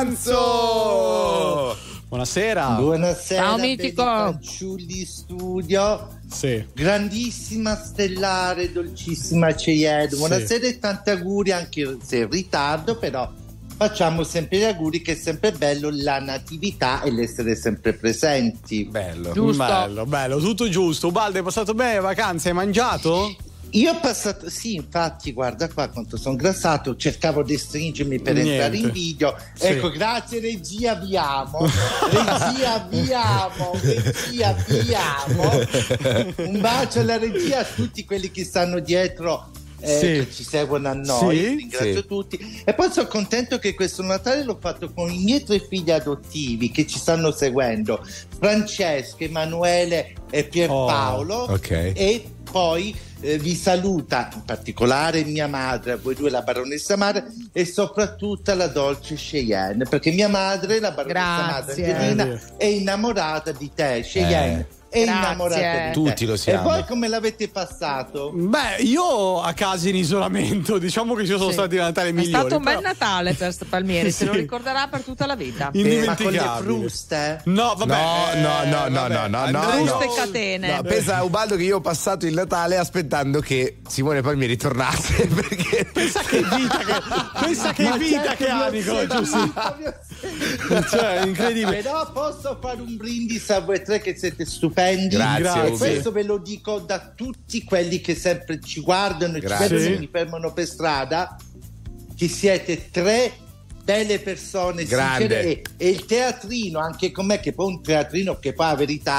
Lanzo. Buonasera. Buonasera. Ciao, belli mitico. fanciulli studio. Sì. Grandissima stellare, dolcissima Cheyenne. Buonasera e tanti auguri, anche se in ritardo, però facciamo sempre gli auguri, che è sempre bello la natività e l'essere sempre presenti. Bello. Giusto. Bello, bello, tutto giusto. Ubaldo, hai passato bene le vacanze? Hai mangiato? Io ho passato, sì, infatti, guarda qua quanto sono grassato, cercavo di stringermi per Niente. entrare in video. Sì. Ecco, grazie regia, abbiamo. Regia, abbiamo. Regia, abbiamo. Un bacio alla regia, a tutti quelli che stanno dietro. Eh, Sì. che ci seguono a noi, Sì. ringrazio Sì. tutti. E poi sono contento che questo Natale l'ho fatto con i miei tre figli adottivi che ci stanno seguendo, Francesca, Emanuele e Pierpaolo. Oh, ok. E poi eh, vi saluta in particolare mia madre, a voi due la baronessa madre, e soprattutto la dolce Cheyenne, perché mia madre, la baronessa madre Grazie. Angelina, è innamorata di te, Cheyenne. Eh. È Grazie. innamorata di te. Tutti lo siamo. E voi come l'avete passato? Beh, io a casa in isolamento, diciamo che ci sono Sì. stati Natali È migliori. stato un bel però- Natale per Palmieri, se Sì. lo ricorderà per tutta la vita. Eh, ma con le Indimenticabile. fruste? No, vabbè. No, eh, no, no, no, vabbè. no, no, Andrei- no, Fruste no. e catene. No, pensa Ubaldo che io ho passato il Natale aspettando che Simone Palmieri tornasse perché Pensa che vita che, pensa che, Ma vita certo, che ha, mio Nicola zio, Giustini. mio Cioè, incredibile. Però posso fare un brindisi a voi tre che siete stupendi. Grazie, E Ubi. questo ve lo dico da tutti quelli che sempre ci guardano e ci Grazie. vedono e Sì. mi fermano per strada, che siete tre belle persone Grande. sincere, e, e il teatrino anche con me, che poi un teatrino che poi la verità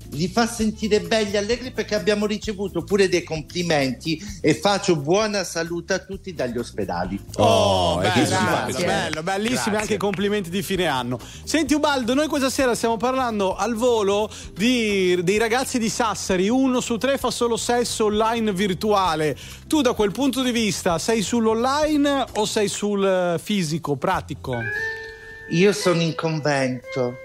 li fa sentire belli, allegri, perché abbiamo ricevuto pure dei complimenti e faccio buona salute a tutti dagli ospedali. Oh, e bello, che bello, succede? bello, bellissimi Grazie. anche i complimenti di fine anno. Senti Ubaldo, noi questa sera stiamo parlando al volo di, dei ragazzi di Sassari, uno su tre fa solo sesso online virtuale. Tu da quel punto di vista sei sull'online o sei sul eh, fisico, pratico? Io sono in convento.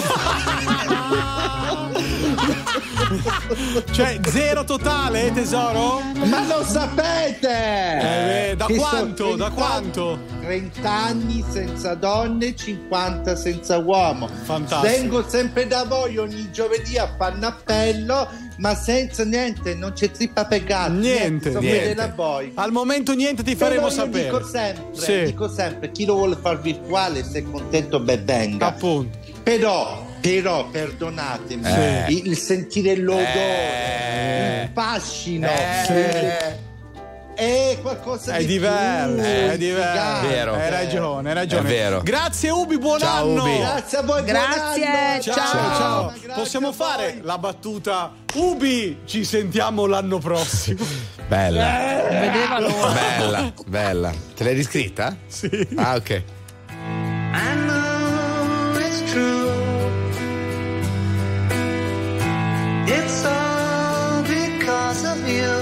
Cioè zero totale, tesoro? Ma lo sapete! Eh, da Che quanto? sono Da quanto? trenta anni senza donne, cinquanta senza uomo. Fantastico. Vengo sempre da voi ogni giovedì a fare appello, ma senza niente, non c'è trippa per gatto. Niente, sono niente. fedele a voi. Al momento niente, ti faremo Però io sapere. Dico sempre, Sì. dico sempre, chi lo vuole far virtuale, se è contento, ben venga. Appunto. Però, però, perdonatemi, Eh. il, il sentire l'odore, Eh. il fascino, Eh. è qualcosa È di diverso, più è diverso. gigante. Vero. Hai ragione, hai ragione. È vero. Grazie Ubi, buon Ciao, anno. Ubi. Grazie a voi, buon Grazie, anno. Ciao, ciao. ciao. Grazie Possiamo a voi. fare la battuta Ubi, ci sentiamo l'anno prossimo. Bella. Non vedeva l'ora. Bella, bella. Te l'hai riscritta? Sì. Ah, ok. I know it's true. It's all because of you.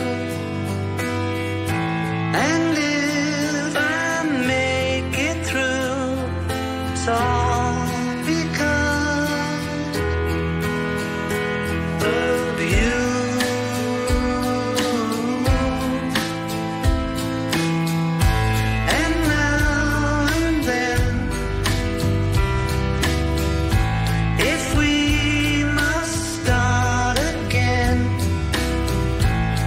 And if I make it through, it's all because of you. And now and then, if we must start again,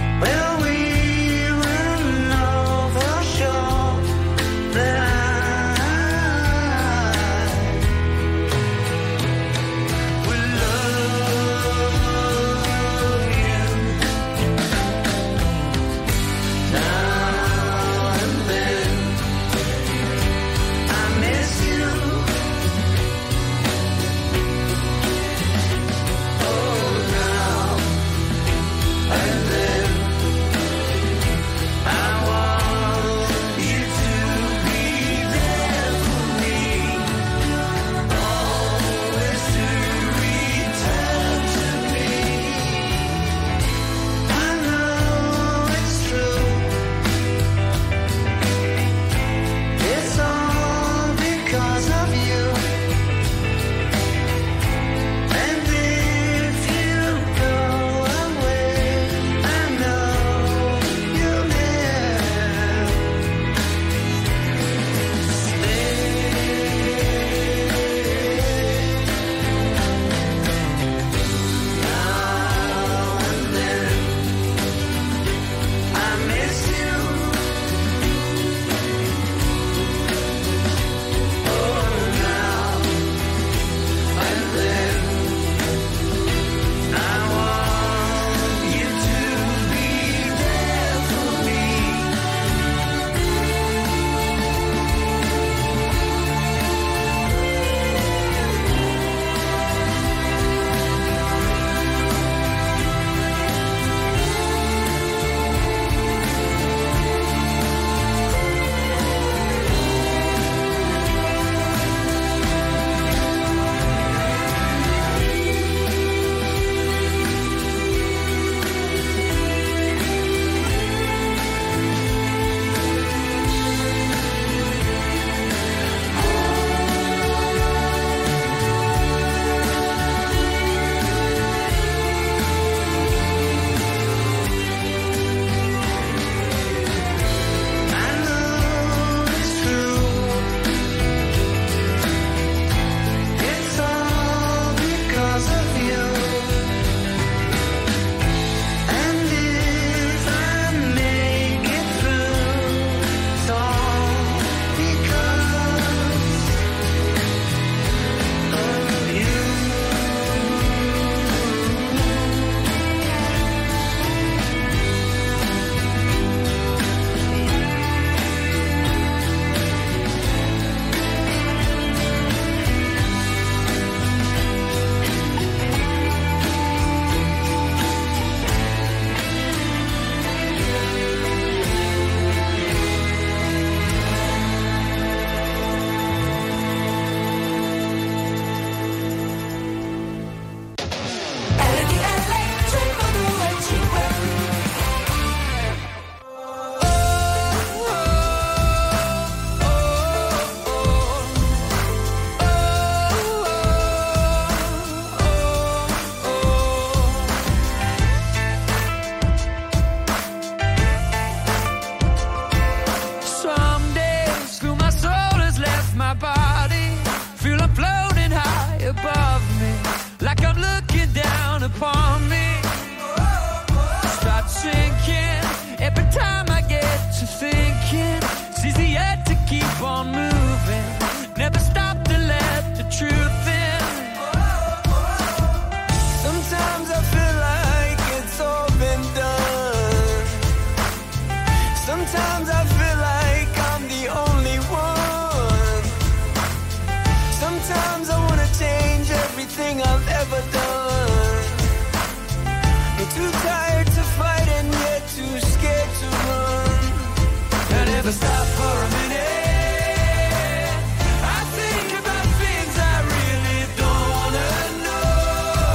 thing I've ever done. I'm too tired to fight and yet too scared to run. I never stop for a minute. I think about things I really don't wanna know.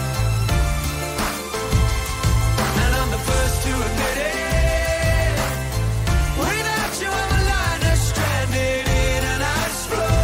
And I'm the first to admit it. Without you I'm a liner stranded in an ice floor.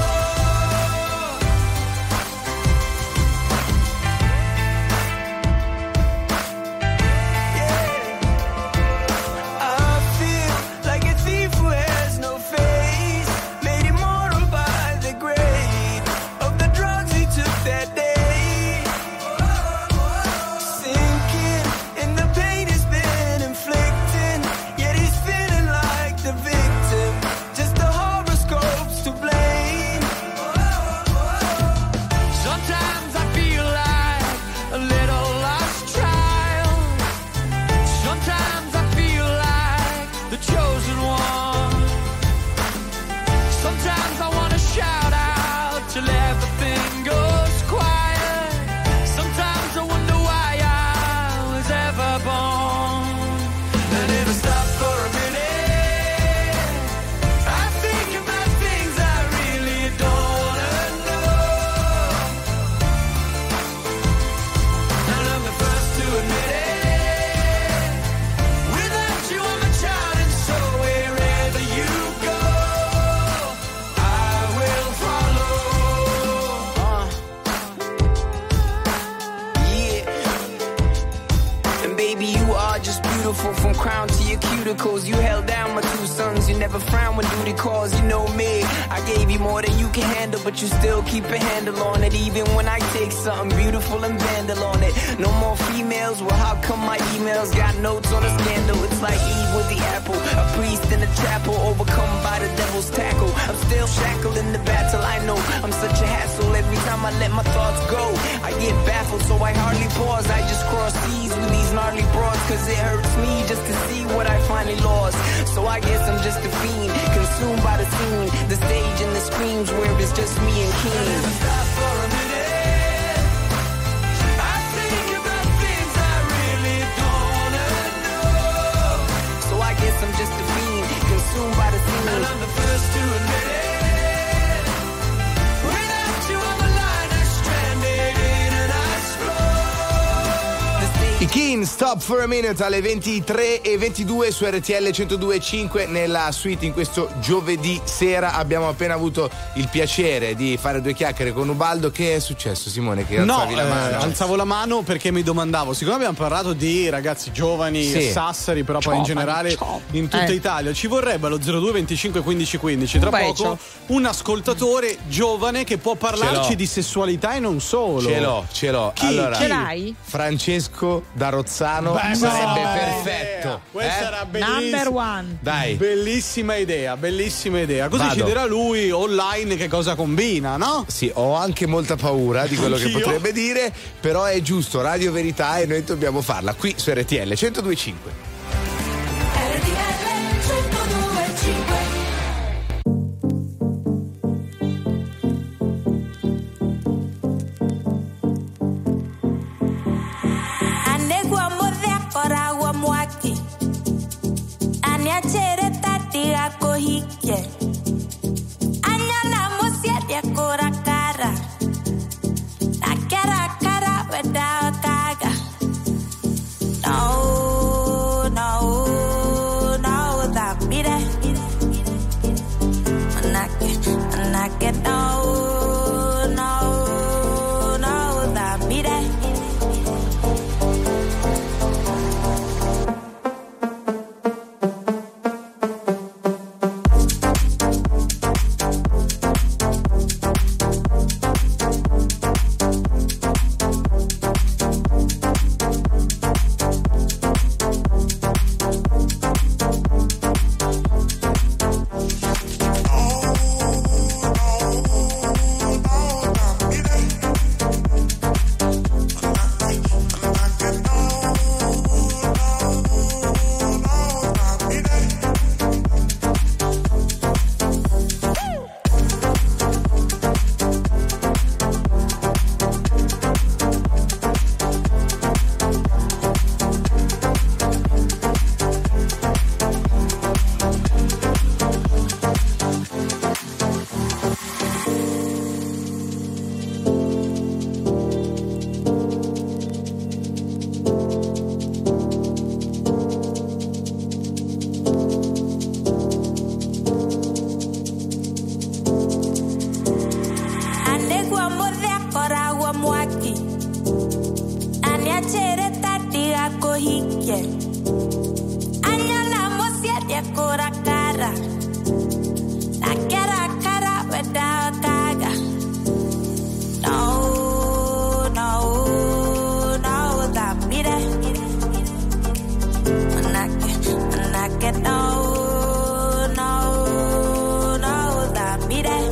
From crown to your cuticles, you held down my two sons. You never frown when duty calls. You know me, I gave you more than you can handle, but you still keep a handle on it. Even when I take something beautiful and vandal on it. No more females. Well, how come my emails got notes on a scandal? It's like Eve with the apple, a priest in a chapel, overcome by the devil's tackle. I'm still shackled in the battle. I know I'm such a hassle. Every time I let my thoughts go, I get baffled, so I hardly pause. I just cross seas with these gnarly broads, cause it hurts me just to see what I finally lost. So I guess I'm just a fiend, consumed by the scene, the stage and the screams where it's just me and King. Stop for a minute. I think about things I really don't wanna know. So I guess I'm just a fiend, consumed by the scene, and I'm the first to admit it. Without you I'm a liner stranded in an ice floor. I King, Stop for a Minute alle ventitré e ventidue su R T L centodue e cinque nella suite in questo giovedì sera. Abbiamo appena avuto il piacere di fare due chiacchiere con Ubaldo. Che è successo, Simone? Che alzavi no, la mano? Eh, alzavo la mano perché mi domandavo, siccome abbiamo parlato di ragazzi giovani, Sì. Sassari, però poi in Giovani, generale giovani. in tutta Eh. Italia, ci vorrebbe allo zero due venticinque quindici quindici tra Beh, poco c'ho. un ascoltatore giovane che può Ce parlarci l'ho. di sessualità e non solo. Ce l'ho, ce l'ho. Chi? Allora, Ce l'hai? Francesco da Rozzano. Beh, sarebbe no, perfetto. idea. Questa eh? era bellissima. Number one. Dai. Bellissima idea, bellissima idea. Così Vado. ci dirà lui online che cosa combina, no? Sì, ho anche molta paura di quello che Anch'io. potrebbe dire, però è giusto, Radio Verità, e noi dobbiamo farla qui su R T L centodue e cinque. R T L centodue e cinque. Anegua modea koragua mwaki. Aniachere tati ako hike. Anyana mosia kora cara. Akara cara weda kaga. No, no, no, that mire. Manake, manake, no, no, no, that mire. Oh yeah. Anyala mosia dia cora cara. La cara cara without gaga. No, no, no, that beat it. When I get, when I get no, no, no, that beat it.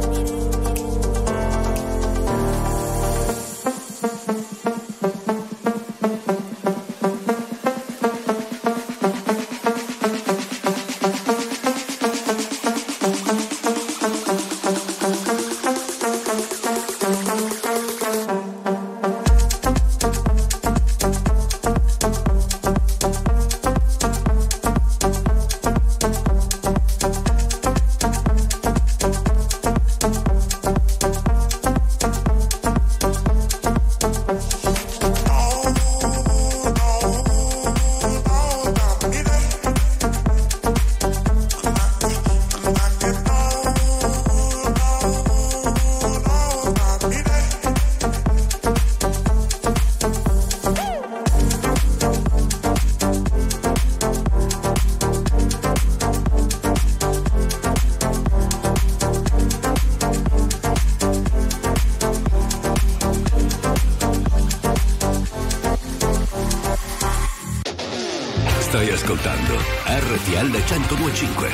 Stai ascoltando R T L centodue e cinque.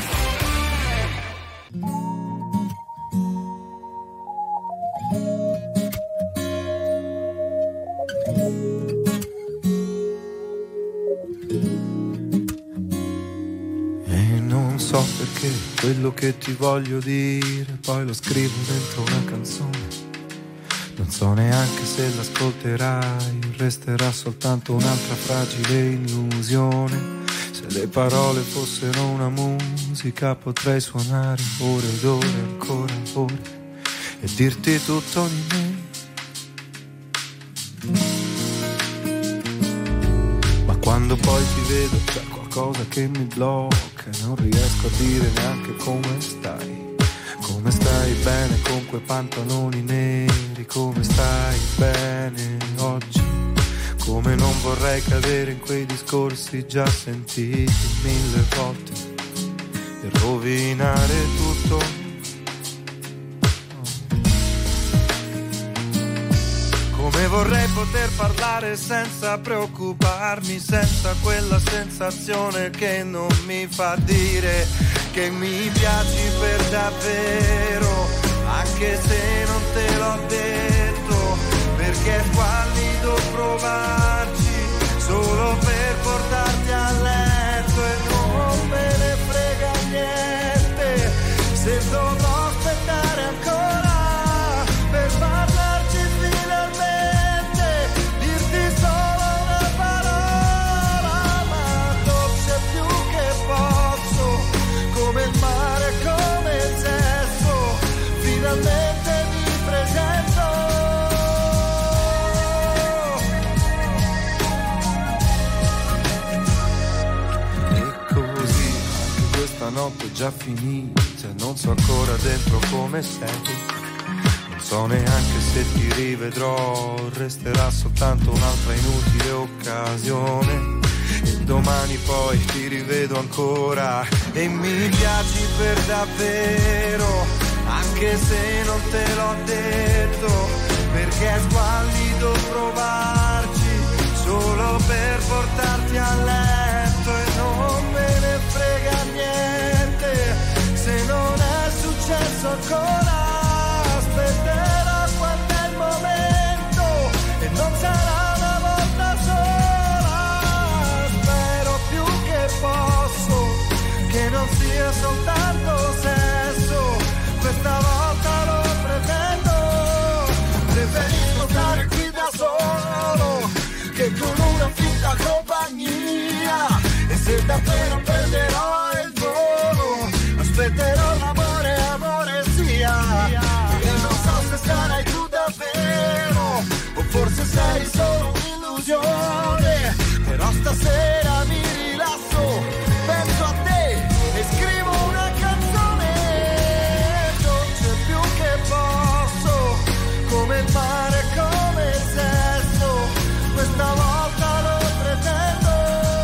E non so perché quello che ti voglio dire poi lo scrivo dentro una canzone. Non so neanche se l'ascolterai, resterà soltanto un'altra fragile illusione. Se le parole fossero una musica potrei suonare ore ed ore, ancora ore, e dirti tutto di me. Ma quando poi ti vedo c'è qualcosa che mi blocca e non riesco a dire neanche come stai. Come stai bene con quei pantaloni neri, come stai bene oggi? Come non vorrei cadere in quei discorsi già sentiti mille volte e rovinare tutto. Come vorrei poter parlare senza preoccuparmi, senza quella sensazione che non mi fa dire che mi piaci per davvero, anche se non te l'ho detto, perché è squallido provarci solo per portarti a letto e non me ne frega niente se dovrò aspettare ancora per parlarci finalmente, dirti solo una parola, ma dolce più che posso, come il mare, come il sesso, finalmente mi presento. Notte già finita, non so ancora dentro come sei, non so neanche se ti rivedrò, resterà soltanto un'altra inutile occasione e domani poi ti rivedo ancora e mi piaci per davvero, anche se non te l'ho detto, perché è squallido provarci solo per portarti a letto e non me ne frega niente se non è successo ancora. Aspetterò quando è il momento e non sarà una volta sola. Spero più che posso che non sia soltanto sesso, questa volta lo pretendo. Preferisco stare qui da solo che con una finta compagnia, e se davvero perderò il volo aspetterò l'amore, amore sia, e non so se sarai tu davvero o forse sei solo un'illusione, però stasera mi rilasso, penso a te e scrivo una canzone, dolce più che posso, come il mare, come il sesso, questa volta lo pretendo.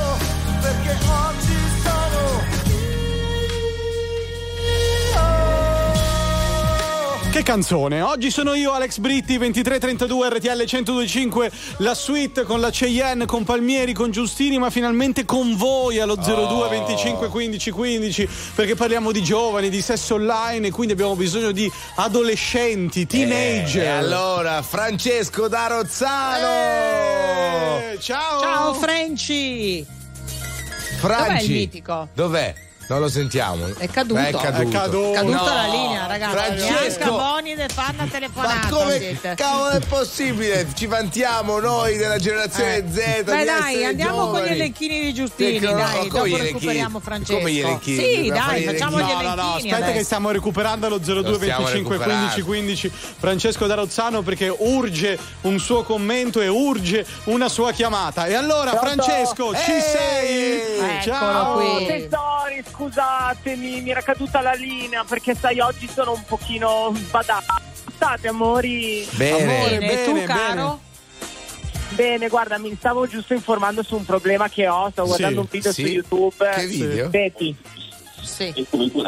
Che canzone? Oggi sono io, Alex Britti, ventitré trentadue R T L centodue e cinque, la suite con la Cheyenne, con Palmieri, con Giustini, ma finalmente con voi allo zero due venticinque quindici quindici, perché parliamo di giovani, di sesso online, e quindi abbiamo bisogno di adolescenti, teenager. E allora, Francesco da Rozzano! Eh, ciao! Ciao Franci! Franci! Dov'è il mitico? Dov'è? Non lo sentiamo. È caduto. È caduto. È caduto. Caduta No. la linea, ragazzi. Francesco. Bianca Boni ne fa una telefonata. Ma come siete. cavolo è possibile? Ci vantiamo noi della generazione Eh. Z. Dai, di dai, essere andiamo giovani. con gli elenchini di Giustini. Perché no, Dai, come dopo gli elenchini? recuperiamo Francesco. Come gli elenchini? Sì, Dobbiamo dai, fare gli facciamo gli No, no, elenchini. no, aspetta adesso. che stiamo recuperando allo zero due Lo stiamo venticinque recuperando. quindici quindici Francesco da Rozzano, perché urge un suo commento e urge una sua chiamata. E allora, Francesco, ci sei? Ciao! qui. Tesori, scusatemi, mi era caduta la linea perché sai oggi sono un pochino sbadata. State amori? Bene. Amore, Bene, e tu, bene, caro? Bene, guarda, mi stavo giusto informando su un problema che ho, stavo Sì, guardando un video sì. su YouTube. Che video? Betty. Sì.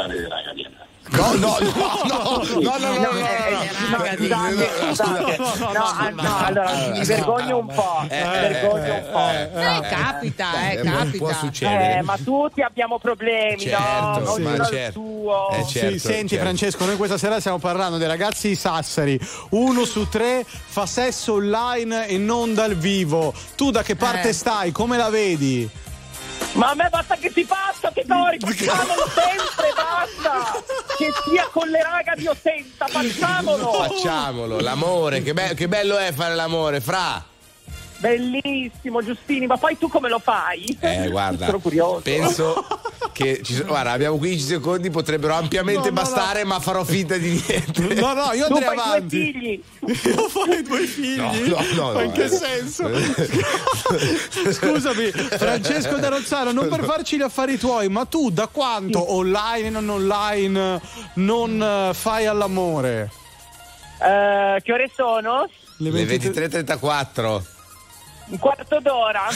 No, no, no, no, no, no, no, no, no, Scusate, scusate. No, ah, no, allora mi vergogno un po', mi vergogno un po'. Eh, capita, eh, Eh, può- capita. può succedere. Eh, ma tutti abbiamo problemi, Certo, no? Ognuno ma ha il certo. suo. Eh, certo, sì, senti certo. Francesco, noi questa sera stiamo parlando dei ragazzi di Sassari. Uno su tre fa sesso online e non dal vivo. Tu da che parte Eh. stai? Come la vedi? Ma a me basta che si passa, che tori, facciamolo sempre, basta! Che sia con le raga di ottanta, facciamolo! Facciamolo, l'amore, che, be- che bello è fare l'amore, fra. Bellissimo, Giustini, ma poi tu come lo fai? Eh, guarda, Sono curioso. penso che ci sono, guarda, abbiamo quindici secondi, potrebbero ampiamente No, no, bastare, ma farò finta di niente. No, no, io Tu andrei fai due avanti. figli. Io farei due figli? No, no, no, Ma in no, che eh. senso? Scusami, Francesco da Rozzano, non per farci gli affari tuoi, ma tu da quanto online e non online non eh, fai all'amore? Eh, che ore sono? Le ventitré e trentaquattro. Un quarto d'ora.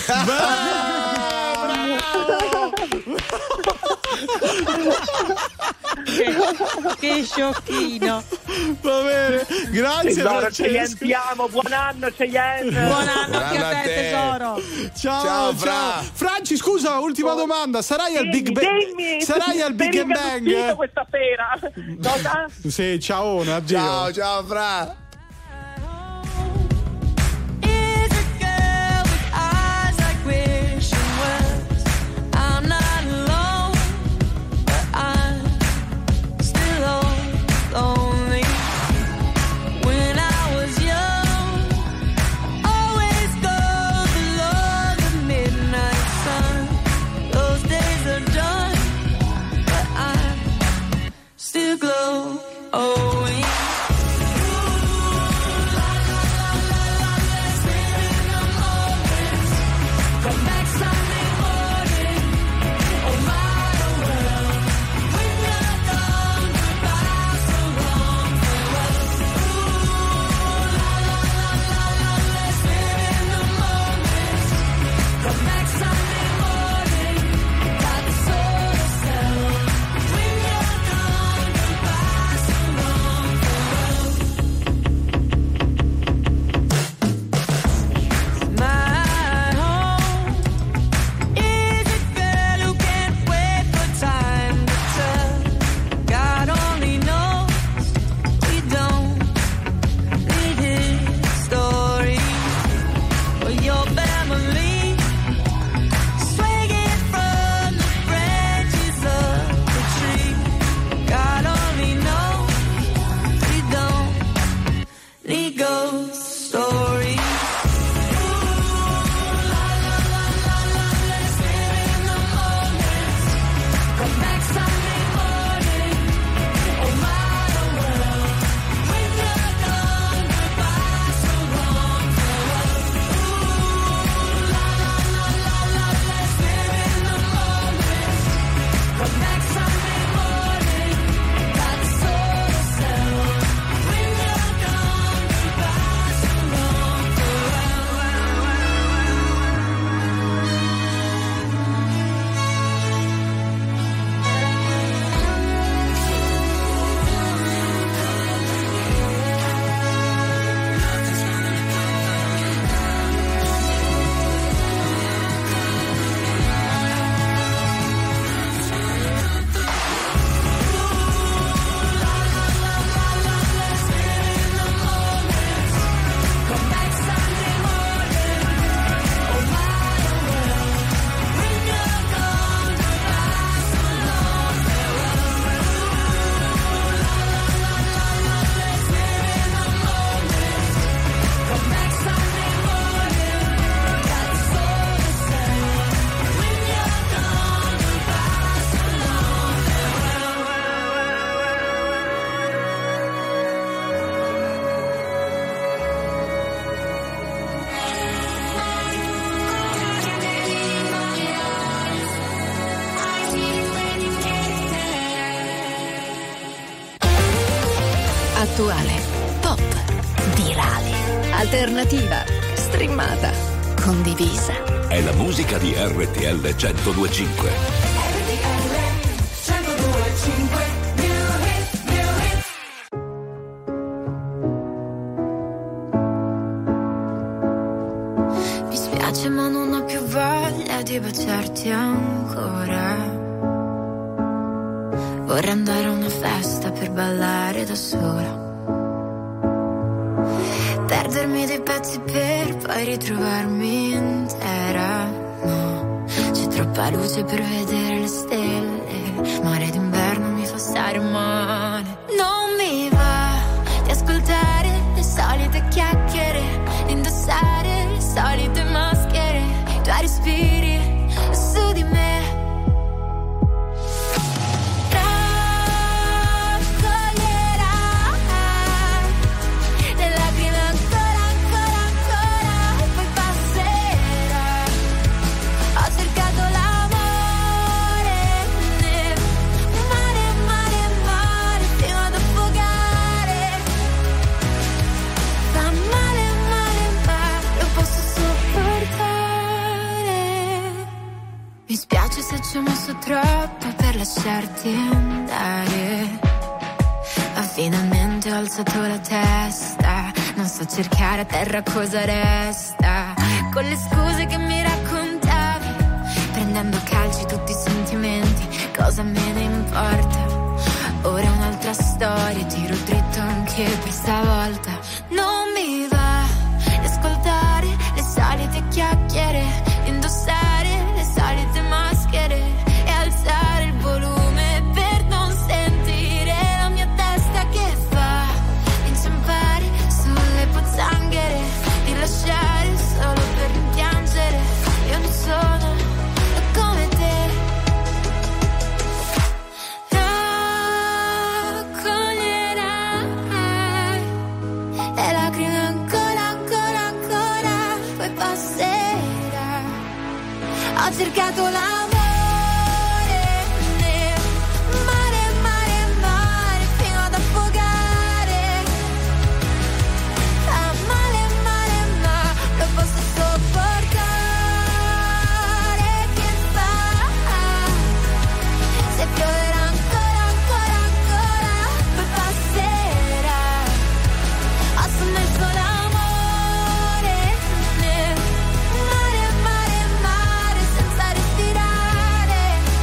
Che, che sciocchino. Va bene, grazie Tesoro, ci Francesco. rientriamo, buon anno Cheyenne. Buon anno Buon anche anno a a te, te. tesoro. Ciao, Ciao, ciao. Fra. Franci, scusa, ultima domanda. Sarai al Big Bang? Dimmi, Sarai al Big speri che Bang? addossito questa sera. Cosa? Sì, ciao, addio. Ciao, ciao, fra. Is a girl with eyes like wishing wells. I'm not alone, but I'm still all lonely. When I was young, always go below the midnight sun. Those days are done, but I'm still glowing. attuale, pop, virale, alternativa, streamata, condivisa. È la musica di R T L centodue e cinque. Mi spiace ma non ho più voglia di baciarti ancora. Vorrei andare a una festa per ballare da sola. Perdermi dei pezzi per poi ritrovarmi intera. No, c'è troppa luce per vedere le stelle. Mare d'inverno mi fa stare male. Non mi va di ascoltare le solite chiacchiere, di indossare le solite maschere. I tuoi respiri su di me. Mi spiace se ci ho messo troppo per lasciarti andare, ma finalmente ho alzato la testa. Non so cercare a terra cosa resta. Con le scuse che mi raccontavi, prendendo a calci tutti i sentimenti, cosa me ne importa? Ora è un'altra storia, tiro dritto anche per stavolta. Non mi va di ascoltare le solite chiacchiere, di indossare le solite maschere e alzare il volume per non sentire la mia testa che fa inciampare sulle pozzanghere, di lasciare solo per rimpiangere. Io non sono come te. Raccoglierai le lacrime ancora, ancora, ancora, poi passerà. Ho cercato l'amore nel mare, mare, mare, fino ad affogare. Fa male, male, ma lo posso sopportare. Che fa? Se pioverà ancora, ancora, ancora, poi passerà. Ho sommerso l'amore nel mare, mare, mare, senza respirare.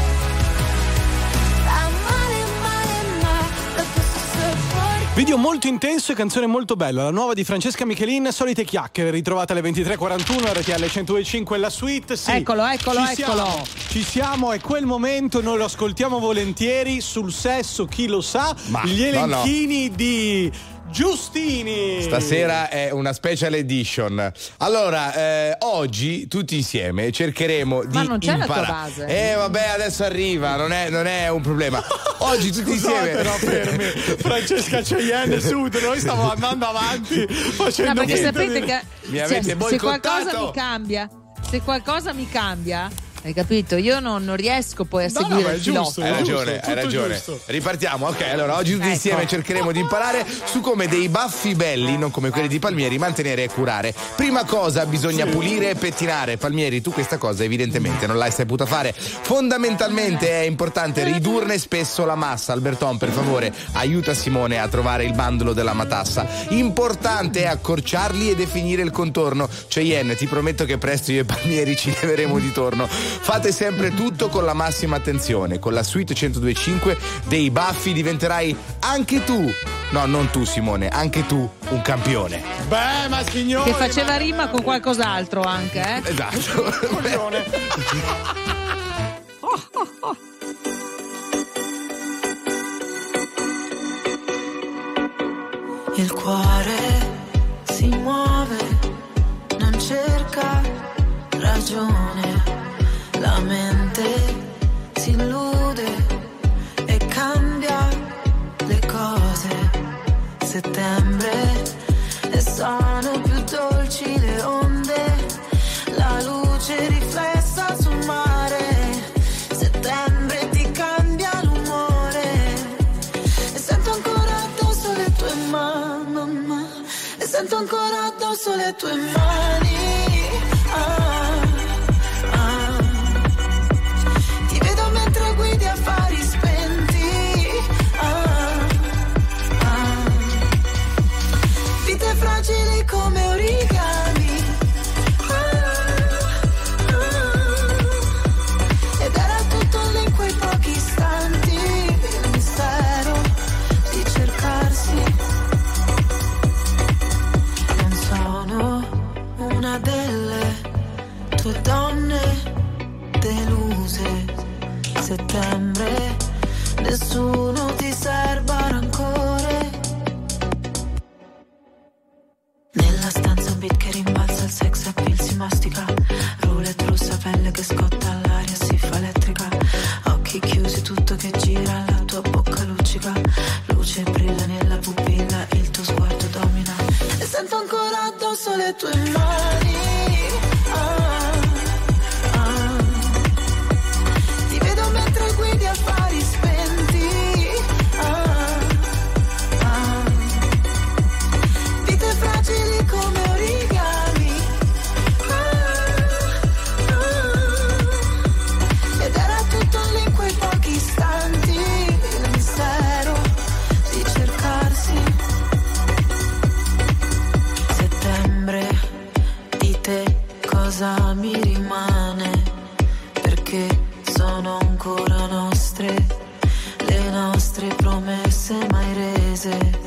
Fa male, male, ma lo posso sopportare. Video molto intenso e canzone molto bella. La nuova di Francesca Michelin, Solite chiacchiere, ritrovata alle ventitré e quarantuno, R T L centodue e cinque la suite. Sì, Eccolo, eccolo, ci eccolo. Siamo, ci siamo, è quel momento, noi lo ascoltiamo volentieri. Sul sesso, chi lo sa, Ma, gli no, no. elenchini di Giustini. Stasera è una special edition. Allora, eh, oggi tutti insieme cercheremo di Ma non c'è la tua imparare. base? Eh, vabbè, adesso arriva, non è, non è un problema. Oggi tutti Scusate, insieme. no, fermi. Francesca Cheyenne Sud, noi stiamo andando avanti facendo No, perché finta sapete di- che Mi cioè, avete se boicottato. qualcosa mi cambia, se qualcosa mi cambia, hai capito? Io non, non riesco poi a No, no, seguire ma è il giusto, filotto. Hai È ragione, giusto, hai tutto ragione. giusto. Ripartiamo, ok. Allora, oggi tutti Ecco. insieme cercheremo di imparare su come dei baffi belli, non come quelli di Palmieri, mantenere e curare. Prima cosa, bisogna pulire e pettinare. Palmieri, tu questa cosa evidentemente non l'hai saputa fare. Fondamentalmente è importante ridurne spesso la massa. Alberton, per favore, aiuta Simone a trovare il bandolo della matassa. Importante è accorciarli e definire il contorno. Cheyenne, ti prometto che presto io e Palmieri ci leveremo di torno. Fate sempre tutto con la massima attenzione. Con la suite centodue e cinque dei baffi diventerai anche tu, no, non tu Simone, anche tu un campione. Beh, ma signori, Che faceva ma- rima con qualcos'altro anche, eh? Esatto. Coglione. Il cuore si muove, non cerca ragione, la mente si illude e cambia le cose. Settembre e sono più dolci le onde, la luce riflessa sul mare. Settembre ti cambia l'umore e sento ancora addosso le tue mani. le tue mani. Ah, ah. Ti vedo mentre guidi affari spenti. Ah, ah. Vite fragili come origami. Ah, ah. Ed era tutto lì in quei pochi istanti. Il mistero di cercarsi. Non sono una delle tue donne deluse. Settembre, nessuno ti serba rancore. Nella stanza un beat che rimbalza, il sex appeal si mastica. Roulette rossa, pelle che scotta, all'aria si fa elettrica. Occhi chiusi, tutto che gira, la tua bocca luccica. Luce brilla nella pupilla, il tuo sguardo domina. E sento ancora addosso le tue mani. Ah, ah. Ti vedo mentre guidi affari spenti. Ah, ah. Vite fragili come origami. Ah, ah. Ed era tutto lì in quei pochi istanti. Il mistero di cercarsi. Settembre, di te cosa mi rimane? Perché sono ancora nostre le nostre promesse mai rese.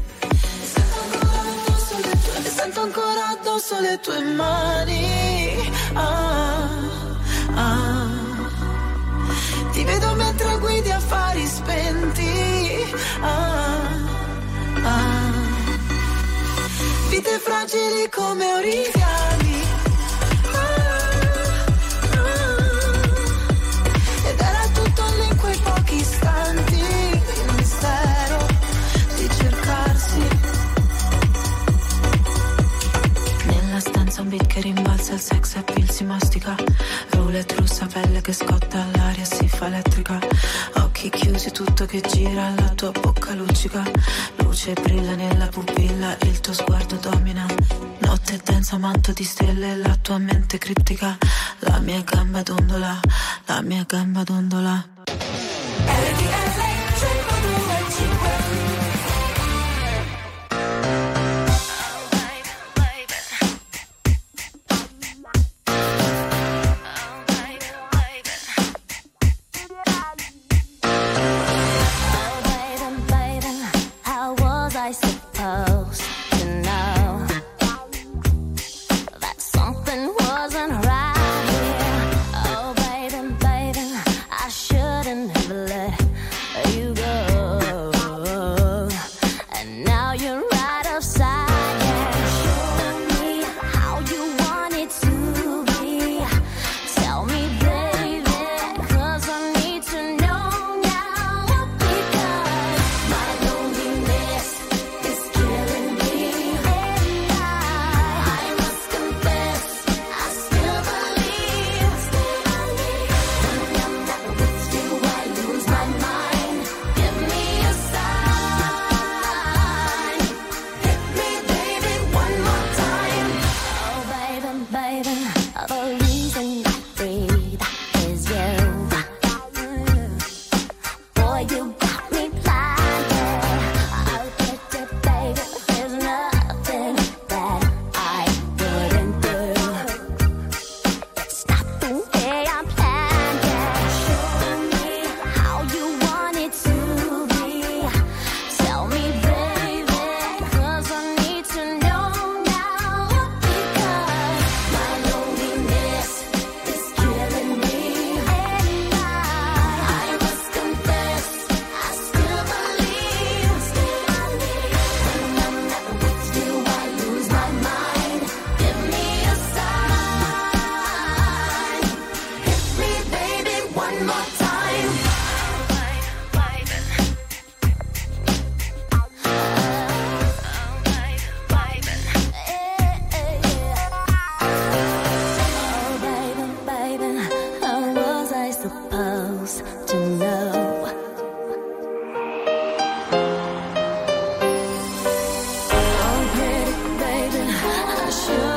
E sento ancora addosso le tue mani. Ah, ah. Ti vedo mentre guidi affari spenti. Ah, ah. Vite fragili come origami. Ah, ah. Ed era tutto lì in quei pochi istanti. Il mistero di cercarsi. Nella stanza un beat che rimbalza, il sex appeal si mastica. Roulette russa, pelle che scotta, all'aria si fa elettrica. Occhi chiusi, tutto che gira, la tua bocca luccica. Luce brilla nella pupilla, il tuo sguardo domina. Notte densa, manto di stelle, la tua mente criptica. La mia gamba dondola, la mia gamba dondola. How was I supposed to know that something wasn't right here? Oh, baby, baby, I shouldn't have let you go. And now you're right of sight. Yeah. Show me how you want it to be. Tell me, baby, 'cause I need to know now. Because my loneliness is killing me, and I, I must confess, I still believe, still believe. When I'm not with you, I lose my mind. Give me a sign. Hit me, baby, one more time. Oh, baby, baby, the reason I breathe is you. Boy, you got me blinded. I'll get it, baby. There's nothing that I wouldn't do. It's not the way I planned it. Show me how you want it to be. Tell me, baby, 'cause I need to know now. Because my loneliness is killing me, and I, I must confess, I still believe, still believe. When I'm not with you, I lose my mind. Give me a sign. Hit me, baby, one more time. Oh, baby, baby, how was I supposed to know? Oh, pretty baby, I should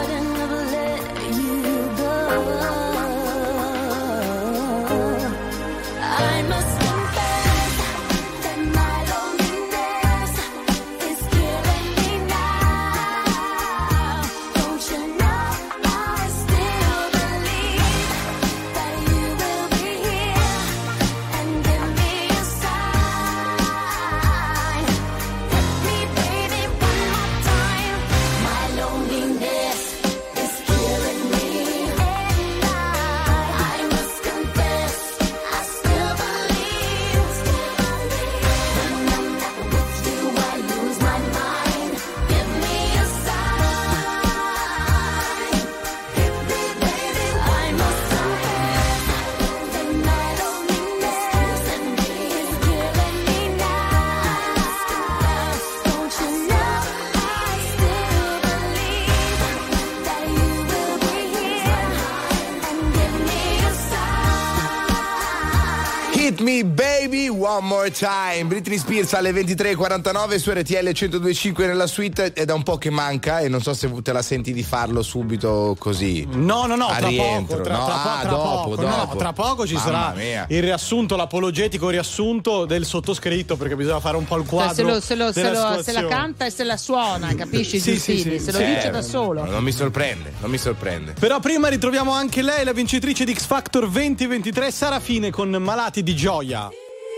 Hit Me Baby One More Time. Britney Spears alle ventitré e quarantanove su R T L centodue e cinque nella suite. È da un po' che manca e non so se te la senti di farlo subito così. No, no, no, a tra rientro, poco, tra, no? tra, ah, tra dopo, poco, dopo. no, tra poco ci Mamma sarà mia. il riassunto, l'apologetico riassunto del sottoscritto, perché bisogna fare un po' il quadro. Cioè, se, lo, se, lo, se, della lo, se la situazione. canta e se la suona, capisci? Sì, Giustini? sì, sì, se lo sì. dice Eh, da solo. Non mi sorprende, non mi sorprende. Però prima ritroviamo anche lei, la vincitrice di X Factor duemilaventitré, Sara Fine, con Malati di gioia.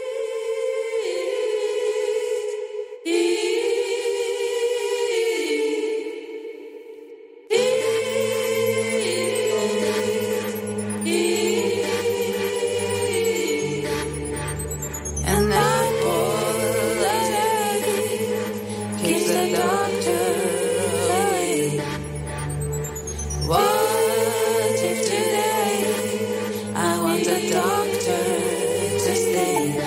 And that boy keeps the doctor away. What if today I want a doctor to stay?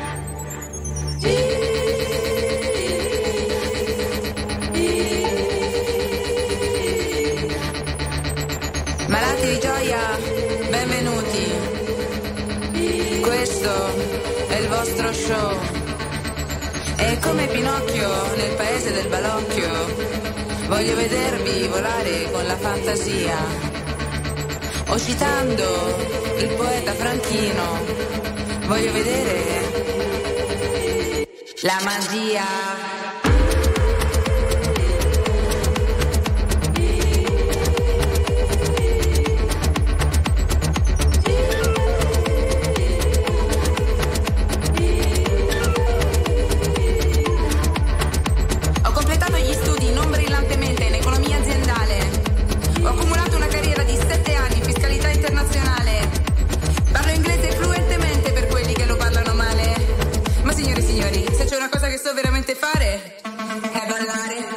Malati di gioia, benvenuti. Questo è il vostro show. E come Pinocchio nel paese del balocchio, voglio vedervi volare con la fantasia. O citando il poeta Franchino, voglio vedere la magia. Ho completato gli studi non brillantemente in economia aziendale. Ho accumulato una carriera di sette anni in fiscalità internazionale. Parlo inglese fluentemente per quelli che lo parlano male. Ma signore e signori, se c'è una cosa che so veramente fare è ballare.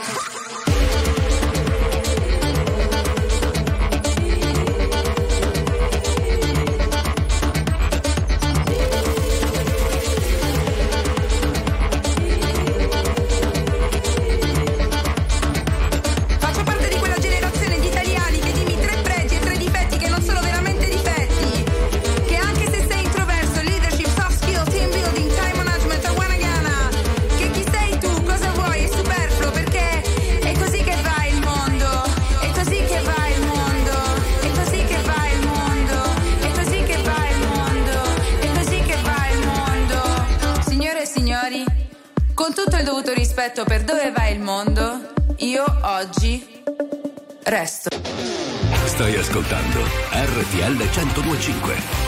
Faccio parte di quella generazione di italiani che dimmi tre pregi e tre difetti che non sono veramente difetti. Che anche se sei introverso, leadership, soft skill, team building, time management, a buona gana. Che chi sei tu, cosa vuoi, è superfluo perché è così che va il mondo. È così che va il mondo. È così che va il mondo. È così che va il mondo. È così che va il mondo. Signore e signori, con tutto il dovuto rispetto per dove va il mondo, io oggi resto. Stai ascoltando R T L centodue e cinque.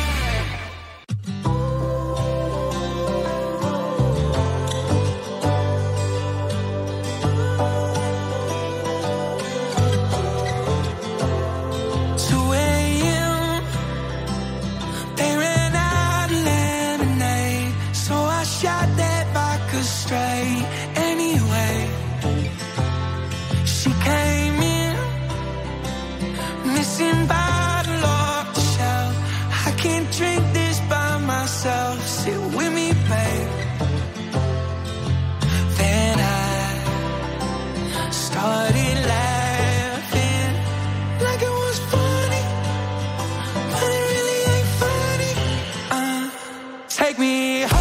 two a.m. They ran out of lemonade, so I shot that vodka straight. Anyway, she came in, missing bottle off the shelf. I can't drink this by myself. Sit with me, babe. Then I started laughing like it was funny, but it really ain't funny. Uh, take me home.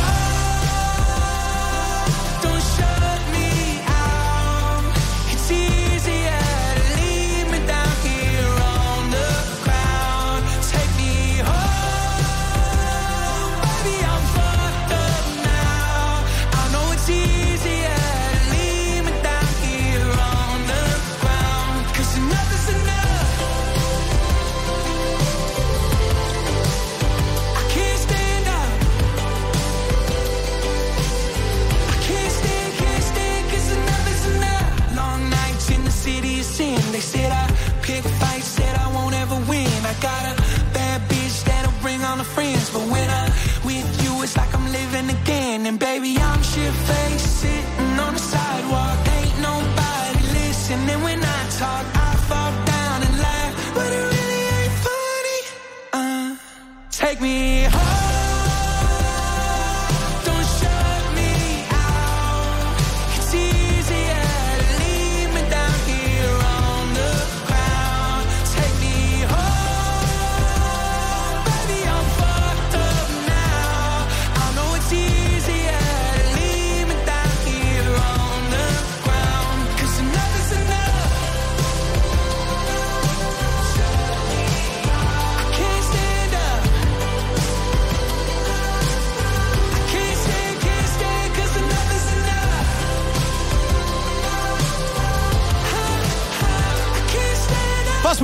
Don't shut me out. It's easier to leave me down here on the ground. Take me home, baby, I'm fucked up now. I know it's easier to leave me down here on the ground. 'Cause enough is enough. I can't stand up. I can't stand, can't stand, 'cause enough is enough. Long nights in the city of sin. They said I pick fights, said I won't ever win. I got a bad bitch that'll bring all the friends. But when I'm with you, it's like I'm living again. And baby, I'm shit-faced, sitting on the sidewalk. Ain't nobody listening when I talk. I fall down and laugh, but it really ain't funny. Uh, take me home. Don't shut me out. It's easier to leave me down here on the ground. Take me home, baby, I'm fucked up now.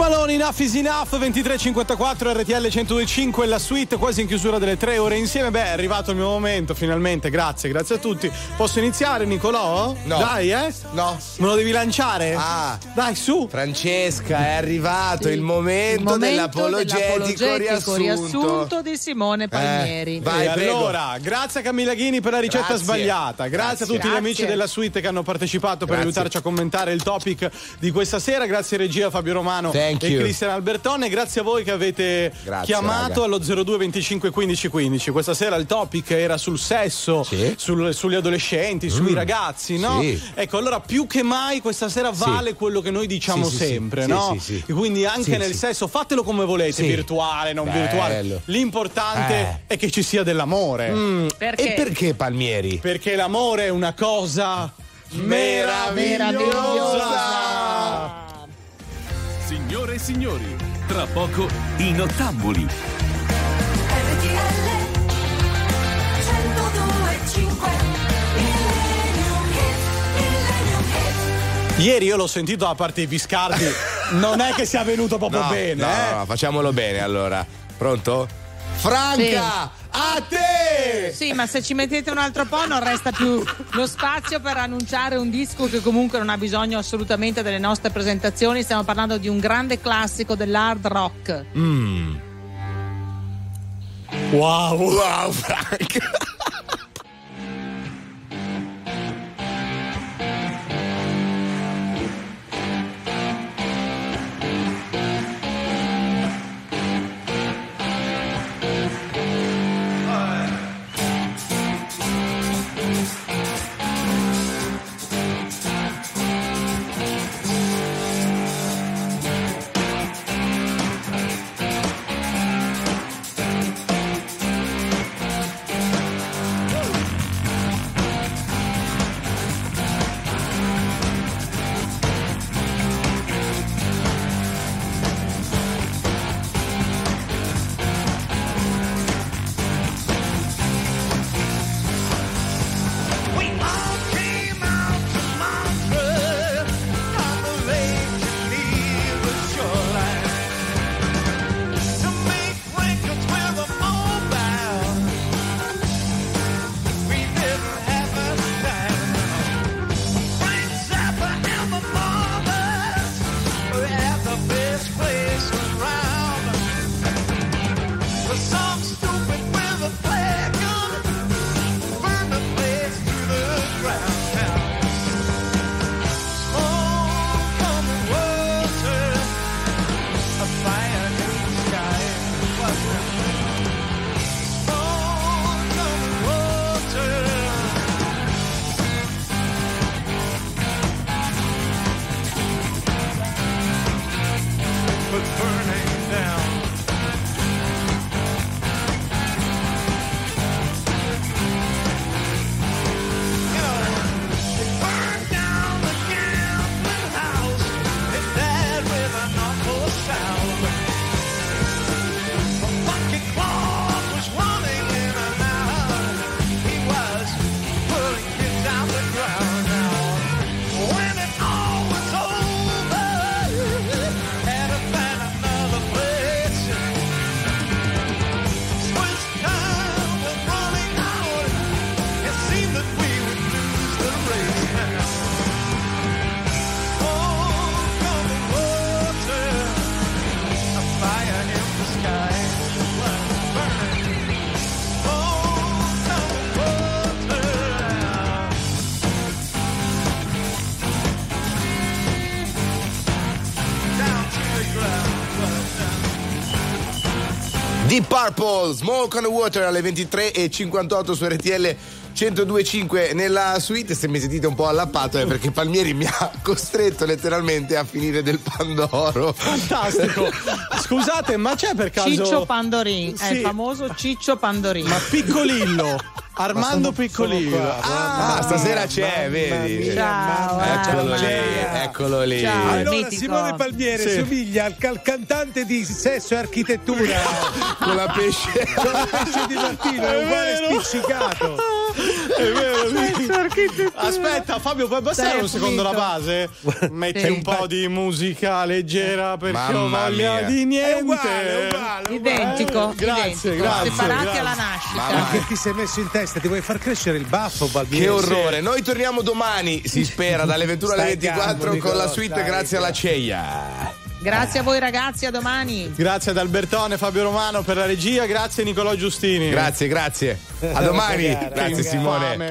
Malone, Enough is Enough, ventitré e cinquantaquattro, R T L centodue e cinque, la suite quasi in chiusura delle tre ore insieme. Beh, è arrivato il mio momento, finalmente, grazie, grazie a tutti. Posso iniziare, Nicolò? No. Dai, eh? No. Me lo devi lanciare? Ah. Dai, su. Francesca, è arrivato Sì. il momento, Il momento dell'apologetico, dell'apologetico riassunto. riassunto di Simone Palmieri. Eh, vai, E prego. allora, grazie a Camilla Ghini per la ricetta Grazie. sbagliata. Grazie, Grazie. a tutti gli Grazie. amici della suite che hanno partecipato per Grazie. aiutarci a commentare il topic di questa sera. Grazie regia Fabio Romano Thank e you. Cristian Albertone. Grazie a voi che avete Grazie, chiamato raga. allo zero due venticinque quindici quindici. Questa sera il topic era sul sesso, Sì. sul- sugli adolescenti, sui Mm. ragazzi, no? Sì. Ecco, allora più che mai questa sera Sì. vale quello che noi diciamo Sì, sì, sì. sempre, Sì, no? sì, sì. E quindi anche Sì, nel sì. sesso fatelo come volete, Sì. virtuale, non Bello. virtuale. L'importante Eh. è che ci sia dell'amore. Mm. Perché? E perché Palmieri? Perché l'amore è una cosa meravigliosa. Signore e signori, tra poco i Nottambuli. R T L centodue e cinque Millennium Hit, Millennium Hit. Ieri io l'ho sentito a parte i Viscardi, non è che sia venuto proprio No, bene, no, eh? no, facciamolo bene allora. Pronto? Franca, a te! Sì, ma se ci mettete un altro po' non resta più lo spazio per annunciare un disco che comunque non ha bisogno assolutamente delle nostre presentazioni. Stiamo parlando di un grande classico dell'hard rock. Mm. Wow, wow, Franca. We all came out to Montreux on the lake to leave the shoreline to make records with a mobile. We didn't have much time. Frank Zappa and the Marbles were at the best place around. For some stupid with a flare gun burn the place to the ground now. Smoke on the water, a fire in the sky. What's that? Smoke on the water. But burning down. Burned down the gambling house. It died with an awful sound. A bucket clock was running in and out. He was pulling kids out the ground now. When it all was over, had to find another place. Switch time was running out. It seemed that we would lose the race now. Smoke on the water, a fire in the sky. Burning. Smoke on the water. Down to the ground. Deep Purple, Smoke on the Water alle ventitré e cinquantotto su R T L centodue e cinque nella suite. Se mi sentite un po' allappato è perché Palmieri mi ha costretto letteralmente a finire del Pandoro. Fantastico. Scusate, ma c'è per caso Ciccio Pandorin, è Sì. il famoso Ciccio Pandorin. Ma Piccolillo, Armando sono- Piccolillo. sono qua. Ah, stasera c'è, vedi? Ciao, Eccolo eh, lì, Maria. eccolo lì. Ciao. Allora mitico. Simone Palmieri Sì. somiglia al, al cantante di Sesso e Architettura Con la pesce. con la pesce di Martino, è È uguale vero. spiccicato. È vero, sì. Aspetta, Fabio, puoi abbassare un secondo la base? Metti Sì. un po' di musica leggera perché Mamma ho voglia mia. di niente. È uguale, è uguale, è Identico, Grazie, identico. grazie, separati grazie. alla nascita. Mamma Che ti sei messo in testa? Ti vuoi far crescere il baffo, Balbieri? Che orrore. Noi torniamo domani, si spera, dalle ventuno alle Stai ventiquattro calmo, con la Nicolò, suite stai grazie alla calmo. Ceia. Grazie a voi ragazzi, a domani. Grazie ad Albertone, Fabio Romano per la regia, grazie Nicolò Giustini. Grazie, grazie. A domani. Che Grazie Simone. infame.